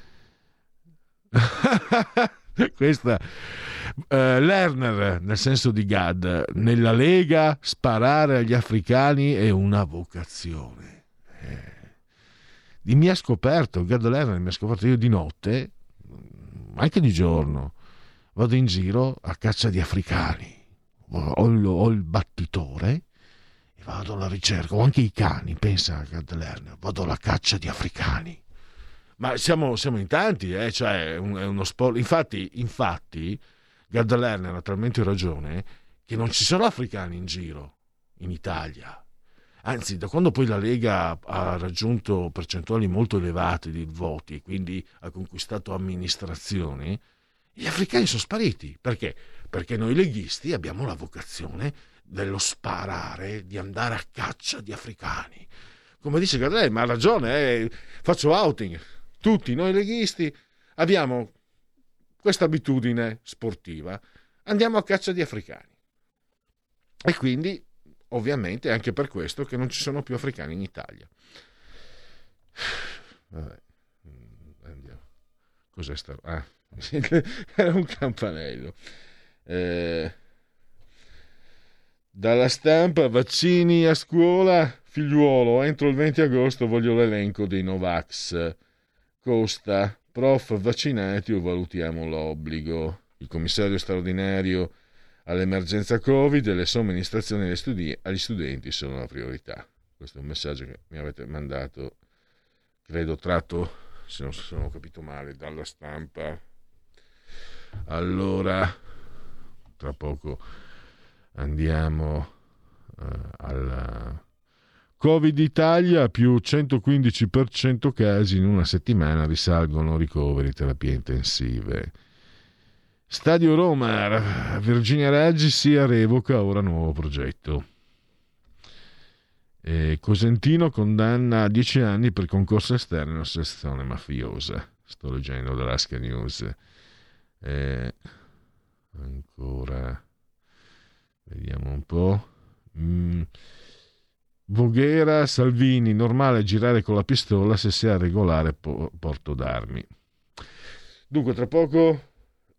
Questa Lerner, nel senso di Gad, nella Lega sparare agli africani è una vocazione. Mi ha scoperto, Gad Lerner mi ha scoperto, io di notte, anche di giorno, vado in giro a caccia di africani, ho il battitore e vado alla ricerca, o anche i cani, pensa a Gad Lerner, vado alla caccia di africani. Ma siamo in tanti, cioè è uno sport. Infatti Gad Lerner ha talmente ragione che non ci sono africani in giro in Italia. Anzi, da quando poi la Lega ha raggiunto percentuali molto elevate di voti e quindi ha conquistato amministrazioni, gli africani sono spariti. Perché? Perché noi leghisti abbiamo la vocazione dello sparare, di andare a caccia di africani. Come dice Gad Lerner, ma ha ragione, faccio outing. Tutti noi leghisti abbiamo questa abitudine sportiva, andiamo a caccia di africani. E quindi, ovviamente, è anche per questo che non ci sono più africani in Italia. Vabbè, andiamo. Cos'è sta? Era un campanello. Dalla Stampa, vaccini a scuola, figliuolo, entro il 20 agosto voglio l'elenco dei Novax. Costa, prof vaccinati o valutiamo l'obbligo. Il commissario straordinario all'emergenza Covid e le somministrazioni agli studenti sono la priorità. Questo è un messaggio che mi avete mandato, credo tratto, se non ho capito male, dalla Stampa. Allora, tra poco andiamo alla Covid Italia, più 115% casi in una settimana, risalgono ricoveri, terapie intensive. Stadio Roma, Virginia Raggi sia revoca, ora nuovo progetto. Cosentino condanna a 10 anni per concorso esterno in associazione mafiosa. Sto leggendo dall'Asca News. Ancora, vediamo un po'. Voghera, Salvini, normale girare con la pistola se si ha regolare porto d'armi. Dunque, tra poco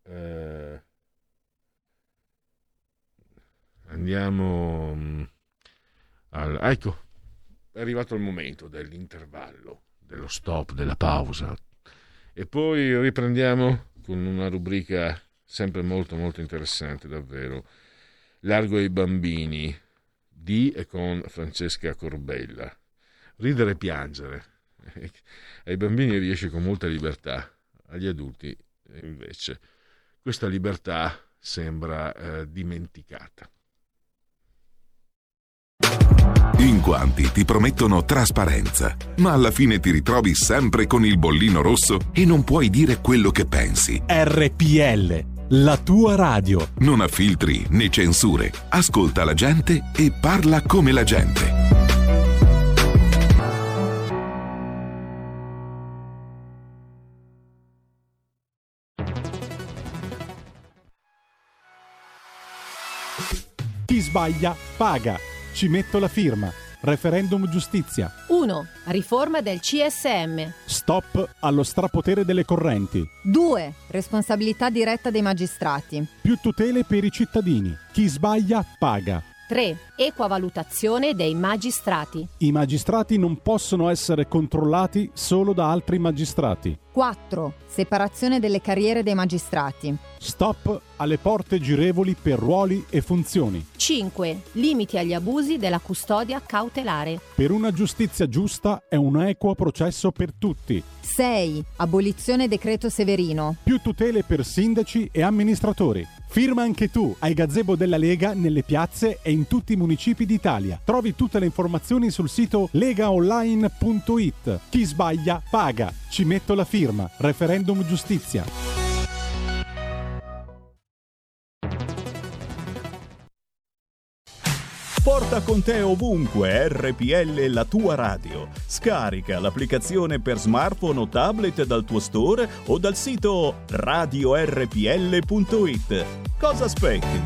andiamo ecco, è arrivato il momento dell'intervallo, dello stop, della pausa, e poi riprendiamo con una rubrica sempre molto molto interessante, davvero. Largo ai bambini di e con Francesca Corbella. Ridere e piangere. Ai bambini riesce con molta libertà, agli adulti invece questa libertà sembra dimenticata. In quanti ti promettono trasparenza, ma alla fine ti ritrovi sempre con il bollino rosso e non puoi dire quello che pensi. RPL, la tua radio. Non ha filtri né censure. Ascolta la gente e parla come la gente. Chi sbaglia paga. Ci metto la firma. Referendum giustizia. 1. Riforma del CSM. Stop allo strapotere delle correnti. 2. Responsabilità diretta dei magistrati. Più tutele per i cittadini. Chi sbaglia paga. 3. Equa valutazione dei magistrati. I magistrati non possono essere controllati solo da altri magistrati. 4. Separazione delle carriere dei magistrati. Stop alle porte girevoli per ruoli e funzioni. 5. Limiti agli abusi della custodia cautelare. Per una giustizia giusta è un equo processo per tutti. 6. Abolizione decreto Severino. Più tutele per sindaci e amministratori. Firma anche tu ai gazebo della Lega nelle piazze e in tutti i municipi d'Italia. Trovi tutte le informazioni sul sito legaonline.it. Chi sbaglia paga. Ci metto la firma. Referendum giustizia. Porta con te ovunque RPL la tua radio. Scarica l'applicazione per smartphone o tablet dal tuo store o dal sito radiorpl.it. Cosa aspetti?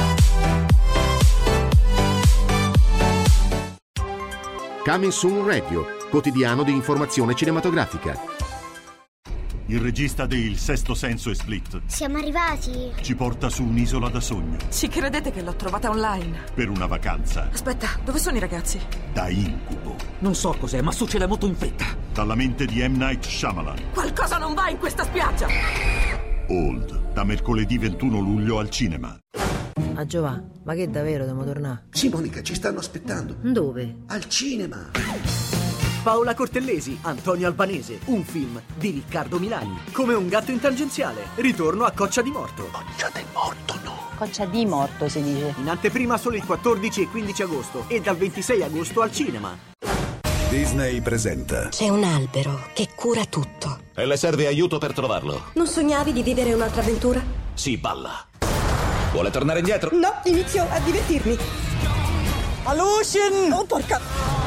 Coming Soon Radio, quotidiano di informazione cinematografica. Il regista di Il Sesto Senso e Split Siamo arrivati. ci porta su un'isola da sogno Ci credete che l'ho trovata online? per una vacanza Aspetta, dove sono i ragazzi? da incubo. Non so cos'è, ma succede molto in fretta. Dalla mente di M. Night Shyamalan. Qualcosa non va in questa spiaggia! Old, da mercoledì 21 luglio al cinema. Ah Giova, ma che davvero dobbiamo tornare? Sì, Monica, ci stanno aspettando. Dove? Al cinema. Paola Cortellesi, Antonio Albanese, un film di Riccardo Milani. Come un gatto in tangenziale, ritorno a Coccia di Morto. Coccia del Morto, no. Coccia di Morto si dice. In anteprima solo il 14 e 15 agosto e dal 26 agosto al cinema. Disney presenta. C'è un albero che cura tutto. E le serve aiuto per trovarlo? Non sognavi di vivere un'altra avventura? Si balla. Vuole tornare indietro? No, inizio a divertirmi. Alucin! Oh, porca!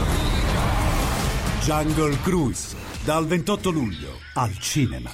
Jungle Cruise, dal 28 luglio al cinema.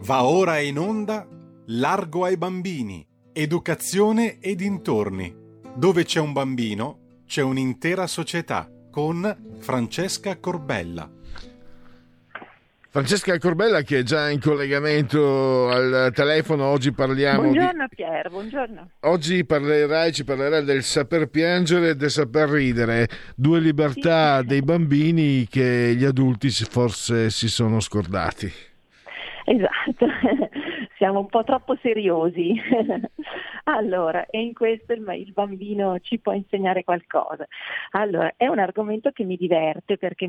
Va ora in onda Largo ai bambini, educazione e dintorni. Dove c'è un bambino, c'è un'intera società, con Francesca Corbella. Francesca Corbella che è già in collegamento al telefono. Oggi parliamo Buongiorno Pier, buongiorno. Oggi ci parlerai del saper piangere e del saper ridere, due libertà dei bambini che gli adulti forse si sono scordati. Esatto, siamo un po' troppo seriosi. Allora, e in questo il bambino ci può insegnare qualcosa. Allora, è un argomento che mi diverte perché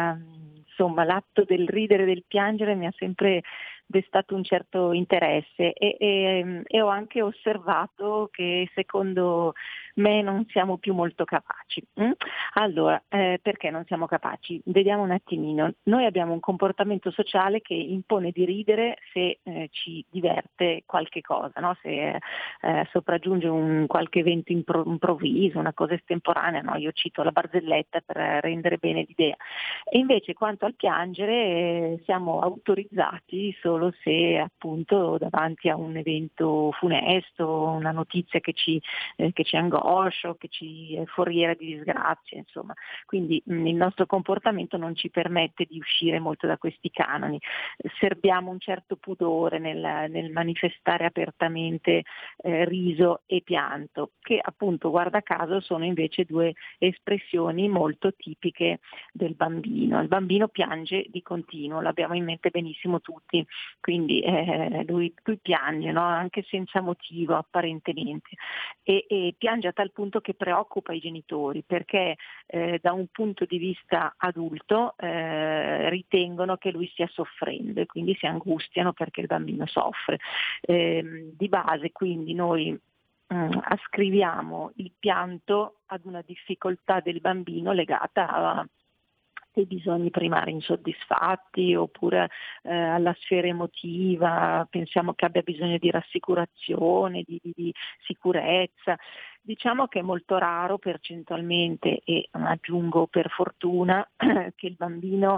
l'atto del ridere e del piangere mi ha sempre destato un certo interesse e ho anche osservato che secondo me non siamo più molto capaci. Allora, perché non siamo capaci? Vediamo un attimino. Noi abbiamo un comportamento sociale che impone di ridere se ci diverte qualche cosa, no? Se sopraggiunge un qualche evento improvviso, una cosa estemporanea, no? Io cito la barzelletta per rendere bene l'idea. E invece quanto al piangere siamo autorizzati solo se appunto davanti a un evento funesto, una notizia che ci angoscia, che ci è foriera di disgrazie, insomma. Quindi il nostro comportamento non ci permette di uscire molto da questi canoni. Serbiamo un certo pudore nel manifestare apertamente riso e pianto, che appunto guarda caso sono invece due espressioni molto tipiche del bambino. Il bambino piange di continuo, l'abbiamo in mente benissimo tutti, quindi lui piange, no? Anche senza motivo apparentemente, e piange a tal punto che preoccupa i genitori perché da un punto di vista adulto ritengono che lui stia soffrendo e quindi si angustiano perché il bambino soffre. Di base quindi noi ascriviamo il pianto ad una difficoltà del bambino legata a dei bisogni primari insoddisfatti oppure alla sfera emotiva, pensiamo che abbia bisogno di rassicurazione, di sicurezza. Diciamo che è molto raro percentualmente, e aggiungo per fortuna, che il bambino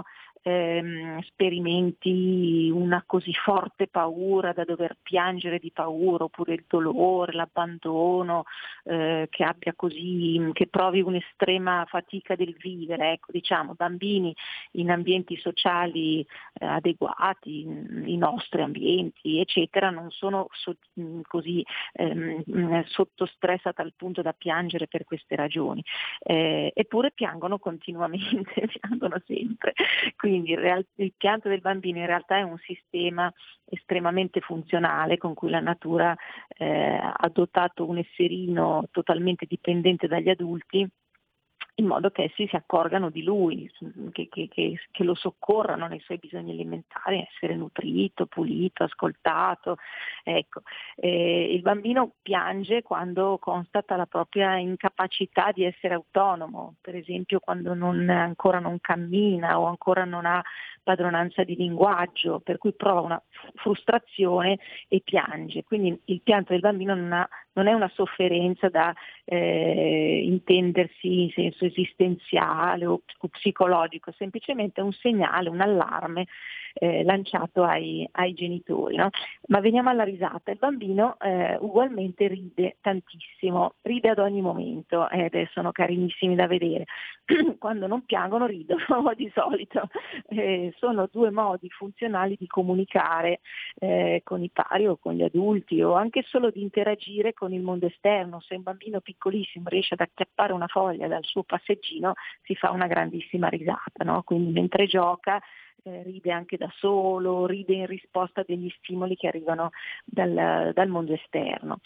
sperimenti una così forte paura da dover piangere di paura, oppure il dolore, l'abbandono, che provi un'estrema fatica del vivere. Ecco, diciamo, bambini in ambienti sociali adeguati, i nostri ambienti, eccetera, non sono così sotto stress a tal punto da piangere per queste ragioni. Eppure piangono continuamente, piangono sempre. Quindi il pianto del bambino in realtà è un sistema estremamente funzionale con cui la natura ha dotato un esserino totalmente dipendente dagli adulti, in modo che essi si accorgano di lui, che lo soccorrano nei suoi bisogni alimentari, essere nutrito, pulito, ascoltato. Ecco, il bambino piange quando constata la propria incapacità di essere autonomo, per esempio quando ancora non cammina o ancora non ha padronanza di linguaggio, per cui prova una frustrazione e piange. Quindi il pianto del bambino non è una sofferenza da intendersi in senso esistenziale o psicologico, semplicemente un segnale, un allarme lanciato ai genitori, no? Ma veniamo alla risata. Il bambino ugualmente ride tantissimo, ride ad ogni momento ed sono carinissimi da vedere. Quando non piangono ridono di solito. Sono due modi funzionali di comunicare con i pari o con gli adulti, o anche solo di interagire con il mondo esterno. Se un bambino piccolissimo riesce ad acchiappare una foglia dal suo passeggino, si fa una grandissima risata, no? Quindi mentre gioca ride anche da solo, ride in risposta a degli stimoli che arrivano dal mondo esterno.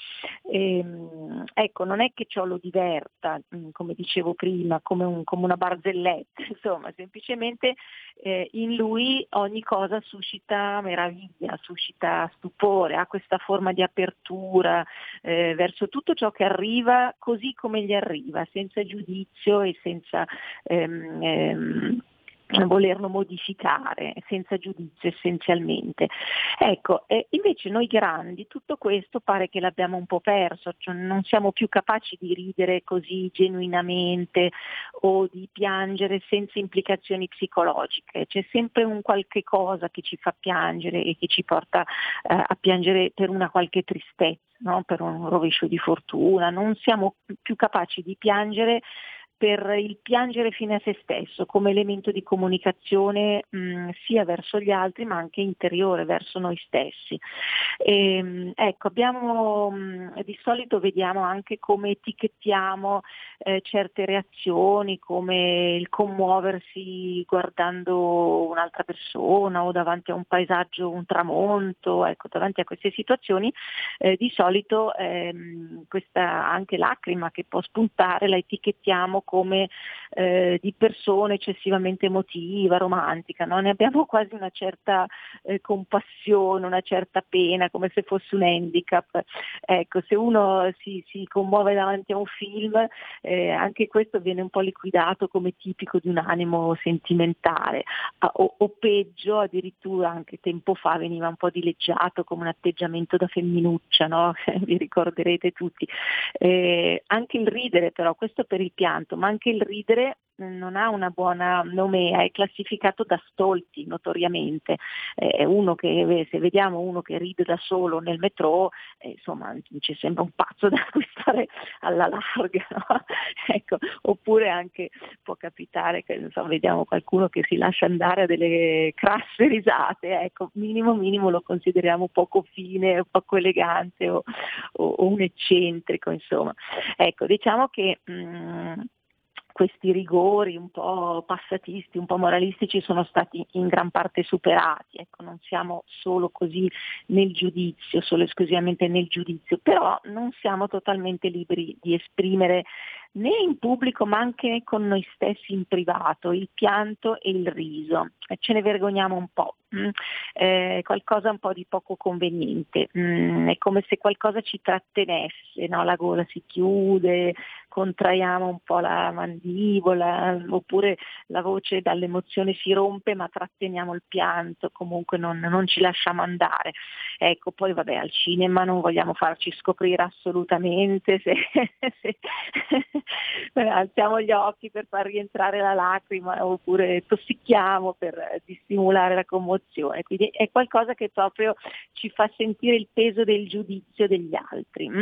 Ecco, non è che ciò lo diverta, come dicevo prima, come una barzelletta, insomma, semplicemente in lui ogni cosa suscita meraviglia, suscita stupore, ha questa forma di apertura verso tutto ciò che arriva così come gli arriva, senza giudizio e senza volerlo modificare senza giudizio essenzialmente. Ecco, invece noi grandi tutto questo pare che l'abbiamo un po' perso, cioè non siamo più capaci di ridere così genuinamente o di piangere senza implicazioni psicologiche, c'è sempre un qualche cosa che ci fa piangere e che ci porta a piangere per una qualche tristezza, no? Per un rovescio di fortuna, non siamo più capaci di piangere per il piangere fine a se stesso come elemento di comunicazione sia verso gli altri ma anche interiore verso noi stessi. Ecco, abbiamo di solito vediamo anche come etichettiamo certe reazioni, come il commuoversi guardando un'altra persona o davanti a un paesaggio, un tramonto, ecco, davanti a queste situazioni di solito questa anche lacrima che può spuntare la etichettiamo come di persona eccessivamente emotiva, romantica, no? Ne abbiamo quasi una certa compassione, una certa pena, come se fosse un handicap. Ecco, se uno si commuove davanti a un film, anche questo viene un po' liquidato come tipico di un animo sentimentale, o peggio, addirittura anche tempo fa veniva un po' dileggiato come un atteggiamento da femminuccia, no? Vi ricorderete tutti. Anche il ridere però, questo per il pianto, ma anche il ridere non ha una buona nomea, è classificato da stolti notoriamente. Uno che, se vediamo uno che ride da solo nel metro, insomma ci sembra un pazzo da cui stare alla larga, no? Ecco, oppure anche può capitare che vediamo qualcuno che si lascia andare a delle crasse risate, ecco, minimo lo consideriamo poco fine, poco elegante o un eccentrico, insomma. Ecco, diciamo che questi rigori un po' passatisti, un po' moralistici sono stati in gran parte superati, ecco, non siamo solo così nel giudizio, solo esclusivamente nel giudizio, però non siamo totalmente liberi di esprimere né in pubblico ma anche con noi stessi in privato il pianto e il riso, ce ne vergogniamo un po', qualcosa un po' di poco conveniente, è come se qualcosa ci trattenesse, no? La gola si chiude, contraiamo un po' la mandibola, oppure la voce dall'emozione si rompe ma tratteniamo il pianto, comunque non ci lasciamo andare. Ecco, poi vabbè, al cinema non vogliamo farci scoprire assolutamente se alziamo gli occhi per far rientrare la lacrima oppure tossicchiamo per dissimulare la commozione, quindi è qualcosa che proprio ci fa sentire il peso del giudizio degli altri.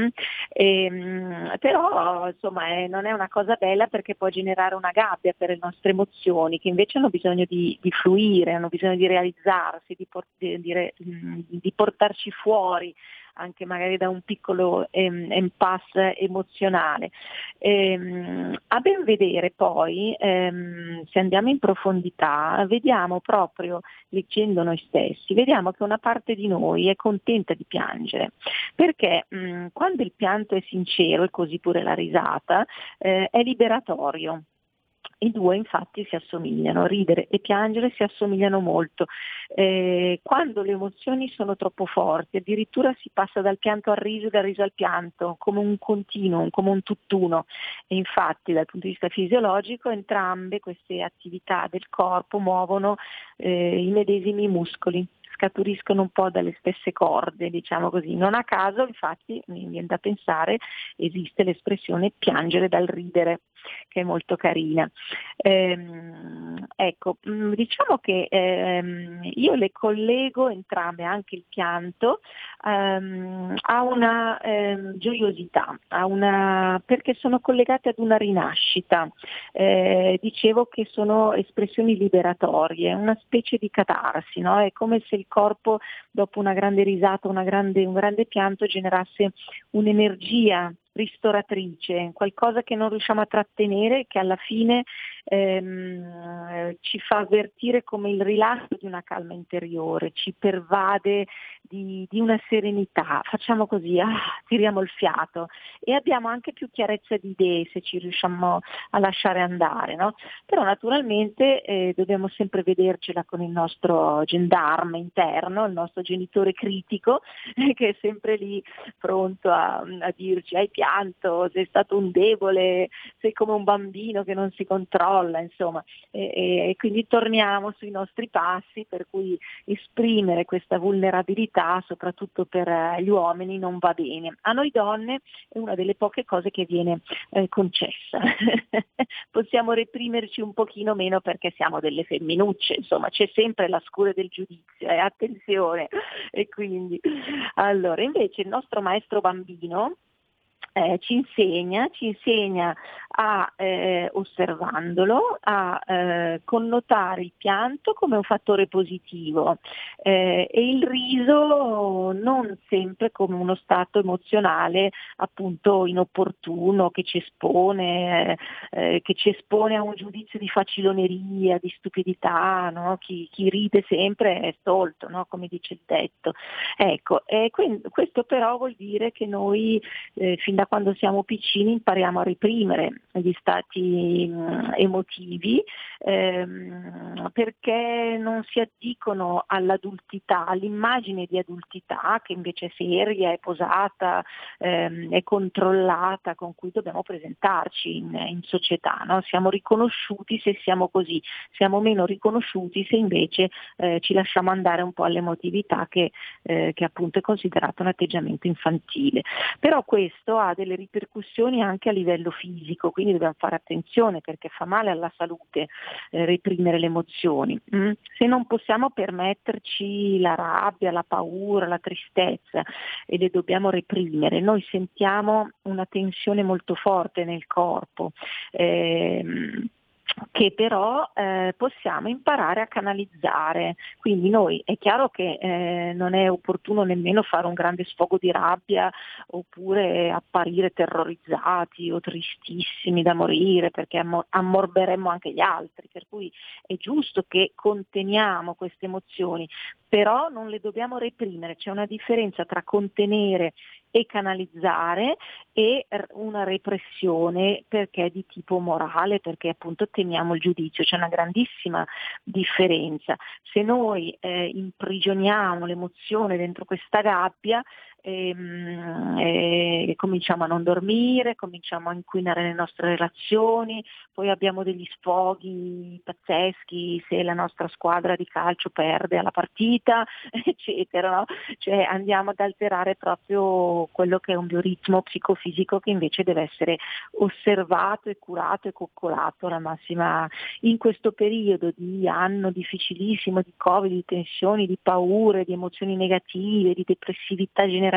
Però insomma non è una cosa bella perché può generare una gabbia per le nostre emozioni che invece hanno bisogno di fluire, hanno bisogno di realizzarsi, di portarci fuori anche magari da un piccolo impasse emozionale. A ben vedere poi, se andiamo in profondità, vediamo proprio, leggendo noi stessi, vediamo che una parte di noi è contenta di piangere, perché quando il pianto è sincero, e così pure la risata, è liberatorio. I due infatti si assomigliano, ridere e piangere si assomigliano molto. Quando le emozioni sono troppo forti, addirittura si passa dal pianto al riso e dal riso al pianto, come un continuum, come un tutt'uno. E infatti dal punto di vista fisiologico entrambe queste attività del corpo muovono i medesimi muscoli, scaturiscono un po' dalle stesse corde, diciamo così. Non a caso, infatti, mi viene da pensare, esiste l'espressione piangere dal ridere, che è molto carina. Ecco, diciamo che io le collego entrambe, anche il pianto, a una gioiosità, perché sono collegate ad una rinascita. Dicevo che sono espressioni liberatorie, una specie di catarsi, no? È come se il corpo dopo una grande risata, un grande pianto generasse un'energia ristoratrice, qualcosa che non riusciamo a trattenere, che alla fine ci fa avvertire come il rilascio di una calma interiore, ci pervade di una serenità, facciamo così, tiriamo il fiato e abbiamo anche più chiarezza di idee se ci riusciamo a lasciare andare, no? Però naturalmente dobbiamo sempre vedercela con il nostro gendarme interno, il nostro genitore critico che è sempre lì pronto a dirci hai pianto, sei stato un debole, sei come un bambino che non si controlla, insomma, e quindi torniamo sui nostri passi, per cui esprimere questa vulnerabilità soprattutto per gli uomini non va bene. A noi donne è una delle poche cose che viene concessa. Possiamo reprimerci un pochino meno perché siamo delle femminucce, insomma c'è sempre la scure del giudizio, attenzione. E quindi allora invece il nostro maestro bambino ci insegna a osservandolo a connotare il pianto come un fattore positivo e il riso non sempre come uno stato emozionale appunto inopportuno che ci espone a un giudizio di faciloneria, di stupidità, no? Chi ride sempre è stolto, no? Come dice il detto. Ecco, questo però vuol dire che noi fin da quando siamo piccini impariamo a reprimere gli stati emotivi perché non si addicono all'adultità, all'immagine di adultità che invece è seria, è posata, è controllata, con cui dobbiamo presentarci in società, no? Siamo riconosciuti se siamo così, siamo meno riconosciuti se invece ci lasciamo andare un po' all'emotività che appunto è considerato un atteggiamento infantile. Però questo ha delle ripercussioni anche a livello fisico, quindi dobbiamo fare attenzione perché fa male alla salute reprimere le emozioni. Se non possiamo permetterci la rabbia, la paura, la tristezza e le dobbiamo reprimere, noi sentiamo una tensione molto forte nel corpo che però possiamo imparare a canalizzare. Quindi noi è chiaro che non è opportuno nemmeno fare un grande sfogo di rabbia oppure apparire terrorizzati o tristissimi da morire perché ammorberemmo anche gli altri, per cui è giusto che conteniamo queste emozioni, però non le dobbiamo reprimere. C'è una differenza tra contenere e canalizzare e una repressione perché è di tipo morale, perché appunto temiamo il giudizio. C'è una grandissima differenza. Se noi imprigioniamo l'emozione dentro questa gabbia cominciamo a non dormire, cominciamo a inquinare le nostre relazioni, poi abbiamo degli sfoghi pazzeschi se la nostra squadra di calcio perde alla partita, eccetera, no? Cioè andiamo ad alterare proprio quello che è un bioritmo psicofisico che invece deve essere osservato e curato e coccolato alla massima. In questo periodo di anno difficilissimo, di Covid, di tensioni, di paure, di emozioni negative, di depressività generalizzata,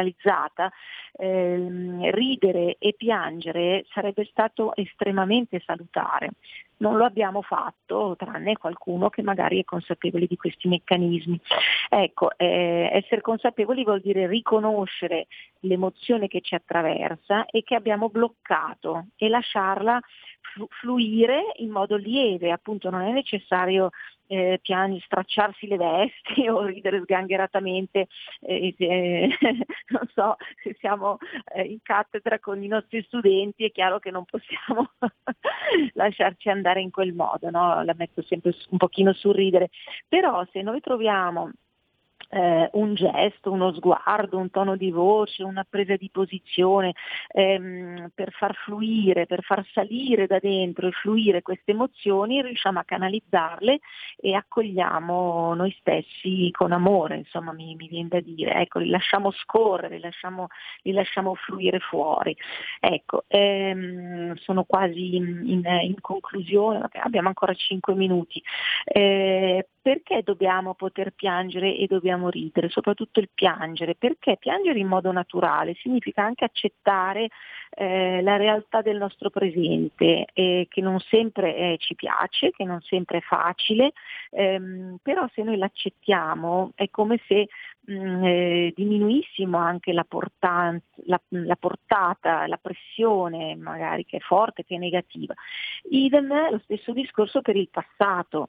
ridere e piangere sarebbe stato estremamente salutare. Non lo abbiamo fatto, tranne qualcuno che magari è consapevole di questi meccanismi. Ecco, essere consapevoli vuol dire riconoscere l'emozione che ci attraversa e che abbiamo bloccato e lasciarla fluire in modo lieve. Appunto non è necessario stracciarsi le vesti o ridere sgangheratamente, non so, se siamo in cattedra con i nostri studenti è chiaro che non possiamo lasciarci andare in quel modo, no? La metto sempre un pochino sul ridere, però se noi troviamo un gesto, uno sguardo, un tono di voce, una presa di posizione per far fluire, per far salire da dentro e fluire queste emozioni, riusciamo a canalizzarle e accogliamo noi stessi con amore, insomma mi viene da dire, ecco, li lasciamo scorrere, li lasciamo fluire fuori. Ecco, sono quasi in conclusione, abbiamo ancora 5 minuti. Perché dobbiamo poter piangere e dobbiamo ridere, soprattutto il piangere? Perché piangere in modo naturale significa anche accettare la realtà del nostro presente, che non sempre ci piace, che non sempre è facile, però se noi l'accettiamo è come se diminuissimo anche la portata, la pressione magari che è forte, che è negativa. Idem, lo stesso discorso per il passato.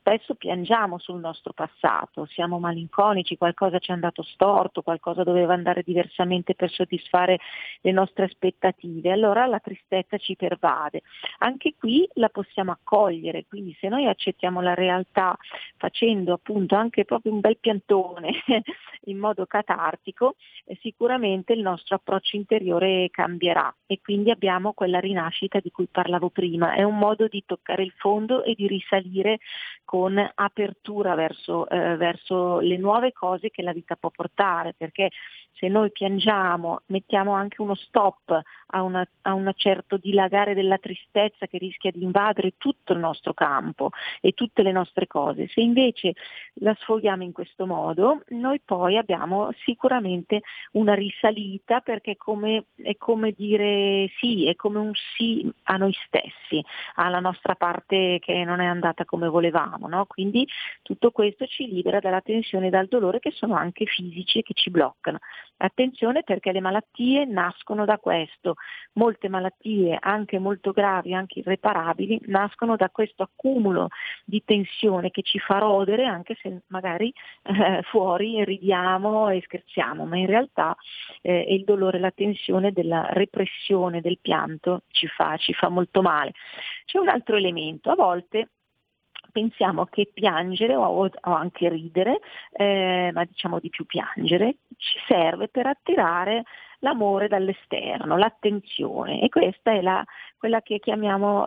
spesso piangiamo sul nostro passato, siamo malinconici, qualcosa ci è andato storto, qualcosa doveva andare diversamente per soddisfare le nostre aspettative, allora la tristezza ci pervade. Anche qui la possiamo accogliere, quindi se noi accettiamo la realtà facendo appunto anche proprio un bel piantone in modo catartico, sicuramente il nostro approccio interiore cambierà e quindi abbiamo quella rinascita di cui parlavo prima. È un modo di toccare il fondo e di risalire con apertura verso le nuove cose che la vita può portare, perché se noi piangiamo, mettiamo anche uno stop a un certo dilagare della tristezza che rischia di invadere tutto il nostro campo e tutte le nostre cose. Se invece la sfoghiamo in questo modo, noi poi abbiamo sicuramente una risalita, perché è come dire sì, è come un sì a noi stessi, alla nostra parte che non è andata come volevamo, no? Quindi tutto questo ci libera dalla tensione e dal dolore, che sono anche fisici e che ci bloccano. Attenzione, perché le malattie nascono da questo. Molte malattie, anche molto gravi, anche irreparabili, nascono da questo accumulo di tensione che ci fa rodere, anche se magari fuori ridiamo e scherziamo, ma in realtà il dolore, la tensione della repressione del pianto ci fa molto male. C'è un altro elemento: a volte pensiamo che piangere o anche ridere, ma diciamo di più piangere, ci serve per attirare l'amore dall'esterno, l'attenzione, e questa è quella che chiamiamo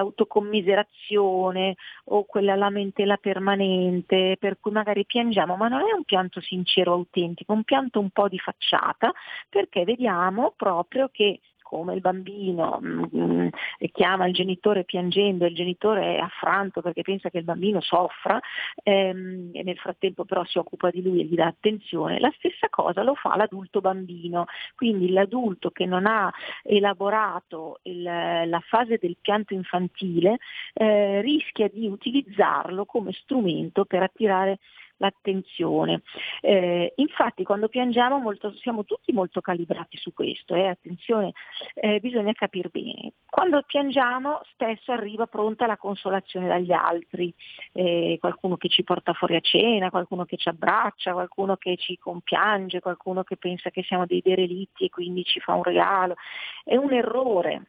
l'autocommiserazione o quella lamentela permanente, per cui magari piangiamo, ma non è un pianto sincero, autentico, un pianto un po' di facciata, perché vediamo proprio che, come il bambino chiama il genitore piangendo e il genitore è affranto perché pensa che il bambino soffra, e nel frattempo però si occupa di lui e gli dà attenzione, la stessa cosa lo fa l'adulto bambino. Quindi l'adulto che non ha elaborato la fase del pianto infantile rischia di utilizzarlo come strumento per attirare l'attenzione. Infatti quando piangiamo siamo tutti molto calibrati su questo, attenzione, bisogna capire bene. Quando piangiamo spesso arriva pronta la consolazione dagli altri, qualcuno che ci porta fuori a cena, qualcuno che ci abbraccia, qualcuno che ci compiange, qualcuno che pensa che siamo dei derelitti e quindi ci fa un regalo. È un errore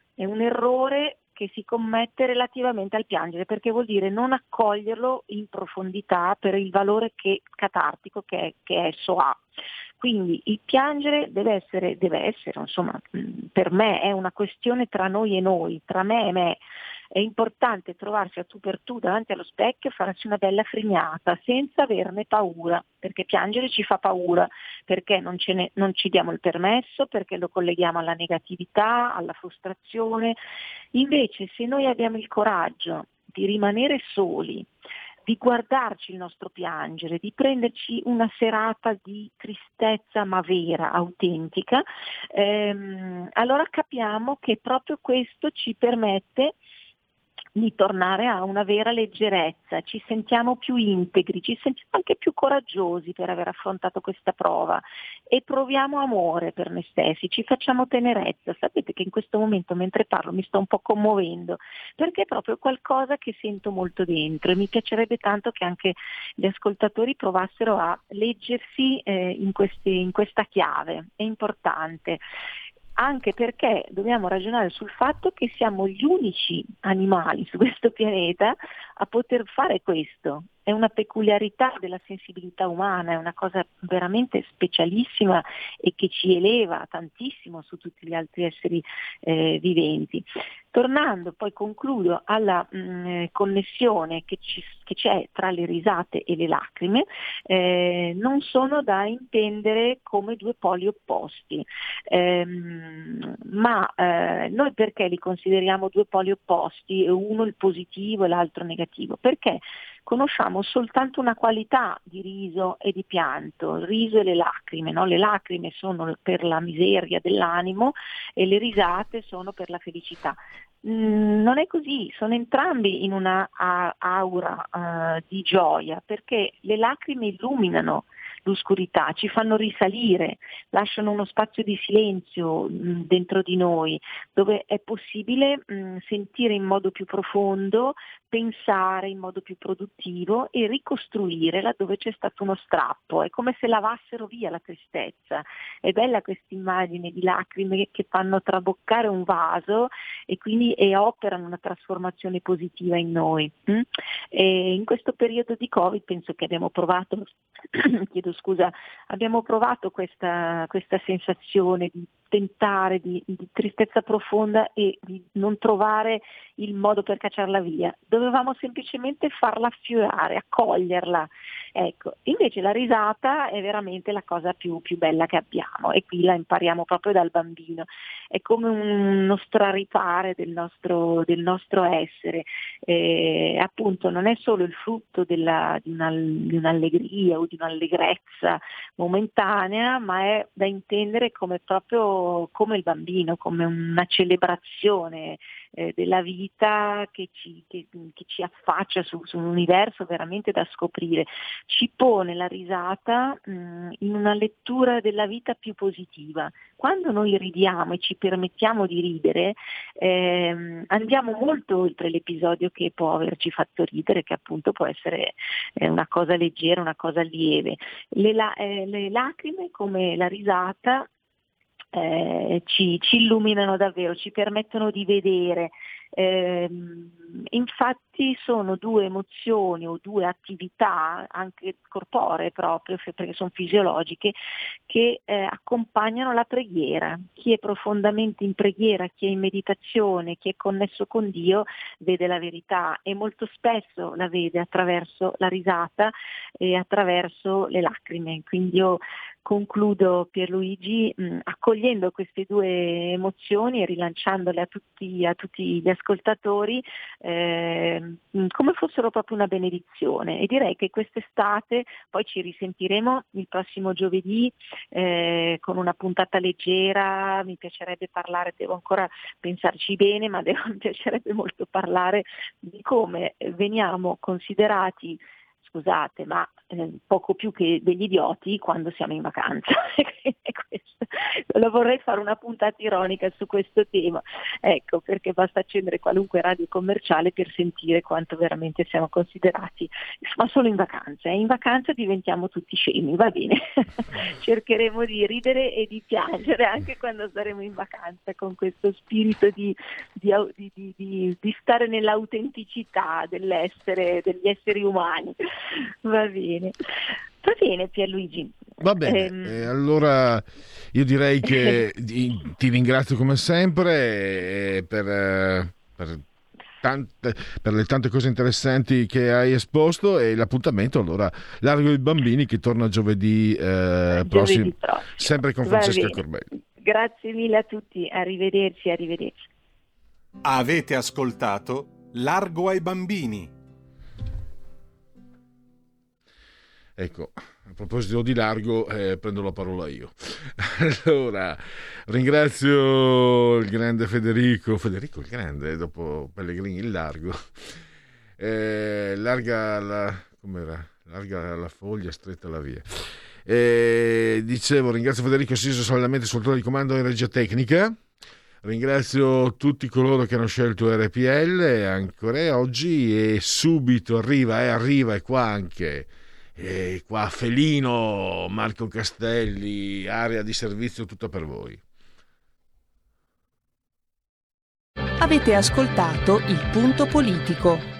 che si commette relativamente al piangere, perché vuol dire non accoglierlo in profondità per il valore catartico che esso ha. Quindi il piangere deve essere, insomma, per me è una questione tra noi e noi, tra me e me. È importante trovarsi a tu per tu davanti allo specchio e farsi una bella frignata senza averne paura, perché piangere ci fa paura, perché non ci diamo il permesso, perché lo colleghiamo alla negatività, alla frustrazione. Invece se noi abbiamo il coraggio di rimanere soli, di guardarci il nostro piangere, di prenderci una serata di tristezza ma vera, autentica, allora capiamo che proprio questo ci permette di tornare a una vera leggerezza, ci sentiamo più integri, ci sentiamo anche più coraggiosi per aver affrontato questa prova e proviamo amore per noi stessi, ci facciamo tenerezza. Sapete che in questo momento mentre parlo mi sto un po' commuovendo, perché è proprio qualcosa che sento molto dentro e mi piacerebbe tanto che anche gli ascoltatori provassero a leggersi in questa chiave. È importante. Anche perché dobbiamo ragionare sul fatto che siamo gli unici animali su questo pianeta a poter fare questo. È una peculiarità della sensibilità umana, è una cosa veramente specialissima e che ci eleva tantissimo su tutti gli altri esseri viventi. Tornando, poi concludo, alla connessione che c'è tra le risate e le lacrime, non sono da intendere come due poli opposti, ma noi perché li consideriamo due poli opposti, uno il positivo e l'altro negativo? Perché conosciamo soltanto una qualità di riso e di pianto, il riso e le lacrime, no? Le lacrime sono per la miseria dell'animo e le risate sono per la felicità. Non è così, sono entrambi in una aura di gioia, perché le lacrime illuminano l'oscurità, ci fanno risalire, lasciano uno spazio di silenzio dentro di noi, dove è possibile sentire in modo più profondo pensare in modo più produttivo e ricostruire laddove c'è stato uno strappo. È come se lavassero via la tristezza. È bella questa immagine di lacrime che fanno traboccare un vaso e operano una trasformazione positiva in noi. E in questo periodo di Covid penso che abbiamo provato questa sensazione di tentare di tristezza profonda e di non trovare il modo per cacciarla via. Dovevamo semplicemente farla affiorare, accoglierla. Ecco, invece la risata è veramente la cosa più bella che abbiamo, e qui la impariamo proprio dal bambino. È come uno straripare del nostro essere. Appunto non è solo il frutto di un'allegria o di un'allegrezza momentanea, ma è da intendere come il bambino, come una celebrazione della vita che ci affaccia su un universo veramente da scoprire. Ci pone la risata in una lettura della vita più positiva. Quando noi ridiamo e ci permettiamo di ridere, andiamo molto oltre l'episodio che può averci fatto ridere, che appunto può essere una cosa leggera, una cosa lieve. Le lacrime, come la risata, ci illuminano davvero, ci permettono di vedere. Infatti sono due emozioni o due attività anche corporee proprio, perché sono fisiologiche, che accompagnano la preghiera. Chi è profondamente in preghiera, chi è in meditazione, chi è connesso con Dio vede la verità, e molto spesso la vede attraverso la risata e attraverso le lacrime. Quindi io concludo, Pierluigi, accogliendo queste due emozioni e rilanciandole a tutti gli ascoltatori come fossero proprio una benedizione, e direi che quest'estate poi ci risentiremo il prossimo giovedì con una puntata leggera. Mi piacerebbe parlare, devo ancora pensarci bene, ma mi piacerebbe molto parlare di come veniamo considerati, scusate, ma poco più che degli idioti quando siamo in vacanza. Lo vorrei fare una puntata ironica su questo tema, ecco, perché basta accendere qualunque radio commerciale per sentire quanto veramente siamo considerati, ma solo in vacanza. In vacanza diventiamo tutti scemi, va bene. Cercheremo di ridere e di piangere anche quando saremo in vacanza, con questo spirito di stare nell'autenticità degli esseri umani. Va bene Pierluigi. Va bene, allora io direi che ti ringrazio come sempre per le tante cose interessanti che hai esposto, e l'appuntamento allora Largo i Bambini, che torna giovedì prossimo, sempre con Francesca Corbelli. Grazie mille a tutti, arrivederci. Avete ascoltato Largo ai Bambini. Ecco, a proposito di largo, prendo la parola io. Allora, ringrazio il grande Federico il grande, dopo Pellegrini il largo. Larga la foglia, stretta la via. Dicevo, ringrazio Federico Siso, solidamente sul di comando in regia tecnica. Ringrazio tutti coloro che hanno scelto RPL ancora oggi, e subito arriva e qua anche... E qua Felino, Marco Castelli, area di servizio tutta per voi. Avete ascoltato Il Punto Politico.